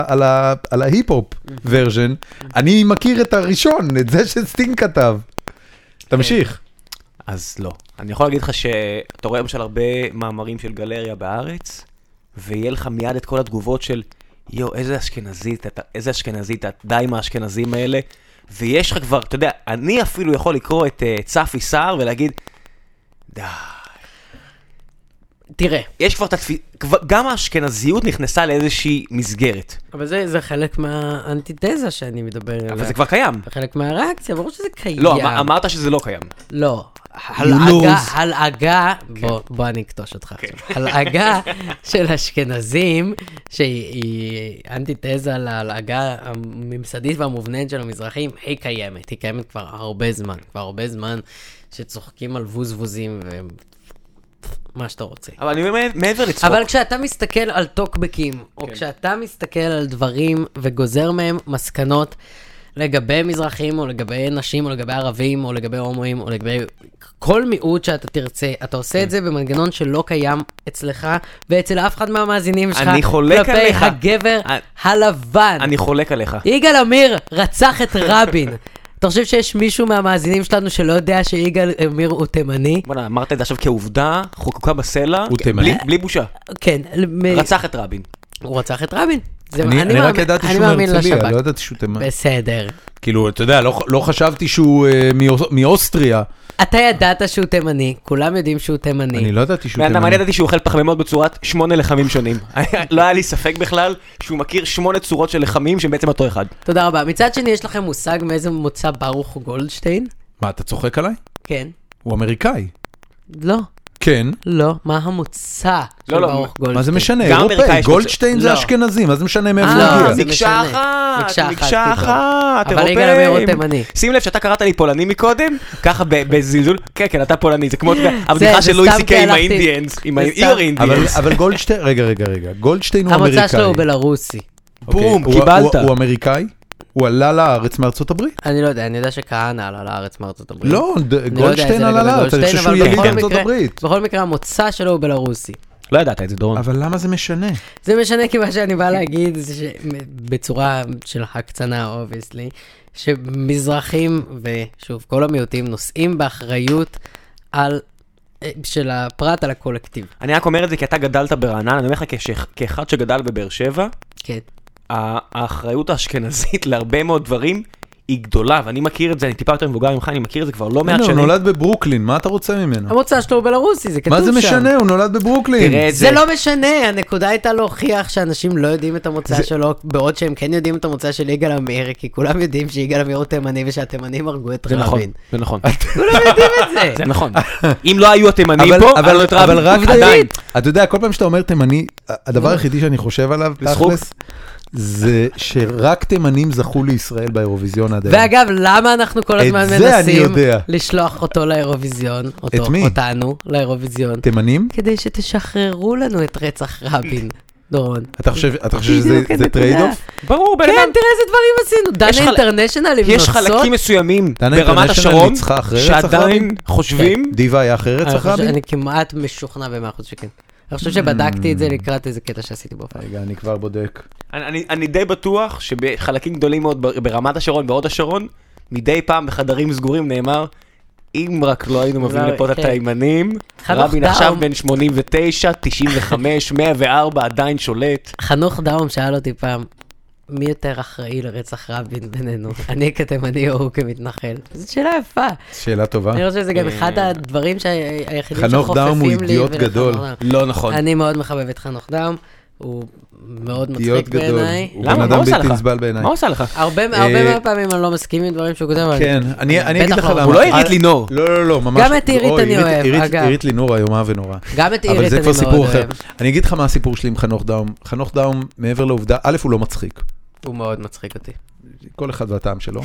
על ההיפ-הופ version. אני מכיר את הראשון, את זה שסטינג כתב. תמשיך. אז לא. אני יכול להגיד לך שאתה רואה למשל הרבה מאמרים של גלריה בארץ, ויהיה לך מיד את כל התגובות של, יו, איזה אשכנזית, די עם האשכנזים האלה, ויש לך כבר, אתה יודע, אני אפילו יכול לקרוא את צפי סער ולהגיד, די. תראה. יש כבר גם האשכנזיות נכנסה לאיזושהי מסגרת. אבל זה חלק מהאנטיתזה שאני מדבר עליה. אבל זה כבר קיים. חלק מהריאקציה, ברור שזה קיים. לא, אמרת שזה לא קיים. לא. הלעגה, בוא אני אקטוש אותך עכשיו. הלעגה של אשכנזים, שהיא אנטיתזה להלעגה הממסדית והמובנית של המזרחים, היא קיימת כבר הרבה זמן שצוחקים על ווזים מה שאתה רוצה. אבל אני אומר, מעבר לצחוק. אבל כשאתה מסתכל על טוקבקים, או כשאתה מסתכל על דברים וגוזר מהם מסקנות לגבי מזרחים, או לגבי נשים, או לגבי ערבים, או לגבי הומואים, או לגבי כל מיעוט שאתה תרצה, אתה עושה את זה במנגנון שלא קיים אצלך, ואצל אף אחד מהמאזינים שלך, כלפי הגבר הלבן. אני חולק עליך. יגאל עמיר רצח את רבין. אתה חושב שיש מישהו מהמאזינים שלנו שלא יודע שיגאל עמיר הוא תימני? בוא'נה, אמרת את זה עכשיו כעובדה, חוקוקה בסלע, הוא תימני? בלי בושה. כן. רצח את רבין. הוא רצח את רבין. אני רק ידעתי שהוא מהרצליה, לא ידעתי שהוא תימני. בסדר. כאילו, אתה יודע, לא חשבתי שהוא מאוסטריה. אתה ידעת שהוא תימני, כולם יודעים שהוא תימני. אני לא ידעתי שהוא תימני. אני ידעתי שהוא אוכל פחמימות בצורת 8 לחמים שונים. לא היה לי ספק בכלל שהוא מכיר 8 צורות של לחמים שהם בעצם אותו אחד. תודה רבה. מצד שני, יש לכם מושג מאיזה מוצא ברוך גולדשטיין? מה, אתה צוחק עליי? כן. הוא אמריקאי. לא. כן. לא, מה המוצא של ברוך גולדשטיין? מה זה משנה? אירופאי, גולדשטיין זה אשכנזים, מה זה משנה מאיפה הוא הגיע? מקשה אחת, אבל יגאל עמיר הוא תימני. שים לב שאתה קראת לי פולני מקודם, ככה בזלזול, כן, אתה פולני, זה כמו הבדיחה של לואי סי-קיי עם האינדיאנס, עם העיר אינדיאנס. אבל גולדשטיין, רגע, גולדשטיין הוא אמריקאי. המוצא שלו הוא בלרוסי. בום, קיבלת. הוא אמריקאי? הוא עלה לארץ מארצות הברית? אני לא יודע, אני יודע שכהנא עלה לארץ מארצות הברית. לא, גולדשטיין עלה לארץ, אני חושב שהוא יליד מארצות הברית. בכל מקרה, המוצא שלו הוא בלרוסי. לא ידעת את זה, דורון. אבל למה זה משנה? זה משנה כי מה שאני בא להגיד, זה בצורה של הקצנה, obviously, שמזרחים, ושוב, כל המיעוטים נושאים באחריות של הפרט על הקולקטיב. אני רק אומר את זה כי אתה גדלת ברעננה, אני אומר לך כאחד שגדל בבאר שבע, כן. האחריות האשכנזית להרבה מאוד דברים היא גדולה, ואני מכיר את זה, אני טיפה יותר מבוגר ממך, אני מכיר את זה כבר לא מעט שנים. הוא נולד בברוקלין, מה אתה רוצה ממנו? המוצא שלו הוא בלרוסי, זה כתוב שם. מה זה משנה? הוא נולד בברוקלין. זה לא משנה, הנקודה הייתה להוכיח שאנשים לא יודעים את המוצא שלו, בעוד שהם כן יודעים את המוצא של יגאל עמיר, כי כולם יודעים שיגאל עמיר הוא תימני, ושהתימנים הרגו את רבין. זה נכון. כולם יודעים את זה. זה נכון. אם לא היו התימנים פה, אבל את רבין. אתה יודע, כל פעם שאתה אומר תימני, הדבר היחידי שאני חושב עליו, תכלס, זה שרק תימנים זכו לישראל באירוויזיון עד היום. ואגב, למה אנחנו כל הזמן מנסים לשלוח אותו לאירוויזיון, אותנו לאירוויזיון? תימנים? כדי שתשחררו לנו את רצח רבין. דורון. אתה חושב שזה טרייד אוף? ברור, כן, תראה איזה דברים עשינו. דנה אינטרנשיונל עם נוצות. יש חלקים מסוימים ברמת השרון שעדיין חושבים. דיווה היה אחרי רצח רבין? אני כמעט משוכנע ב100% שכן. אני חושב שבדקתי את זה לקראת איזה קטע שעשיתי בו. רגע, אני כבר בודק. אני די בטוח שבחלקים גדולים מאוד ברמת השרון והוד השרון, מדי פעם בחדרים סגורים נאמר, אם רק לא היינו מביאים לפה את התימנים, רבין עכשיו בין 89, 95, 104, עדיין שולט. חנוך דאום שאל אותי פעם, מי יותר אחראי לרצח רבין בינינו? אני כתימני או הוא כמתנחל? זו שאלה יפה. שאלה טובה. אני חושב שזה גם אחד הדברים היחידים חנוך דאום הוא אידיוט גדול. לא נכון. אני מאוד מחבב את חנוך דאום. הוא מאוד מצחיק בעיניי. הוא בן אדם בלתי נסבל בעיניי. מה עושה לך? הרבה מהפעמים אני לא מסכים עם דברים שהוא כותב. כן, אני אגיד לך למה. הוא לא עירית לינור. לא, ממש. גם את עירית אני אוהב, אגב. עירית לינור איומה ונורא. גם את עירית אני מאוד אוהב. אני אגיד לך מה הסיפור שלי עם חנוך דאום. חנוך דאום, מעבר לעובדה, א' הוא לא מצחיק. הוא מאוד מצחיק אותי. כל אחד והטעם שלו.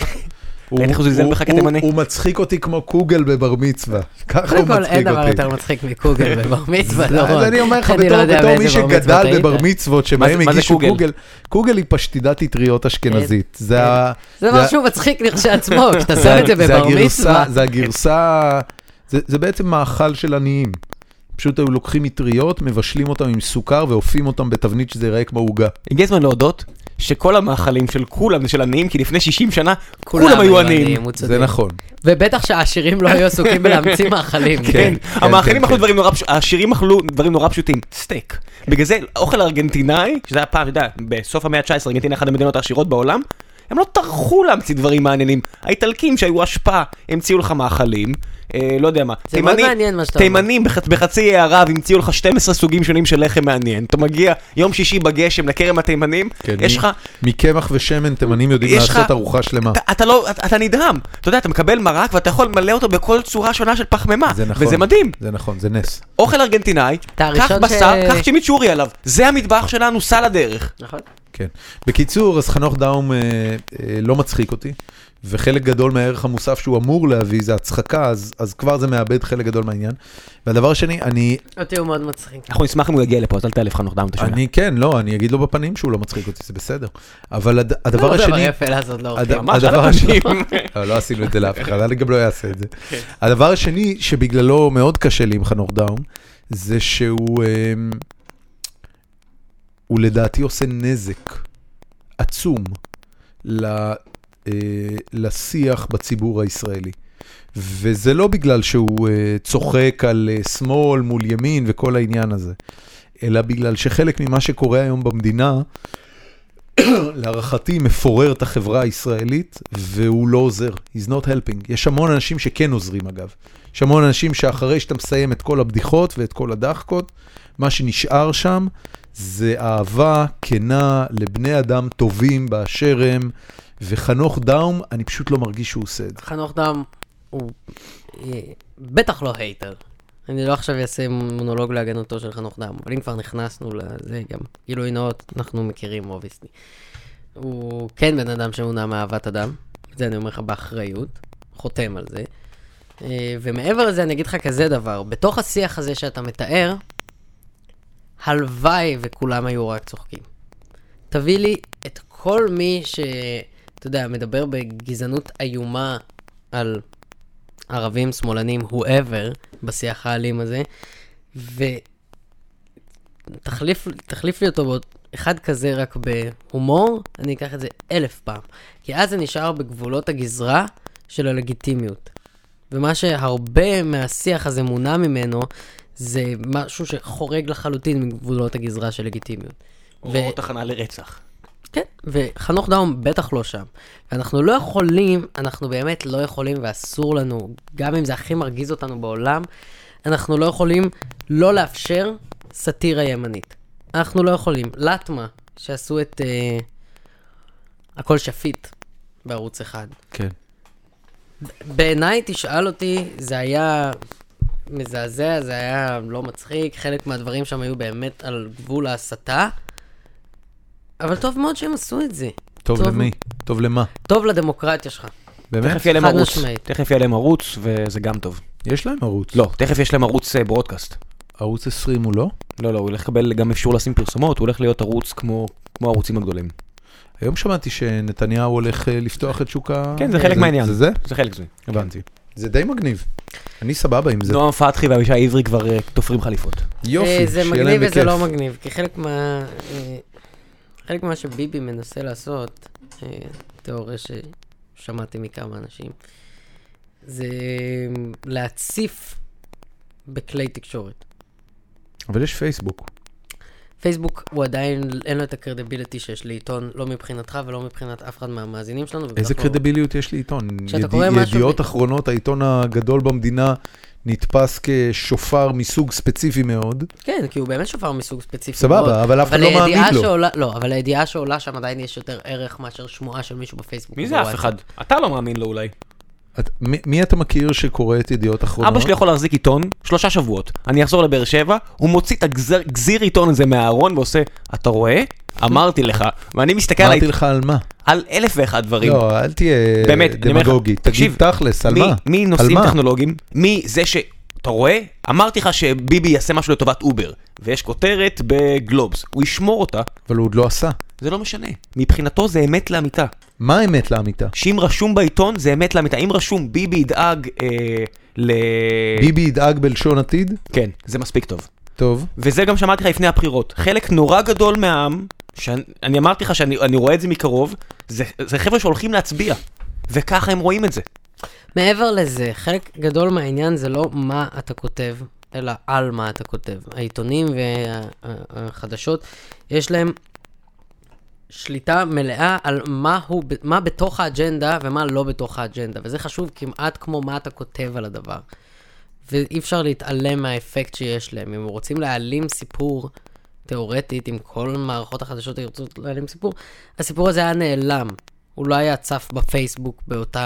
הוא מצחיק אותי כמו קוגל בבר מצווה. ככה הוא מצחיק אותי. אין דבר יותר מצחיק מקוגל בבר מצווה. אז אני אומר לך, בתור מי שגדל בבר מצוות, שבהם הגישו קוגל, קוגל היא פשטידת אטריות אשכנזית. זה משהו מצחיק לכשעצמו, כשאתה שם את זה בבר מצווה. זה הגרסה, זה בעצם מאכל של עניים. פשוט היו לוקחים מטריות, מבשלים אותם עם סוכר ואופים אותם בתבנית שזה ייראה כמו עוגה. הגיע הזמן להודות שכל המאכלים של כולם זה של עניים, כי לפני 60 שנה כולם היו עניים. זה נכון. ובטח שהעשירים לא היו עסוקים בלהמציא מאכלים. כן, המאכלים אכלו דברים נורא פשוטים, העשירים אכלו דברים נורא פשוטים, סטייק. בגלל זה אוכל ארגנטינאי, שזה היה פעם, אתה יודע, בסוף המאה ה-19, ארגנטינה אחת המדינות העשירות בעולם, הם לא טרחו להמציא דברים מעניינים. האיטלקים שהיו השפעה, המציאו לך מאכלים, לא יודע מה. זה מאוד מעניין מה שאתה אומר. תימנים בחצי הערב המציאו לך 12 סוגים שונים של לחם מעניין. אתה מגיע יום שישי בגשם לכרם התימנים, יש לך... מקמח ושמן תימנים יודעים לעשות ארוחה שלמה. אתה נדהם. אתה יודע, אתה מקבל מרק ואתה יכול למלא אותו בכל צורה שונה של פחמימה. זה נכון. וזה מדהים. זה נכון, זה נס. אוכל ארגנטינאי, קח בשר, קח צ'ימיצ'ורי עליו. זה המטבח שלנו, סל הדרך. נכון. כן. בקיצור, אז חנוך דאום לא מצחיק אותי, וחלק גדול מהערך המוסף שהוא אמור להביא זה הצחקה, אז כבר זה מאבד חלק גדול מהעניין. והדבר השני, אותי הוא מאוד מצחיק. אנחנו נשמח אם הוא יגיע לפה, אז אל תאלף חנוך דאום את השאלה. אני אגיד לו בפנים שהוא לא מצחיק אותי, זה בסדר. אבל הדבר השני... לא, זה יפה לעשות לו. הדבר השני... לא עשינו את זה לאף אחד, אני גם לא אעשה את זה. הדבר השני, שבגללו מאוד קשה לי עם חנוך דאום, זה שהוא... הוא לדעתי עושה נזק עצום לשיח בציבור הישראלי. וזה לא בגלל שהוא צוחק על שמאל מול ימין וכל העניין הזה, אלא בגלל שחלק ממה שקורה היום במדינה, להערכתי מפורר את החברה הישראלית, והוא לא עוזר. He's not helping. יש המון אנשים שכן עוזרים אגב. יש המון אנשים שאחרי שאתה מסיים את כל הבדיחות ואת כל הדחקות, מה שנשאר שם, זה אהבה כנה לבני אדם טובים באשר הם, וחנוך דאום, אני פשוט לא מרגיש שהוא עושה את זה. חנוך דאום הוא בטח לא הייטר. אני לא עכשיו אעשה מונולוג להגנתו של חנוך דאום, אבל אם כבר נכנסנו לזה גם, גילוי נאות, אנחנו מכירים אובייסטי. הוא כן בן אדם שמונע מאהבת אדם, את זה אני אומר לך באחריות, חותם על זה. ומעבר לזה אני אגיד לך כזה דבר, בתוך השיח הזה שאתה מתאר, הלוואי וכולם היו רק צוחקים. תביא לי את כל מי אתה יודע, מדבר בגזענות איומה על ערבים, שמאלנים, whoever, בשיח האלים הזה, ותחליף לי אותו בעוד אחד כזה רק בהומור, אני אקח את זה 1000 פעם. כי אז זה נשאר בגבולות הגזרה של הלגיטימיות. ומה שהרבה מהשיח הזה מונע ממנו, זה משהו שחורג לחלוטין מגבולות הגזרה של לגיטימיות. או תחנה לרצח. כן, וחנוך דאום בטח לא שם. ואנחנו לא יכולים, אנחנו באמת לא יכולים, ואסור לנו, גם אם זה הכי מרגיז אותנו בעולם, אנחנו לא יכולים לא לאפשר סאטירה ימנית. אנחנו לא יכולים. לטמה, שעשו את הכל שפיט בערוץ אחד. כן. בעיניי, תשאל אותי, זה היה מזעזע, זה היה לא מצחיק, חלק מהדברים שם היו באמת על גבול ההסתה, אבל טוב מאוד שהם עשו את זה. טוב למי? טוב למה? טוב לדמוקרטיה שלך. באמת? תכף יהיה להם ערוץ, וזה גם טוב. יש להם ערוץ? לא, תכף יש להם ערוץ ברודקאסט. ערוץ 20 הוא לא? לא, הוא הולך לקבל גם אפשר לשים פרסומות, הוא הולך להיות ערוץ כמו הערוצים הגדולים. היום שמעתי שנתניהו הולך לפתוח את שוק כן, זה חלק מהעניין. זה זה? זה חלק זה. הבנתי. זה די מגניב. אני סבבה עם זה. נועם פתחי והאבישי העברי כבר תופרים חליפות. יופי, זה מגניב וזה לא מגניב, כי חלק מה שביבי מנסה לעשות, תיאוריה ששמעתי מכמה אנשים, זה להציף בכלי תקשורת. אבל יש פייסבוק. פייסבוק הוא עדיין, אין לו את הקרדיביליטי שיש לעיתון, לא מבחינתך ולא מבחינת אף אחד מהמאזינים שלנו. איזה קרדיביליות יש לעיתון? ידיעות ידיעות אחרונות, העיתון הגדול במדינה, נתפס כשופר מסוג ספציפי מאוד. כן, כי הוא באמת שופר מסוג ספציפי סבבה, מאוד. אבל אף אחד לא מאמין לו. לא, אבל הידיעה שעולה שם עדיין יש יותר ערך מאשר שמועה של מישהו בפייסבוק. מי זה אף אחד? אתה לא מאמין לו אולי. מי אתה מכיר שקורא את ידיעות אחרונות? אבא שלי יכול להחזיק עיתון 3 שבועות. אני אחזור לבאר שבע, הוא מוציא את הגזיר עיתון הזה מהארון ועושה, אתה רואה? אמרתי לך. ואני מסתכל על... אמרתי לך על מה? על 1001 דברים. לא, אל תהיה דמגוגי. תקשיב תכלס, על מה? מי נושאים טכנולוגיים? מי זה ש... אתה רואה? אמרתי לך שביבי יעשה משהו לטובת אובר, ויש כותרת בגלובס. הוא ישמור אותה. אבל הוא עוד לא עשה. זה לא משנה. מבחינתו זה אמת לאמיתה. מה האמת לאמיתה? שאם רשום בעיתון זה אמת לאמיתה. אם רשום ביבי ידאג ביבי ידאג בלשון עתיד? כן, זה מספיק טוב. טוב. וזה גם שמעתי לך לפני הבחירות. חלק נורא גדול מהעם, שאני אמרתי לך שאני רואה את זה מקרוב, זה חבר'ה שהולכים להצביע. וככה הם רואים את זה. מעבר לזה, חלק גדול מהעניין זה לא מה אתה כותב, אלא על מה אתה כותב. העיתונים והחדשות, יש להם שליטה מלאה על מה בתוך האג'נדה ומה לא בתוך האג'נדה. וזה חשוב כמעט כמו מה אתה כותב על הדבר. ואי אפשר להתעלם מהאפקט שיש להם. אם רוצים להעלים סיפור תיאורטית, אם כל מערכות החדשות ירצו להעלים סיפור, הסיפור הזה היה נעלם. הוא לא היה צף בפייסבוק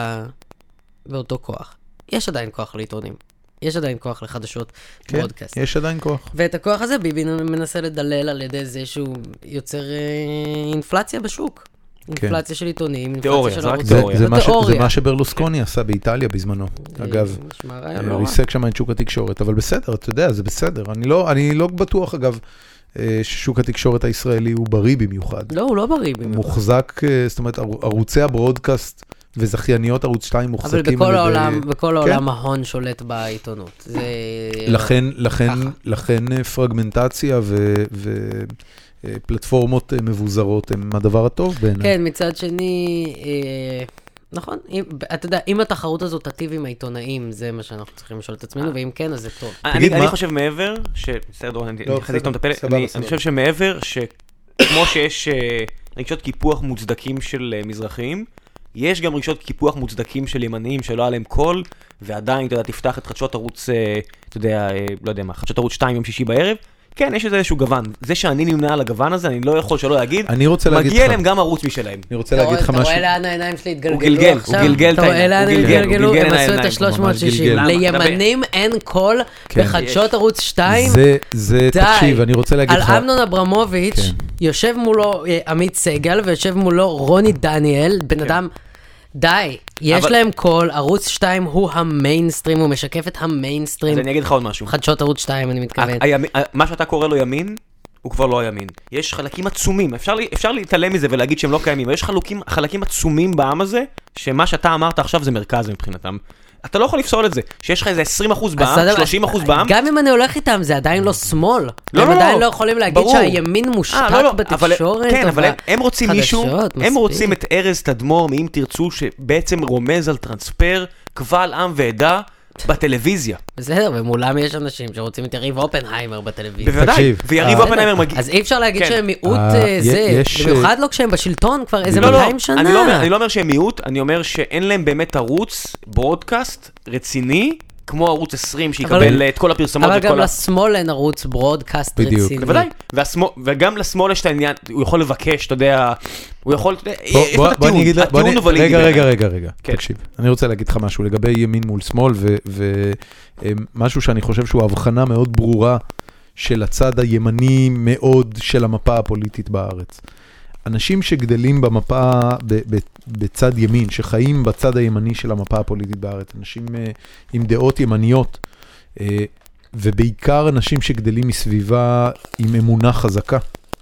באותו כוח. יש עדיין כוח לעיתונים. יש עדיין כוח לחדשות ברודקאסט. כן, יש עדיין כוח. ואת הכוח הזה ביבי מנסה לדלל על ידי זה שהוא יוצר אינפלציה בשוק. אינפלציה של עיתונים, אינפלציה של ערוצים. זה מה שברלוסקוני עשה באיטליה בזמנו. אגב, ריסק שם את שוק התקשורת, אבל בסדר, אתה יודע, זה בסדר. אני לא בטוח, אגב, ששוק התקשורת הישראלי הוא בריא במיוחד. לא, הוא לא בריא במיוחד. מוחזק, זאת אומרת, ערוצי הברודקאסט וזכייניות ערוץ 2 מוחזקים. אבל בכל העולם ההון שולט בעיתונות. לכן פרגמנטציה ופלטפורמות מבוזרות הם הדבר הטוב בעיניי. כן, מצד שני, נכון, אתה יודע, אם התחרות הזאת תטיב עם העיתונאים, זה מה שאנחנו צריכים לשאול את עצמנו, ואם כן, אז זה טוב. אני חושב מעבר, אני חושב שמעבר, שכמו שיש רגשות קיפוח מוצדקים של מזרחים, יש גם רגשות קיפוח מוצדקים של ימניים שלא עליהם קול, ועדיין, אתה יודע, תפתח את חדשות ערוץ, אתה יודע, לא יודע מה, חדשות ערוץ 2 יום שישי בערב, כן, יש איזשהו גוון. זה שאני נמנע על הגוון הזה, אני לא יכול שלא להגיד, מגיע להם גם ערוץ משלהם. אני רוצה להגיד לך משהו. אתה רואה לאן העיניים שלי התגלגלו עכשיו? הוא גלגל את העיניים. הם עשו את ה-360. לימנים אין קול בחדשות ערוץ 2. זה, תקשיב, אני רוצה להגיד לך. על אמנון אברמוביץ', יושב מולו עמית סגל, ויושב מולו רוני דניאל, בן אדם... די, יש להם קול, ערוץ 2 הוא המיינסטרים, הוא משקף את המיינסטרים. אז אני אגיד לך עוד משהו. חדשות ערוץ 2, אני מתכוון. מה שאתה קורא לו ימין, הוא כבר לא הימין. יש חלקים עצומים, אפשר להתעלם מזה ולהגיד שהם לא קיימים, אבל יש חלקים עצומים בעם הזה, שמה שאתה אמרת עכשיו זה מרכז מבחינתם. אתה לא יכול לפסול את זה, שיש לך איזה 20% בעם, 30% בעם. גם אם אני הולך איתם, זה עדיין לא שמאל. הם עדיין לא יכולים להגיד שהימין מושתק בתקשורת. כן, אבל הם רוצים מישהו, הם רוצים את ארז תדמור, מאם תרצו, שבעצם רומז על טרנספר, קבל עם ועדה, בטלוויזיה. בסדר, ומולם יש אנשים שרוצים את יריב אופנהיימר בטלוויזיה. בוודאי, ויריב אופנהיימר מגיע. אז אי אפשר להגיד שהם מיעוט זה, במיוחד לא כשהם בשלטון כבר איזה 200 שנה. אני לא אומר שהם מיעוט, אני אומר שאין להם באמת ערוץ ברודקאסט רציני, כמו ערוץ 20 שיקבל את כל הפרסומות. אבל גם לשמאל אין ערוץ ברודקאסט רציני. בוודאי, וגם לשמאל יש את העניין, הוא יכול לבקש, אתה יודע, הוא יכול, בוא אני אגיד, רגע, תקשיב, אני רוצה להגיד לך משהו לגבי ימין מול שמאל, ומשהו שאני חושב שהוא הבחנה מאוד ברורה של הצד הימני מאוד של המפה הפוליטית בארץ. אנשים שגדלים במפה, בצד ימין, שחיים בצד הימני של המפה הפוליטית בארץ, אנשים עם דעות ימניות, ובעיקר אנשים שגדלים מסביבה עם אמונה חזקה.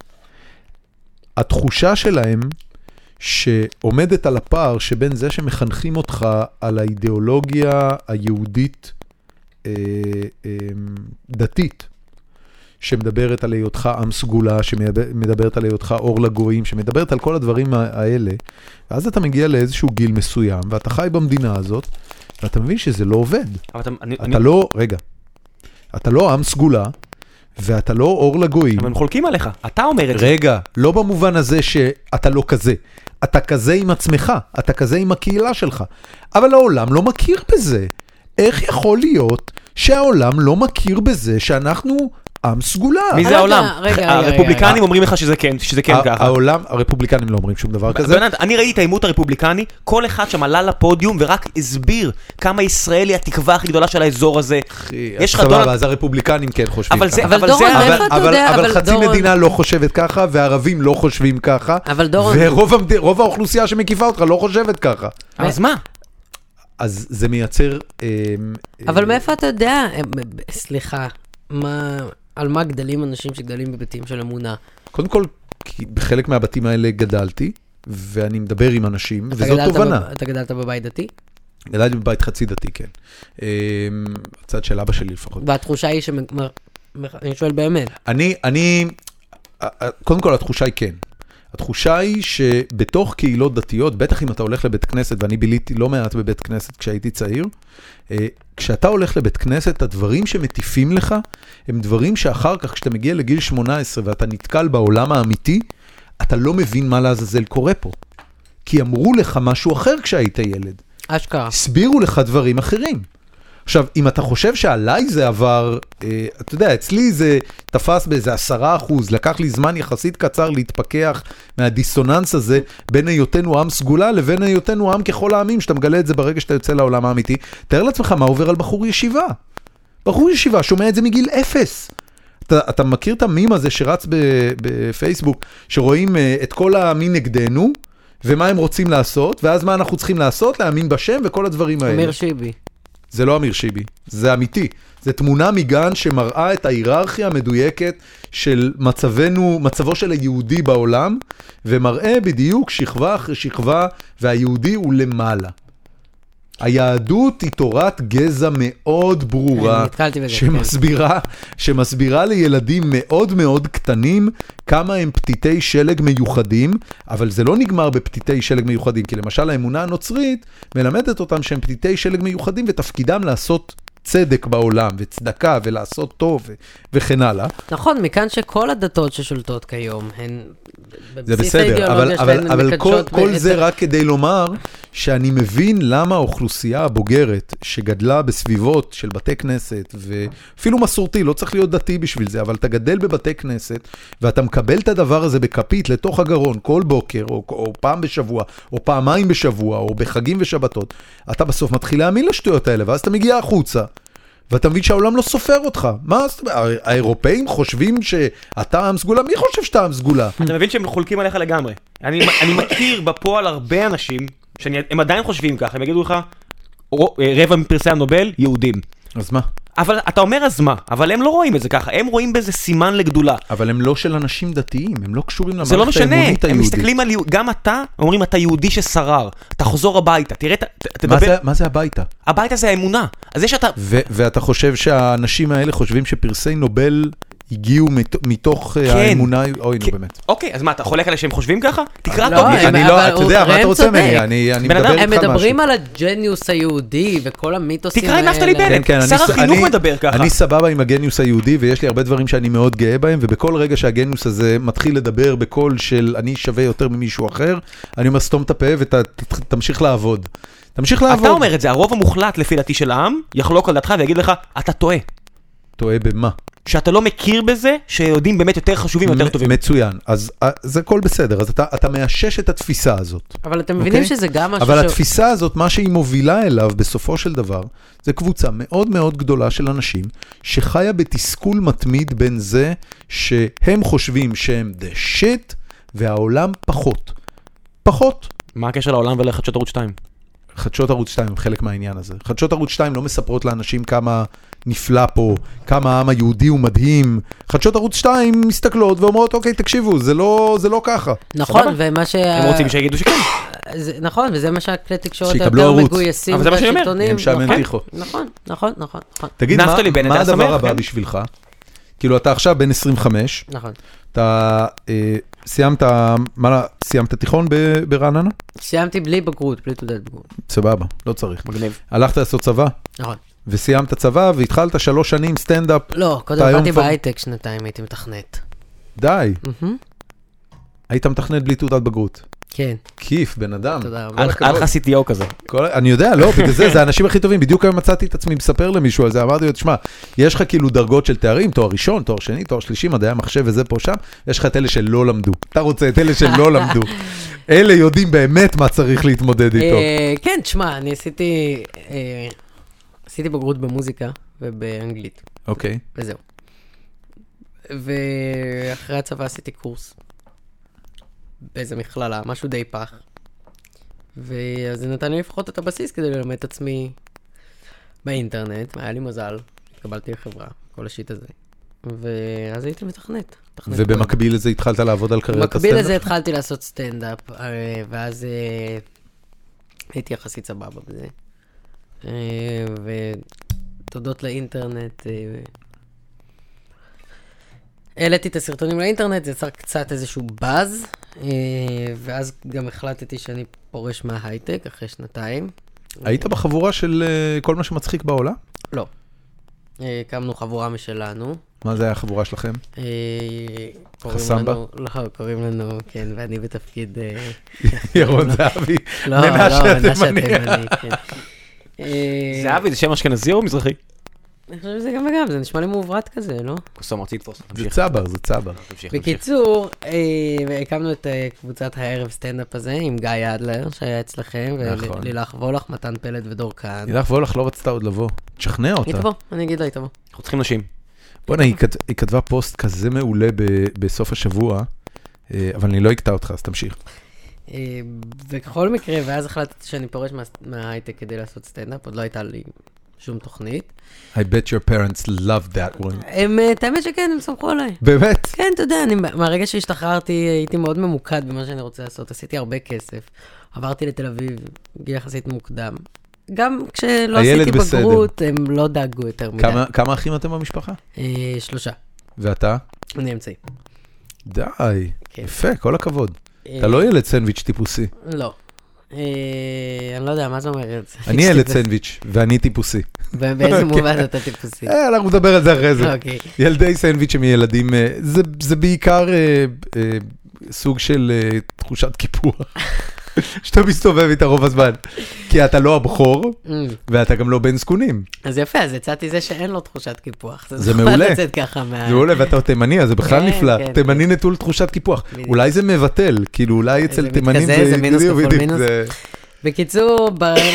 התחושה שלהם שעומדת על הפער שבין זה שמחנכים אותך על האידיאולוגיה היהודית דתית, שמדברת על היותך עם סגולה, שמדברת על היותך אור לגויים, שמדברת על כל הדברים האלה, ואז אתה מגיע לאיזשהו גיל מסוים, ואתה חי במדינה הזאת, ואתה מבין שזה לא עובד. אתה לא, רגע, אתה לא עם סגולה, ואתה לא אור לגויים. אבל הם חולקים עליך, אתה אומר את זה. רגע, לא במובן הזה שאתה לא כזה. אתה כזה עם עצמך, אתה כזה עם הקהילה שלך. אבל העולם לא מכיר בזה. איך יכול להיות שהעולם לא מכיר בזה שאנחנו עם סגולה? מי זה העולם? הרפובליקנים אומרים לך שזה כן ככה. העולם, הרפובליקנים לא אומרים שום דבר כזה. אני ראיתי את העימות הרפובליקני, כל אחד שם עלה לפודיום ורק הסביר כמה ישראל היא התקווה הכי גדולה של האזור הזה. סבבה, אז הרפובליקנים כן חושבים ככה. אבל דורון, איפה אתה יודע? אבל חצי מדינה לא חושבת ככה, והערבים לא חושבים ככה, ורוב האוכלוסייה שמקיפה אותך לא חושבת ככה. אז מה? אז זה מייצר... אבל מאיפה אתה יודע? סליחה, על מה גדלים אנשים שגדלים בבתים של אמונה? קודם כל, כי בחלק מהבתים האלה גדלתי, ואני מדבר עם אנשים, וזאת תובנה. אתה גדלת בבית דתי? גדלתי בבית חצי דתי, כן. הצד של אבא שלי לפחות. והתחושה היא אני שואל באמת. קודם כל, התחושה היא כן. התחושה היא שבתוך קהילות דתיות, בטח אם אתה הולך לבית כנסת, ואני ביליתי לא מעט בבית כנסת כשהייתי צעיר, כשאתה הולך לבית כנסת, הדברים שמטיפים לך, הם דברים שאחר כך, כשאתה מגיע לגיל 18 ואתה נתקל בעולם האמיתי, אתה לא מבין מה לעזאזל קורה פה. כי אמרו לך משהו אחר כשהיית ילד. אשכרה. הסבירו לך דברים אחרים. עכשיו, אם אתה חושב שעליי זה עבר, אתה יודע, אצלי זה תפס באיזה 10%, לקח לי זמן יחסית קצר להתפכח מהדיסוננס הזה, בין היותנו עם סגולה לבין היותנו עם ככל העמים, שאתה מגלה את זה ברגע שאתה יוצא לעולם האמיתי. תאר לעצמך מה עובר על בחור ישיבה. בחור ישיבה שומע את זה מגיל 0. אתה מכיר את המים הזה שרץ בפייסבוק, שרואים את כל העמים נגדנו, ומה הם רוצים לעשות, ואז מה אנחנו צריכים לעשות, להאמין בשם וכל הדברים האלה. אמיר שיבי. זה לא אמיר שיבי, זה אמיתי. זה תמונה מגן שמראה את ההיררכיה המדויקת של מצבו של היהודי בעולם, ומראה בדיוק שכבה אחרי שכבה, והיהודי הוא למעלה. היהדות היא תורת גזע מאוד ברורה, שמסבירה לילדים מאוד מאוד קטנים כמה הם פתיתי שלג מיוחדים, אבל זה לא נגמר בפתיתי שלג מיוחדים, כי למשל האמונה הנוצרית מלמדת אותם שהם פתיתי שלג מיוחדים, ותפקידם לעשות צדק בעולם, וצדקה, ולעשות טוב, וכן הלאה. נכון, מכאן שכל הדתות ששולטות כיום, הן זה בסדר, אבל כל זה רק כדי לומר שאני מבין למה האוכלוסייה הבוגרת שגדלה בסביבות של בתי כנסת, ואפילו מסורתי, לא צריך להיות דתי בשביל זה, אבל אתה גדל בבתי כנסת, ואתה מקבל את הדבר הזה בכפית לתוך הגרון כל בוקר, או פעם בשבוע, או פעמיים בשבוע, או בחגים ושבתות, אתה בסוף מתחיל להאמין לשטויות האלה, ואז אתה מגיע החוצה, ואתה מבין שהעולם לא סופר אותך. מה? האירופאים חושבים שאתה עם סגולה? מי חושב שאתה עם סגולה? אתה מבין שהם חולקים עליך לגמרי. אני מכיר בפועל הרבה אנשים, שהם עדיין חושבים ככה, הם יגידו לך, רבע מפרסי הנובל, יהודים. אז מה? אבל אתה אומר אז מה? אבל הם לא רואים את זה ככה, הם רואים בזה סימן לגדולה. אבל הם לא של אנשים דתיים, הם לא קשורים למערכת האמונית היהודית. זה לא משנה, הם מסתכלים על, גם אתה, אומרים אתה יהודי ששרר, תחזור הביתה, תראה, תדבר. מה זה הביתה? הביתה זה האמונה. אז זה שאתה... ואתה חושב שהאנשים האלה חושבים שפרסי נובל הגיעו מתוך האמונה, אוי נו באמת. אוקיי, אז מה, אתה חולק עליהם שהם חושבים ככה? תקרא טוב. אני לא, אתה יודע, מה אתה רוצה ממני? אני מדבר איתך משהו. הם מדברים על הג'ניוס היהודי וכל המיתוסים האלה. תקרא עם נפתלי בנט, שר החינוך מדבר ככה. אני סבבה עם הגניוס היהודי, ויש לי הרבה דברים שאני מאוד גאה בהם, ובכל רגע שהגניוס הזה מתחיל לדבר בקול של אני שווה יותר ממישהו אחר, אני אומר סתום את הפה ותמשיך לעבוד. תמשיך לעבוד. אתה אומר את זה, הרוב המוחלט לפי דעתי של העם, יחלוק על דעתך ויגיד לך, אתה טועה. טועה במה? שאתה לא מכיר בזה, שיודעים באמת יותר חשובים, יותר טובים. מצוין. אז זה הכל בסדר. אז אתה מאשש את התפיסה הזאת. אבל אתם מבינים שזה גם משהו אבל התפיסה הזאת, מה שהיא מובילה אליו בסופו של דבר, זה קבוצה מאוד מאוד גדולה של אנשים, שחיה בתסכול מתמיד בין זה, שהם חושבים שהם the shit, והעולם פחות. מה הקשר לעולם ולחדשות ערוץ 2? חדשות ערוץ 2 הם חלק מהעניין הזה. חדשות ערוץ 2 לא מספרות לאנשים כמה נפלא פה, כמה העם היהודי הוא מדהים. חדשות ערוץ 2 מסתכלות ואומרות, אוקיי, תקשיבו, זה לא ככה. נכון, ומה הם רוצים שיגידו שכן. נכון, וזה מה שהכלי תקשורת יותר מגויסים. אבל זה מה שאני אומר. הם שם תיכו. נכון. תגיד, מה הדבר הבא בשבילך? כאילו, אתה עכשיו בן 25. נכון. אתה סיימת תיכון ברעננה? סיימתי בלי בגרות, בלי תעודת בגרות. סבבה, לא צריך. מגניב. הלכת לעשות צבא? נכון. וסיימת צבא והתחלת 3 שנים סטנדאפ? לא, קודם עבדתי בהייטק 2, הייתי מתכנת. די. היית מתכנת בלי תעודת בגרות. כן. כיף, בן אדם. תודה רבה. היה לך CTO כזה. אני יודע, לא, בגלל זה האנשים הכי טובים. בדיוק היום מצאתי את עצמי מספר למישהו על זה, אמרתי לו, תשמע, יש לך כאילו דרגות של תארים, תואר ראשון, תואר שני, תואר שלישי, מדעי המחשב וזה פה שם, יש לך את אלה שלא למדו. אתה רוצה את אלה שלא למדו. אלה יודעים באמת מה צריך להתמודד איתו. כן, תשמע, אני עשיתי בגרות במוזיקה ובאנגלית. אוקיי. וזהו. ואחרי הצבא עשיתי קורס. באיזה מכללה, משהו די פח. ואז זה נתן לי לפחות את הבסיס כדי ללמד את עצמי באינטרנט. היה לי מזל, התקבלתי לחברה, כל השיט הזה. ואז הייתי מתכנת. ובמקביל לזה התחלת לעבוד על קריירת הסטנדאפ? במקביל לזה התחלתי לעשות סטנדאפ, ואז הייתי יחסית סבבה בזה. ותודות לאינטרנט, העליתי את הסרטונים לאינטרנט, זה יצר קצת איזשהו באז, ואז גם החלטתי שאני פורש מההייטק אחרי 2. היית בחבורה של כל מה שמצחיק בעולם? לא. הקמנו חבורה משלנו. מה זה היה החבורה שלכם? חסמבה? לא, קוראים לנו, כן, ואני בתפקיד... ירון זהבי, מנשה התימני, כן. זהבי זה שם אשכנזי או מזרחי? אני חושב שזה גם וגם, זה נשמע לי מעוברת כזה, לא? קוסום ארצי תפוס. זה צבר, זה צבר. בקיצור, הקמנו את קבוצת הערב סטנדאפ הזה עם גיא אדלר, שהיה אצלכם, ולילך וולך, מתן פלד ודור כהן. לילך וולך לא רצתה עוד לבוא. תשכנע אותה. היא תבוא, אני אגיד לה, היא תבוא. אנחנו צריכים נשים. בוא'נה, היא כתבה פוסט כזה מעולה בסוף השבוע, אבל אני לא אקטע אותך, אז תמשיך. וככל מקרה, ואז החלטתי שאני פורש מההייטק כדי לעשות סטנדאפ, עוד לא הייתה לי שום תוכנית. I bet your parents loved that one. האמת שכן, הם סמכו עליי. באמת? כן, אתה יודע, מהרגע שהשתחררתי, הייתי מאוד ממוקד במה שאני רוצה לעשות. עשיתי הרבה כסף. עברתי לתל אביב, גיל יחסית מוקדם. גם כשלא עשיתי בגרות, הם לא דאגו יותר מדי. כמה אחים אתם במשפחה? 3. ואתה? אני אמצעי. די, יפה, כל הכבוד. אתה לא ילד סנדוויץ' טיפוסי. לא. אני לא יודע, מה זה אומר? אני ילד סנדוויץ', ואני טיפוסי. באיזה מובן אתה טיפוסי? אנחנו נדבר על זה אחרי זה. ילדי סנדוויץ' הם ילדים, זה בעיקר סוג של תחושת קיפוח. שאתה מסתובב איתה רוב הזמן. כי אתה לא הבחור, ואתה גם לא בן זקונים. אז יפה, אז יצאתי זה שאין לו תחושת קיפוח. זה מעולה. זה מעולה, ואתה תימני, אז זה בכלל נפלא. תימני נטול תחושת קיפוח. אולי זה מבטל, כאילו אולי אצל תימנים זה מינוס כפול מינוס. בקיצור,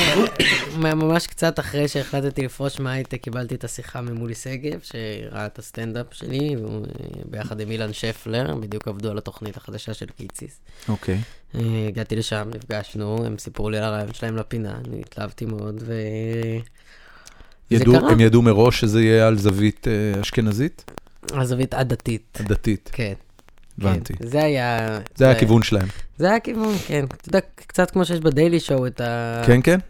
ממש קצת אחרי שהחלטתי לפרוש מההייטק, קיבלתי את השיחה ממולי סגב, שראה את הסטנדאפ שלי, ביחד עם אילן שפלר, בדיוק עבדו על התוכנית החדשה של קיציס. אוקיי. הגעתי לשם, נפגשנו, הם סיפרו לי על הרעיון שלהם לפינה, אני התלהבתי מאוד, הם ידעו מראש שזה יהיה על זווית אשכנזית? על זווית עדתית. עדתית. כן. הבנתי. זה היה... זה היה הכיוון שלהם. זה היה הכיוון, כן. אתה יודע, קצת כמו שיש בדיילי שואו את ה... כן, כן.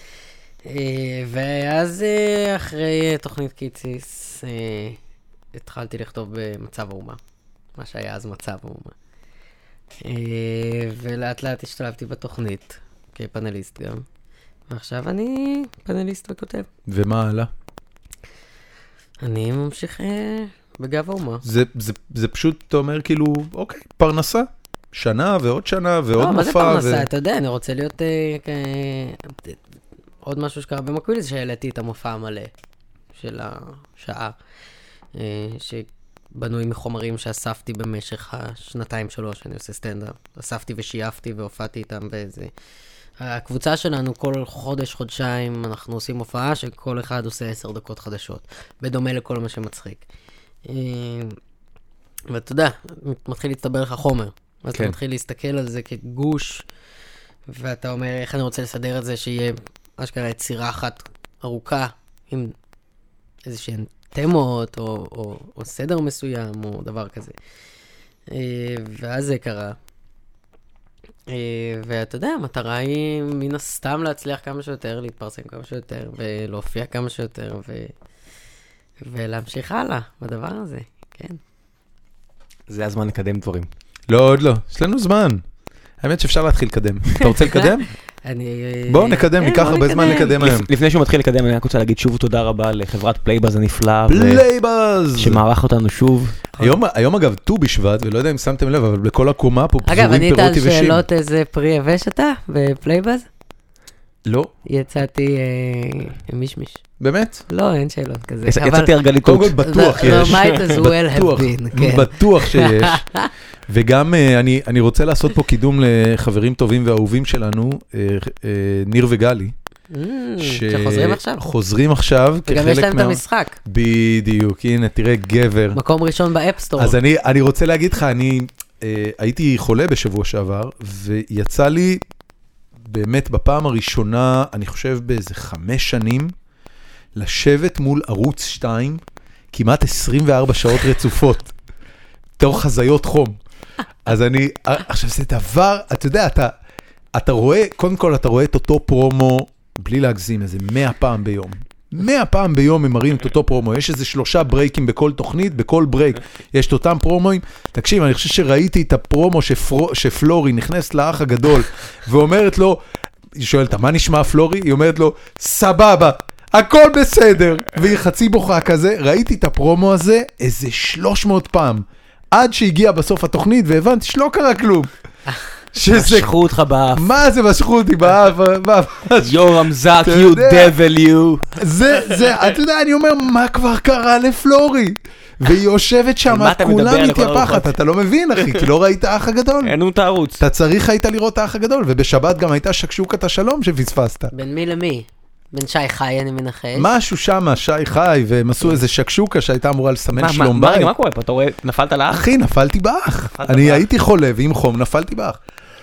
ואז אחרי תוכנית קיציס, התחלתי לכתוב במצב האומה. מה שהיה אז מצב האומה. ולאט לאט השתלבתי בתוכנית, כפנליסט גם. ועכשיו אני פנליסט וכותב. ומה הלאה? אני ממשיך בגב האומה. זה פשוט, אתה אומר כאילו, אוקיי, פרנסה. שנה ועוד שנה ועוד מופע. מה זה פרנסה? אתה יודע, אני רוצה להיות... עוד משהו שקרה במקביל, זה שהעליתי את המופע המלא של השעה, שבנוי מחומרים שאספתי במשך 2-3, אני עושה סטנדאפ. אספתי ושייפתי והופעתי איתם באיזה... הקבוצה שלנו כל חודש, חודשיים, אנחנו עושים הופעה שכל אחד עושה 10 דקות חדשות, בדומה לכל מה שמצחיק. ואתה יודע, מתחיל להצטבר לך חומר. ואז אתה מתחיל להסתכל על זה כגוש, ואתה אומר, איך אני רוצה לסדר את זה, שיהיה אשכרה יצירה אחת ארוכה, עם איזושהי תמות, או סדר מסוים, או דבר כזה. ואז זה קרה. ואתה יודע, המטרה היא מן הסתם להצליח כמה שיותר, להתפרסם כמה שיותר, ולהופיע כמה שיותר, ולהמשיך הלאה בדבר הזה, כן. זה הזמן לקדם דברים. לא, עוד לא. יש לנו זמן. האמת שאפשר להתחיל לקדם. אתה רוצה לקדם? בואו נקדם, ניקח הרבה זמן לקדם היום. לפני שהוא מתחיל לקדם, אני רק רוצה להגיד שוב תודה רבה לחברת פלייבאז הנפלאה. פלייבאז! שמערך אותנו שוב. היום אגב, ט"ו בשבט, ולא יודע אם שמתם לב, אבל בכל הקומה פה פזורים פירות יבשים. אגב, ענית על שאלות איזה פרי יבש אתה בפלייבאז? לא. יצאתי מישמיש. באמת? לא, אין שאלות כזה. יצאתי הרגליקות. קודם כל בטוח יש. might as well have been. בטוח שיש. וגם אני רוצה לעשות פה קידום לחברים טובים ואהובים שלנו, ניר וגלי. שחוזרים עכשיו. חוזרים עכשיו. וגם יש להם את המשחק. בדיוק, הנה, תראה, גבר. מקום ראשון באפסטור. אז אני רוצה להגיד לך, אני הייתי חולה בשבוע שעבר, ויצא לי באמת בפעם הראשונה, אני חושב באיזה 5 שנים, לשבת מול ערוץ 2, כמעט 24 שעות רצופות, תוך חזיות חום. אז עכשיו זה דבר, אתה יודע, אתה רואה, קודם כל אתה רואה את אותו פרומו, בלי להגזים, איזה 100 פעם ביום. 100 פעם ביום הם מראים את אותו פרומו, יש איזה 3 ברייקים בכל תוכנית, בכל ברייק יש את אותם פרומואים. תקשיב, אני חושב שראיתי את הפרומו שפלורי נכנס לאח הגדול, ואומרת לו, היא שואלת, מה נשמע פלורי? היא אומרת לו, סבבה, הכל בסדר, והיא חצי בוכה כזה. ראיתי את הפרומו הזה איזה 300 פעם, עד שהגיע בסוף התוכנית, והבנתי שלא קרה כלום. משכו אותך באף. מה זה משכו אותי באף? יורם זק, you devil you. זה, אתה יודע, אני אומר, מה כבר קרה לפלורי? והיא יושבת שם, כולה מתייפחת, אתה לא מבין, אחי, כי לא ראית האח הגדול. אין לנו את הערוץ. אתה צריך היית לראות האח הגדול, ובשבת גם הייתה שקשוקת השלום שפספסת. בין מי למי? בין שי חי, אני מנחש. משהו שם, שי חי, והם עשו איזה שקשוקה שהייתה אמורה לסמן שלום בית. מה קורה פה? אתה רואה, נפלת לאח? אחי, נפלתי באח. אני הייתי חולה, ועם חום נפלתי באח.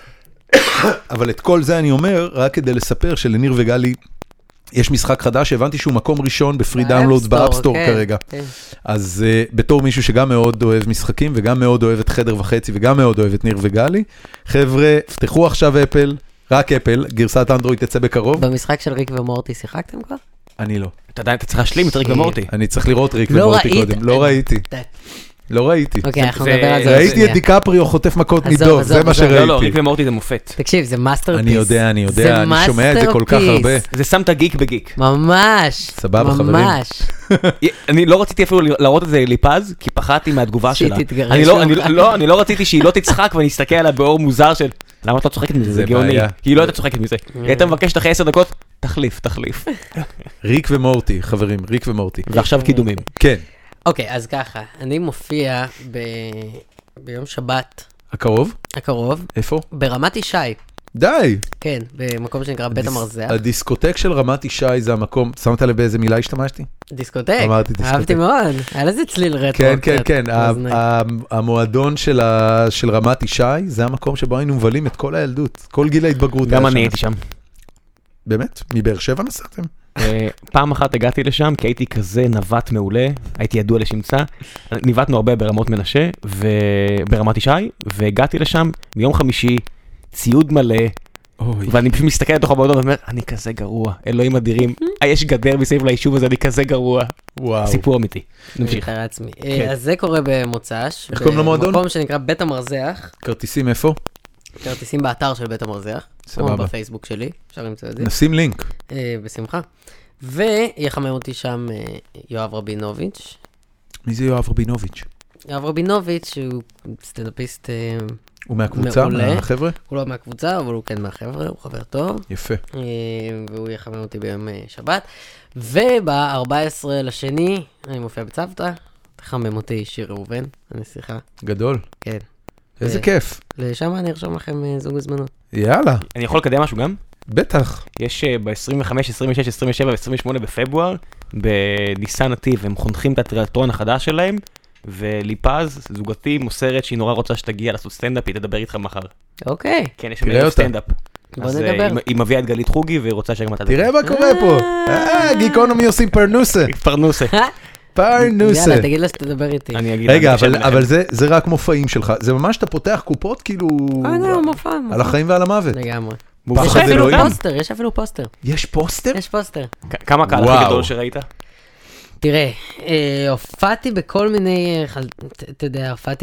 אבל את כל זה אני אומר, רק כדי לספר שלניר וגלי, יש משחק חדש, שהבנתי שהוא מקום ראשון בפרי דאונלודס באפסטור כרגע. אז בתור מישהו שגם מאוד אוהב משחקים, וגם מאוד אוהב את חדר וחצי, וגם מאוד אוהב את ניר וגלי, חבר'ה, פתחו עכשיו אפל, רק אפל, גרסת אנדרואיד תצא בקרוב. במשחק של ריק ומורטי שיחקתם כבר? אני לא. אתה עדיין צריך להשלים את ריק ומורטי. אני צריך לראות ריק ומורטי קודם. לא ראיתי. לא ראיתי. אוקיי, אנחנו נדבר על זה. ראיתי את דיקפריו חוטף מכות מדוב, זה מה שראיתי. לא, ריק ומורטי זה מופת. תקשיב, זה מאסטרפיס. אני יודע, אני שומע את זה כל כך הרבה. זה שם את הגיק בגיק. ממש. סבבה, חברים. ממש. אני לא רציתי אפילו להראות את זה ליפז, כי פחדתי מהתגובה שלה. אני לא רציתי שהיא לא תצחק ואני אסתכל עליה באור מוזר של, למה אתה צוחקת מזה? זה גאוני. היא לא הייתה צוחקת מזה. היא הייתה מבקשת אחרי 10 דקות, תחליף. ריק ומורטי, חברים, ריק ומורטי. ועכשיו קידומים. כן. אוקיי, אז ככה, אני מופיע ביום שבת. הקרוב? הקרוב. איפה? ברמת ישי. די. כן, במקום שנקרא בית המרזח. הדיסקוטק של רמת ישי זה המקום, שמת לב באיזה מילה השתמשתי? דיסקוטק. אמרתי דיסקוטק. אהבתי מאוד, היה לזה צליל רטרו. כן, המועדון של רמת ישי, זה המקום שבו היינו מבלים את כל הילדות, כל גיל ההתבגרות. גם אני הייתי שם. באמת? מבאר שבע נסעתם? פעם אחת הגעתי לשם, כי הייתי כזה נווט מעולה, הייתי ידוע לשמצה, ניווטנו הרבה ברמות מנשה, וברמת ישי, והגעתי לשם ביום חמישי, ציוד מלא, ואני פשוט מסתכל לתוך המועדון ואומר, אני כזה גרוע, אלוהים אדירים, יש גדר מסביב ליישוב הזה, אני כזה גרוע. סיפור אמיתי. נמשיך. אז זה קורה במוצ"ש, איך קוראים למועדון? במקום שנקרא בית המרזח. כרטיסים איפה? כרטיסים באתר של בית המרזח. סבבה. בפייסבוק שלי, אפשר למצוא את זה. נשים לינק. בשמחה. ויחמם אותי שם יואב רבינוביץ'. מי זה יואב רבינוביץ'? יואב רבינוביץ' הוא סטנדאפיסט מעולה. הוא מהקבוצה, מהחבר'ה? הוא לא מהקבוצה, אבל הוא כן מהחבר'ה, הוא חבר טוב. יפה. והוא יחמם אותי ביום שבת. וב-14 לשני, אני מופיע בצוותא, תחמם אותי שיר ראובן, אני סליחה. גדול. כן. איזה כיף. לשם אני ארשום לכם זוג הזמנות. יאללה. אני יכול לקדם משהו גם? בטח. יש ב-25, 26, 27 ו-28 בפברואר, בניסן נתיב, הם חונכים את התיאטרון החדש שלהם, וליפז, זוגתי, מוסרת שהיא נורא רוצה שתגיע לעשות סטנדאפ, היא תדבר איתך מחר. אוקיי. כן, יש לנו סטנדאפ. בוא נדבר. היא מביאה את גלית חוגי, והיא רוצה שגם אתה תדבר. תראה מה קורה פה. גיקונומי עושים פרנוסה. פרנוסה. פרנוסה. יאללה, תגיד לה שתדבר איתי. רגע, אבל זה רק מופעים שלך. זה ממש אתה פותח קופות כאילו... מופע. על החיים ועל המוות. לגמרי. יש אפילו פוסטר. יש פוסטר? יש פוסטר. כמה הקהל הכי גדול שראית? תראה, הופעתי בכל מיני, אתה יודע, הופעתי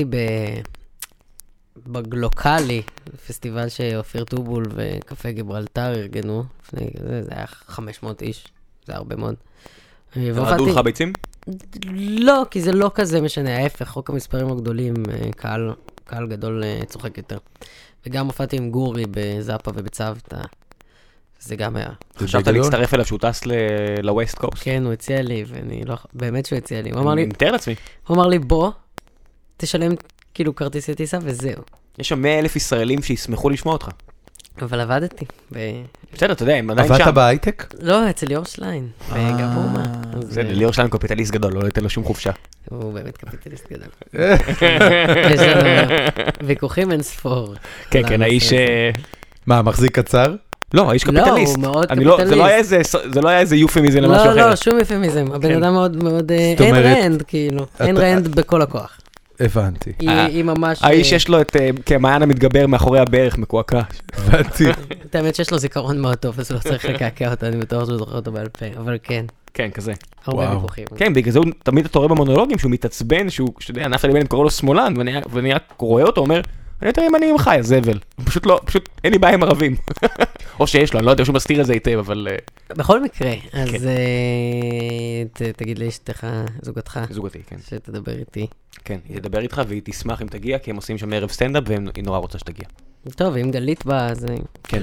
בגלוקלי, פסטיבל שאופיר טובול וקפה גיברלטר ארגנו, זה היה 500 איש, זה היה הרבה מאוד. רדו לך ביצים? לא, כי זה לא כזה משנה, ההפך, חוק המספרים הגדולים, קהל גדול צוחק יותר. וגם הופעתי עם גורי בזאפה ובצוותא, זה גם היה. חשבת להצטרף אליו שהוא טס לווסט קוסט? כן, הוא הציע לי, ואני לא... באמת שהוא הציע לי. הוא אמר לי... אני מתאר לעצמי. הוא אמר לי, בוא, תשלם כאילו כרטיסי טיסה וזהו. יש שם 100,000 ישראלים שישמחו לשמוע אותך. אבל עבדתי. בסדר, אתה יודע, הם עדיין שם. עבדת בהייטק? לא, אצל ליאור שליין. בגבורמה. זה ליאור שליין קפיטליסט גדול, לא ניתן לו שום חופשה. הוא באמת קפיטליסט גדול. יש לנו ויכוחים אין ספור. כן, כן, האיש... מה, מחזיק קצר? לא, האיש קפיטליסט. לא, הוא מאוד קפיטליסט. זה לא היה איזה יופימיזם למשהו אחר. לא, לא, שום יופימיזם. הבן אדם מאוד... אין רנד, כאילו. אין רנד בכל הכוח. הבנתי. היא ממש... האיש יש לו את כמעיין המתגבר מאחורי הברך מקועקע. הבנתי. את האמת שיש לו זיכרון מאוד טוב, אז הוא לא צריך לקעקע אותו, אני בטוח שהוא זוכר אותו בעל פה, אבל כן. כן, כזה. הרבה ויכוחים. כן, בגלל זה תמיד אתה רואה במונולוגים שהוא מתעצבן, שהוא, שאתה נפתלי בנט קורא לו שמאלן, ואני רק רואה אותו, אומר, אני יותר ימני ממך, יא זבל. פשוט לא, פשוט אין לי בעיה עם ערבים. או שיש לו, אני לא יודע שהוא מסתיר את זה היטב, אבל... בכל מקרה, אז תגיד לי אשתך, זוגתך. זוגתי, כן. שתדבר איתי. כן, היא תדבר איתך והיא תשמח אם תגיע, כי הם עושים שם ערב סטנדאפ והיא נורא רוצה שתגיע. טוב, אם גלית באה, אז... כן.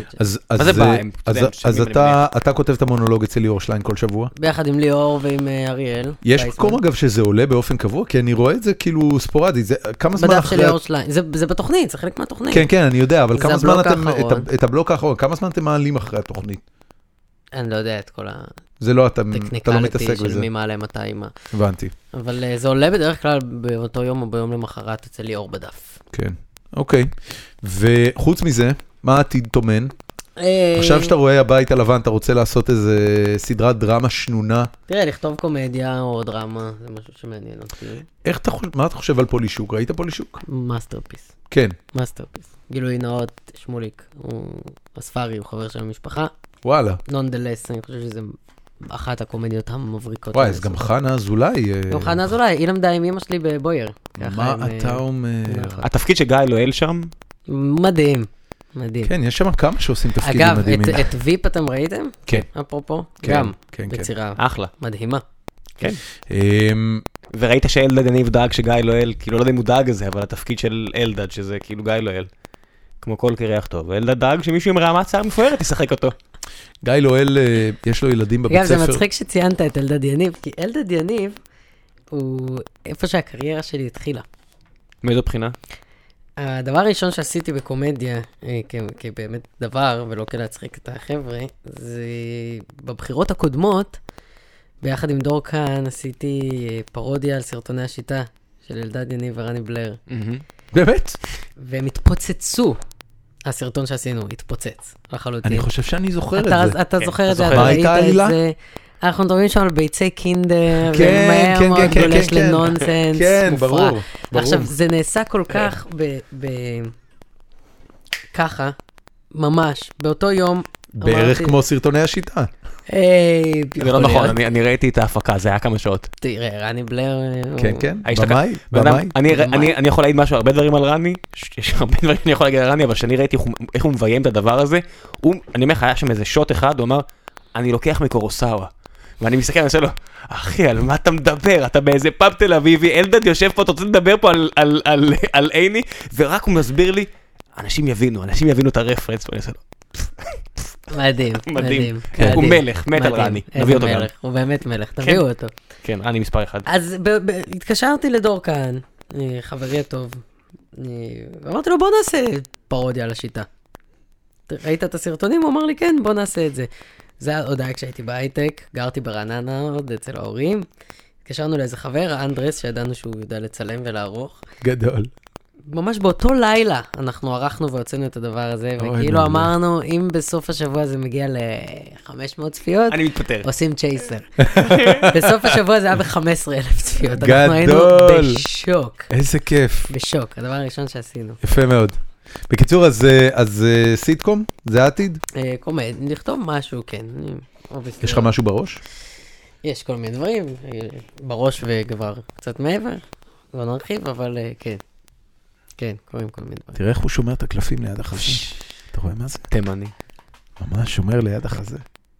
אז אתה כותב את המונולוג אצל ליאור שליין כל שבוע? ביחד עם ליאור ועם אריאל. יש מקום אגב שזה עולה באופן קבוע? כי אני רואה את זה כאילו ספורדי. כמה זמן בדף של ליאור שליין. זה בתוכנית, זה חלק מהתוכנית. כן, כן, אני יודע, אבל כמה זמן אתם... את הבלוק האחרון, כמה זמן אתם מעלים אחרי התוכנית? אני לא יודע את כל זה לא, אתה לא מתעסק הטכניקליטי בזה. של מי מעלה מתי מה. הבנתי. אבל זה עולה בדרך כלל באותו יום או ביום למחרת אצל ליאור בדף. כן, אוקיי. וחוץ מזה, מה העתיד תומן? עכשיו שאתה רואה הבית הלבן, אתה רוצה לעשות איזה סדרת דרמה שנונה? תראה, לכתוב קומדיה או דרמה, זה משהו שמעניין אותי. מה אתה חושב על פולישוק? ראית פולישוק? מאסטרפיס. כן. מאסטרפיס. גילוי נאות, שמוליק, הוא הספרי, הוא חבר של המשפחה. וואלה. נונדלס, אני חושב שזה אחת הקומדיות המבריקות. וואי, אז גם חנה אזולאי. גם חנה אזולאי, היא למדה עם אמא שלי בבויר. מה אתה אומר? התפקיד שגיא אלואל שם? מדהים, מדהים. כן, יש שם כמה שעושים תפקידים מדהימים. אגב, את ויפ אתם ראיתם? כן. אפרופו? כן, גם. כן, כן. בצירה אחלה. מדהימה. כן. וראית שאלדד יניב דאג שגיא אלואל, כאילו לא יודע אם הוא דאג לזה, אבל התפקיד של אלדד, שזה כאילו גיא אלואל. כמו כל קריח טוב. אלדד דאג שמישהו עם רעמת שיער מפוארת ישחק אותו. גיא אלואל, יש לו ילדים בבית ספר. אגב, זה מצחיק שציינת את אלדד יניב, כי אלדד יניב הוא איפה שהקריירה שלי התחילה. מאיזו בחינה? הדבר הראשון שעשיתי בקומדיה, כבאמת דבר, ולא כלהצחיק את החבר'ה, זה בבחירות הקודמות, ביחד עם דור כאן, עשיתי פרודיה על סרטוני השיטה של אלדד יניב ורני בלר. באמת? והם התפוצצו. הסרטון שעשינו התפוצץ לחלוטין. אני חושב שאני זוכר את זה. אתה זוכר את זה, מה הייתה העילה? אנחנו מדברים שם על ביצי קינדר, כן, ומהר מאוד גולש לנונסנס, כן, ברור. עכשיו, זה נעשה כל כך ככה, ממש, באותו יום... בערך כמו סרטוני השיטה. זה לא נכון, אני ראיתי את ההפקה, זה היה כמה שעות. תראה, רני בלר... כן, כן, במאי. אני יכול להגיד משהו, הרבה דברים על רני, יש הרבה דברים שאני יכול להגיד על רני, אבל כשאני ראיתי איך הוא מביים את הדבר הזה, אני אומר לך, היה שם איזה שוט אחד, הוא אמר, אני לוקח מקורוסאווה. ואני מסתכל, אני עושה לו, אחי, על מה אתה מדבר? אתה באיזה פאב תל אביבי, אלדד יושב פה, אתה רוצה לדבר פה על עיני, ורק הוא מסביר לי, אנשים יבינו את הרפרנס, ואני עושה לו, מדהים, מדהים. הוא מלך, מת על רני, נביא אותו גם. הוא באמת מלך, תביאו אותו. כן, רני מספר אחד. אז התקשרתי לדור כאן, חברי הטוב, ואמרתי לו, בוא נעשה פרודיה על השיטה. ראית את הסרטונים? הוא אמר לי, כן, בוא נעשה את זה. זה עוד היה כשהייתי בהייטק, גרתי ברעננה עוד אצל ההורים, התקשרנו לאיזה חבר, אנדרס, שידענו שהוא יודע לצלם ולערוך. גדול. ממש באותו לילה אנחנו ערכנו והוצאנו את הדבר הזה, וכאילו אמרנו, אם בסוף השבוע זה מגיע ל-500 צפיות, אני מתפטר. עושים צ'ייסר. בסוף השבוע זה היה ב-15,000 צפיות. גדול. אנחנו היינו בשוק. איזה כיף. בשוק, הדבר הראשון שעשינו. יפה מאוד. בקיצור, אז סיטקום? זה העתיד? קומד, לכתוב משהו, כן. יש לך משהו בראש? יש כל מיני דברים, בראש וכבר קצת מעבר. לא נרחיב, אבל כן. כן, קוראים כל מיני דברים. תראה איך הוא שומר את הקלפים ליד החזה. אתה רואה מה זה? תימני. ממש שומר ליד החזה.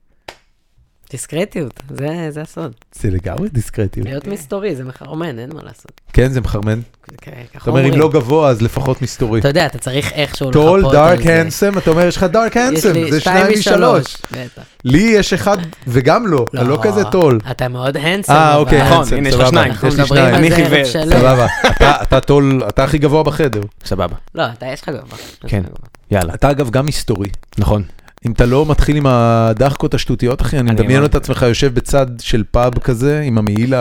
דיסקרטיות, זה הסוד. זה לגמרי דיסקרטיות. להיות מסתורי, זה מחרמן, אין מה לעשות. כן, זה מחרמן. אתה אומר, אם לא גבוה, אז לפחות מסתורי. אתה יודע, אתה צריך איכשהו לחפות על זה. טול, דארק, הנסם, אתה אומר, יש לך דארק הנסם, זה 2 מ-3. לי יש 1 וגם לא, אני לא כזה טול. אתה מאוד הנסם. אוקיי, נכון, הנה, יש לך 2. יש לי 2. אני חיוור. סבבה, אתה טול, אתה הכי גבוה בחדר. סבבה. לא, אתה יש לך גבוה. כן, יאללה. אתה אגב גם מסתורי. נכון. אם אתה לא מתחיל עם הדחקות השטותיות, אחי, אני מדמיין את עצמך יושב בצד של פאב כזה, עם המעיל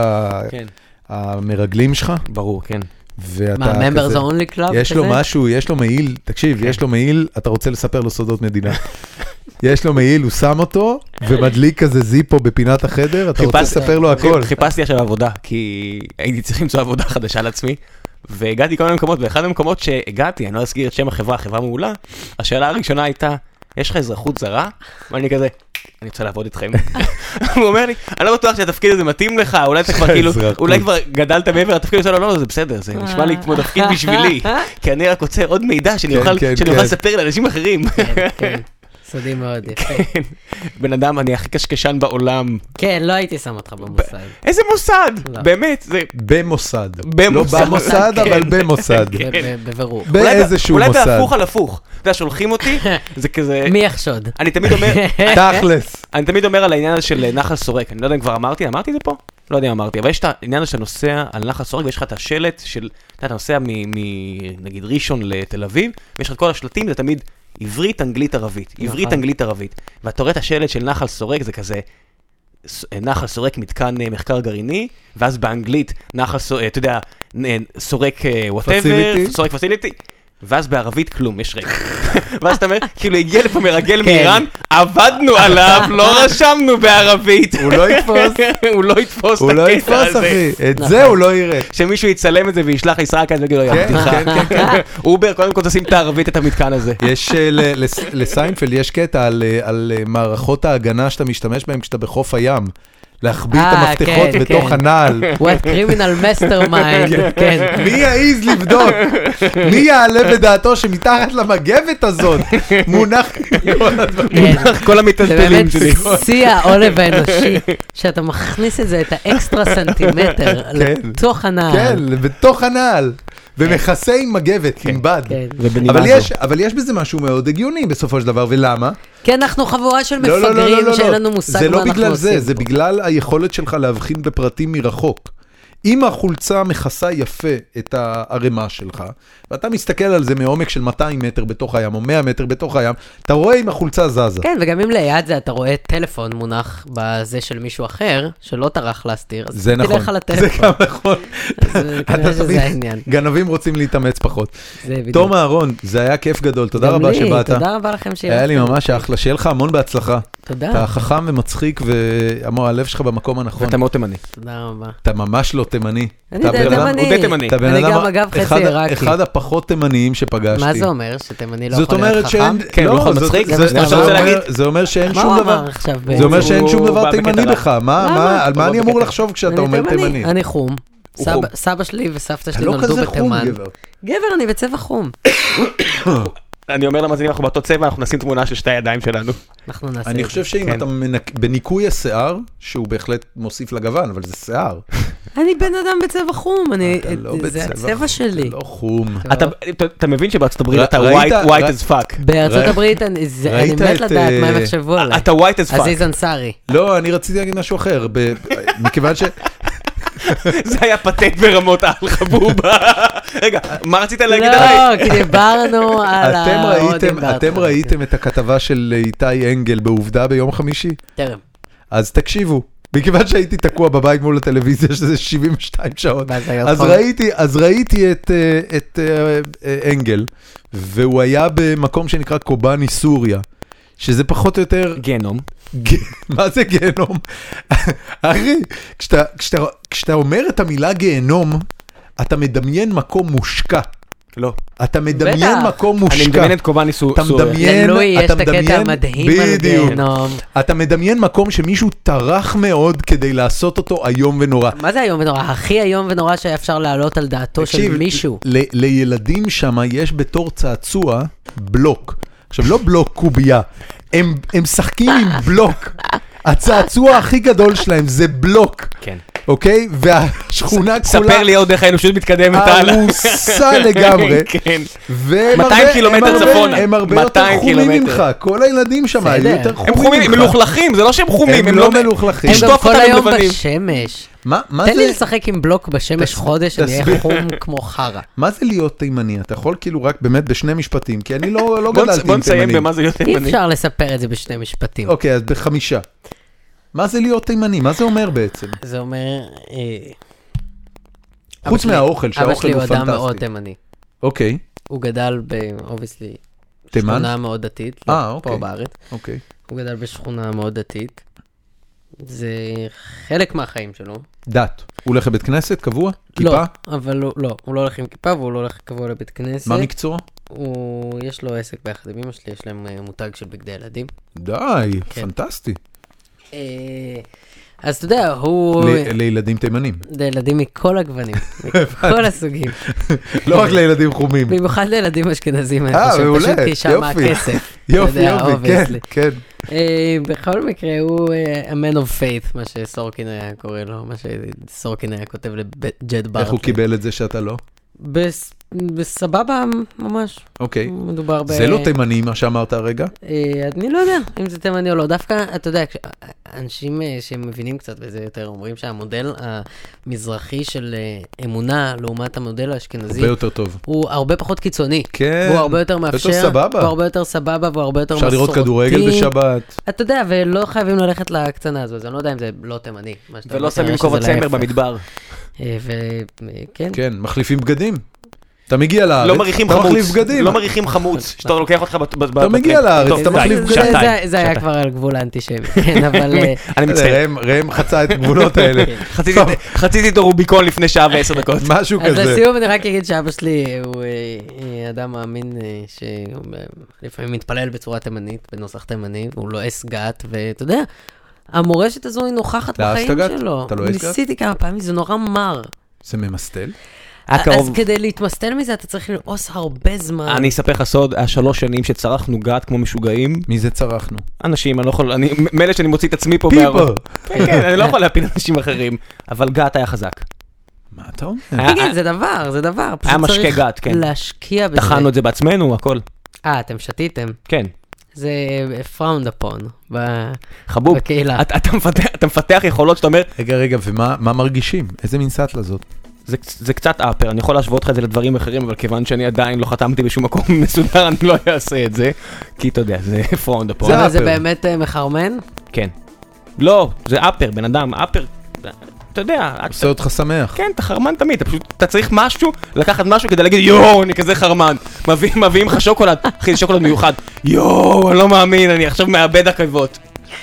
המרגלים שלך. ברור, כן. מה, members only club? יש לו משהו, יש לו מעיל, תקשיב, יש לו מעיל, אתה רוצה לספר לו סודות מדינה. יש לו מעיל, הוא שם אותו, ומדליק כזה זיפו בפינת החדר, אתה רוצה לספר לו הכל. חיפשתי עכשיו עבודה, כי הייתי צריך למצוא עבודה חדשה לעצמי, והגעתי כל מיני מקומות, ואחד המקומות שהגעתי, אני לא אזכיר את שם החברה, חברה מעולה, השאלה הראשונה הייתה, יש לך אזרחות זרה? ואני כזה, אני רוצה לעבוד איתכם. הוא אומר לי, אני לא בטוח שהתפקיד הזה מתאים לך, אולי אתה כבר כאילו, אולי כבר גדלת מעבר לתפקיד הזה, לא, זה בסדר, זה נשמע לי כמו תפקיד בשבילי, כי אני רק רוצה עוד מידע שאני אוכל לספר לאנשים אחרים. כן, סודי מאוד, יפה. בן אדם, אני הכי קשקשן בעולם. כן, לא הייתי שם אותך במוסד. איזה מוסד? באמת, זה... במוסד. לא במוסד, אבל במוסד. בבירור. באיזשהו מוסד. אולי בהפוך על הפוך. אתה יודע, שולחים אותי, זה כזה... מי יחשוד? אני תמיד אומר... תכלס. אני תמיד אומר על העניין של נחל סורק. אני לא יודע אם כבר אמרתי את זה פה? לא יודע אם אמרתי, אבל יש את העניין שאתה נוסע על נחל סורק, ויש לך את השלט של... אתה נוסע נגיד ראשון לתל אביב, ויש לך את כל השלטים, זה תמיד עברית, אנגלית, ערבית. עברית, אנגלית, ערבית. ואתה רואה את השלט של נחל סורק, זה כזה... נחל סורק מתקן מחקר גרעיני, ואז באנגלית נחל סורק, אתה יודע, סורק whatever, סורק פסיליטי. ואז בערבית כלום, יש רגע. ואז אתה אומר, כאילו הגיע לפה מרגל מאיראן, עבדנו עליו, לא רשמנו בערבית. הוא לא יתפוס. הוא לא יתפוס את הקטע הזה. הוא לא יתפוס, אחי. את זה הוא לא יראה. שמישהו יצלם את זה וישלח לישראל כזה ויגיד לו, יאללה. אובר, קודם כל תשים את הערבית, את המתקן הזה. יש, לסיינפלד יש קטע על מערכות ההגנה שאתה משתמש בהן כשאתה בחוף הים. להחביא את המפתחות בתוך הנעל. What criminal mastermind, כן. מי יעיז לבדוק? מי יעלה בדעתו שמתחת למגבת הזאת מונח כל המטלטלים שלי. זה באמת שיא העולב האנושי, שאתה מכניס את זה, את האקסטרה סנטימטר, לתוך הנעל. כן, בתוך הנעל. ומכסה עם מגבת, עם בד. אבל יש בזה משהו מאוד הגיוני בסופו של דבר, ולמה? כי אנחנו חבורה של מפגרים שאין לנו מושג מה אנחנו עושים. זה לא בגלל זה, זה בגלל היכולת שלך להבחין בפרטים מרחוק. אם החולצה מכסה יפה את הערימה שלך, ואתה מסתכל על זה מעומק של 200 מטר בתוך הים, או 100 מטר בתוך הים, אתה רואה אם החולצה זזה. כן, וגם אם ליד זה אתה רואה טלפון מונח בזה של מישהו אחר, שלא טרח להסתיר, אז תלך על הטלפון. זה גם נכון. כנראה שזה העניין. גנבים רוצים להתאמץ פחות. תום אהרון, זה היה כיף גדול, תודה רבה שבאת. תודה רבה לכם שיהיה. היה לי ממש אחלה, שיהיה לך המון בהצלחה. תודה. אתה חכם ומצחיק, והלב שלך במקום הנכון. אתה מאוד תימני. תודה רבה. אתה ממש לא תימני. אני די תימני. אני גם אגב חצי עיראקי. אחד הפחות תימניים שפגשתי. מה זה אומר? שתימני לא יכול להיות חכם? כן, לא יכול מצחיק. זה אומר שאין שום דבר. זה אומר שאין שום דבר תימני בך. על מה אני אמור לחשוב כשאתה אומר תימני? אני חום. סבא שלי וסבתא שלי נולדו בתימן. גבר, אני בצבע חום. אני אומר למאזינים, אנחנו באותו צבע, אנחנו נשים תמונה של שתי הידיים שלנו. אני חושב שאם אתה בניקוי השיער, שהוא בהחלט מוסיף לגוון, אבל זה שיער. אני בן אדם בצבע חום, זה הצבע שלי. לא חום. אתה מבין שבארצות הברית אתה white as fuck. בארצות הברית אני מת לדעת מה הם יחשבו עליי. אתה white as fuck. עזיז אנסארי. לא, אני רציתי להגיד משהו אחר, מכיוון ש... זה היה פטנט ברמות על חבובה. רגע, מה רצית להגיד עליי? לא, כי דיברנו על אתם ראיתם את הכתבה של איתי אנגל בעובדה ביום חמישי? טרם. אז תקשיבו, מכיוון שהייתי תקוע בבית מול הטלוויזיה, שזה 72 שעות, אז ראיתי את אנגל, והוא היה במקום שנקרא קובאני סוריה, שזה פחות או יותר... גנום. מה זה גנום? אחי, כשאתה אומר את המילה גנום, אתה מדמיין מקום מושקע. לא. אתה מדמיין מקום מושקע. אני מדמיין את קובאני סוריה. ללוי יש את הקטע המדהים על גיהנום. אתה מדמיין מקום שמישהו טרח מאוד כדי לעשות אותו היום ונורא. מה זה היום ונורא? הכי היום ונורא שאפשר להעלות על דעתו של מישהו. לילדים שם יש בתור צעצוע בלוק. עכשיו לא בלוק קובייה, הם משחקים עם בלוק. הצעצוע הכי גדול שלהם זה בלוק. כן. אוקיי? והשכונה כולה... ספר לי עוד איך האנושות מתקדמת הלאה. הרוסה לגמרי. כן. 200 קילומטר צפונה. הם הרבה יותר חומים ממך. כל הילדים שם היו יותר חומים ממך. הם חומים, הם מלוכלכים, זה לא שהם חומים. הם לא מלוכלכים. הם גם כל היום בשמש. תן לי לשחק עם בלוק בשמש חודש, אני אהיה חום כמו חרה. מה זה להיות תימני? אתה יכול כאילו רק באמת בשני משפטים, כי אני לא גדלתי עם תימנים. בוא נסיים במה זה להיות תימני. אי אפשר לספר את זה בשני משפטים. אוקיי, אז ב5. מה זה להיות תימני? מה זה אומר בעצם? זה אומר... חוץ מהאוכל, שהאוכל הוא פנטסטי. אבא שלי הוא אדם מאוד תימני. אוקיי. הוא גדל באובייסלי שכונה מאוד דתית. פה בארץ. אוקיי. הוא גדל בשכונה מאוד דתית. זה חלק מהחיים שלו. דת. הוא הולך לבית כנסת קבוע? כיפה? לא, אבל לא. הוא לא הולך עם כיפה והוא לא הולך קבוע לבית כנסת. מה מקצוע? יש לו עסק ביחד עם אמא שלי, יש להם מותג של בגדי ילדים. די, פנטסטי. אז אתה יודע, הוא... לילדים תימנים. לילדים מכל הגוונים, מכל הסוגים. לא רק לילדים חומים. במיוחד לילדים אשכנזים, מעולה, פשוט כי שם הכסף. יופי, כן, כן. בכל מקרה, הוא a man of faith, מה שסורקין היה קורא לו, מה שסורקין היה כותב לג'ד בארטלי. איך הוא קיבל את זה שאתה לא? בסבבה ממש. אוקיי. זה לא תימני מה שאמרת הרגע? אני לא יודע אם זה תימני או לא. דווקא, אתה יודע, אנשים שמבינים קצת בזה יותר, אומרים שהמודל המזרחי של אמונה, לעומת המודל האשכנזי, הרבה יותר טוב. הוא הרבה פחות קיצוני. כן. הוא הרבה יותר מאפשר. יותר סבבה. הוא הרבה יותר סבבה, והוא הרבה יותר מסורתי. אפשר לראות כדורגל בשבת. אתה יודע, ולא חייבים ללכת להקצנה הזו, אז אני לא יודע אם זה לא תימני. ולא שמים כובע צמר במדבר. כן. כן, מחליפים בגדים. אתה מגיע לארץ, אתה מחליף בגדים. לא מריחים חמוץ, שאתה לוקח אותך אתה מגיע לארץ, אתה מחליף בגדים. זה היה כבר על גבול האנטישמי, אבל... אני מצטער. ראם חצה את הגבולות האלה. חציתי את הרוביקון לפני שעה ו10 דקות. משהו כזה. אז לסיום אני רק אגיד שאבא שלי הוא אדם מאמין שלפעמים מתפלל בצורה תימנית, בנוסח תימני, והוא לועס גת, ואתה יודע, המורשת הזו היא נוכחת בחיים שלו. אתה לועס גת? ניסיתי כמה פעמים, זה נורא מר. זה ממסטל? אז כדי להתמסטל מזה, אתה צריך ללעוס הרבה זמן. אני אספר לך סוד, 3 שנים שצרחנו גת כמו משוגעים. מי זה צרחנו? אנשים, אני לא יכול, מלא שאני מוציא את עצמי פה בהרבה. כן, אני לא יכול להפיל אנשים אחרים, אבל גת היה חזק. מה אתה אומר? כן, זה דבר. היה משקה גת, כן. להשקיע בזה. טחנו את זה בעצמנו, הכל. אתם שתיתם. כן. זה frowned upon חבוב, אתה מפתח יכולות שאתה אומר... רגע, ומה מרגישים? איזה מין סטלה זאת? זה קצת אפר, אני יכול להשוות לך את זה לדברים אחרים, אבל כיוון שאני עדיין לא חתמתי בשום מקום מסודר, אני לא אעשה את זה, כי אתה יודע, זה פרונד הפרונד. אבל זה באמת מחרמן? כן. לא, זה אפר, בן אדם, אפר, אתה יודע. עושה אותך שמח. כן, אתה חרמן תמיד, אתה צריך משהו, לקחת משהו כדי להגיד, יואו, אני כזה חרמן. מביאים לך שוקולד, אחי, זה שוקולד מיוחד. יואו, אני לא מאמין, אני עכשיו מאבד עקבות.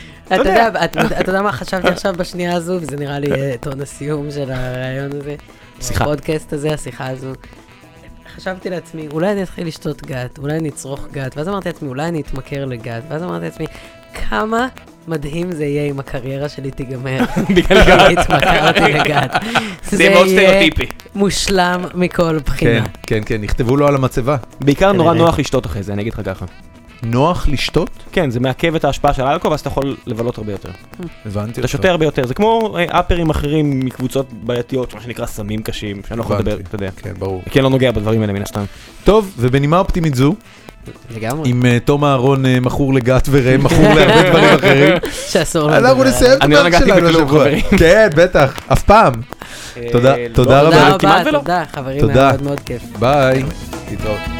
אתה יודע מה חשבתי עכשיו בשנייה הזו, וזה נראה לי טון הסיום של הרעיון הזה. הפודקאסט הזה, השיחה הזו. חשבתי לעצמי, אולי אני אתחיל לשתות גת, אולי אני אצרוך גת, ואז אמרתי לעצמי, אולי אני אתמכר לגת, ואז אמרתי לעצמי, כמה מדהים זה יהיה אם הקריירה שלי תיגמר. בגלל גת. התמכרתי לגת. זה מאוד סטריאוטיפי. מושלם מכל בחינה. כן, נכתבו לו על המצבה. בעיקר נורא נוח לשתות אחרי זה, אני אגיד לך ככה. נוח לשתות? כן, זה מעכב את ההשפעה של האלכוהול, אז אתה יכול לבלות הרבה יותר. הבנתי. אתה שותה הרבה יותר, זה כמו אפרים אחרים מקבוצות בעייתיות, מה שנקרא סמים קשים, שאני לא יכול לדבר, אתה יודע. כן, ברור. כי אני לא נוגע בדברים האלה מן הסתם. טוב, ובנימה אופטימית זו, לגמרי. עם תום אהרון מכור לגת וראם מכור להרבה דברים אחרים. שאסור. אנחנו נסיים את הפרק שלנו השבוע. כן, בטח, אף פעם. תודה רבה. תודה, חברים, היה מאוד מאוד כיף. ביי. להתראות.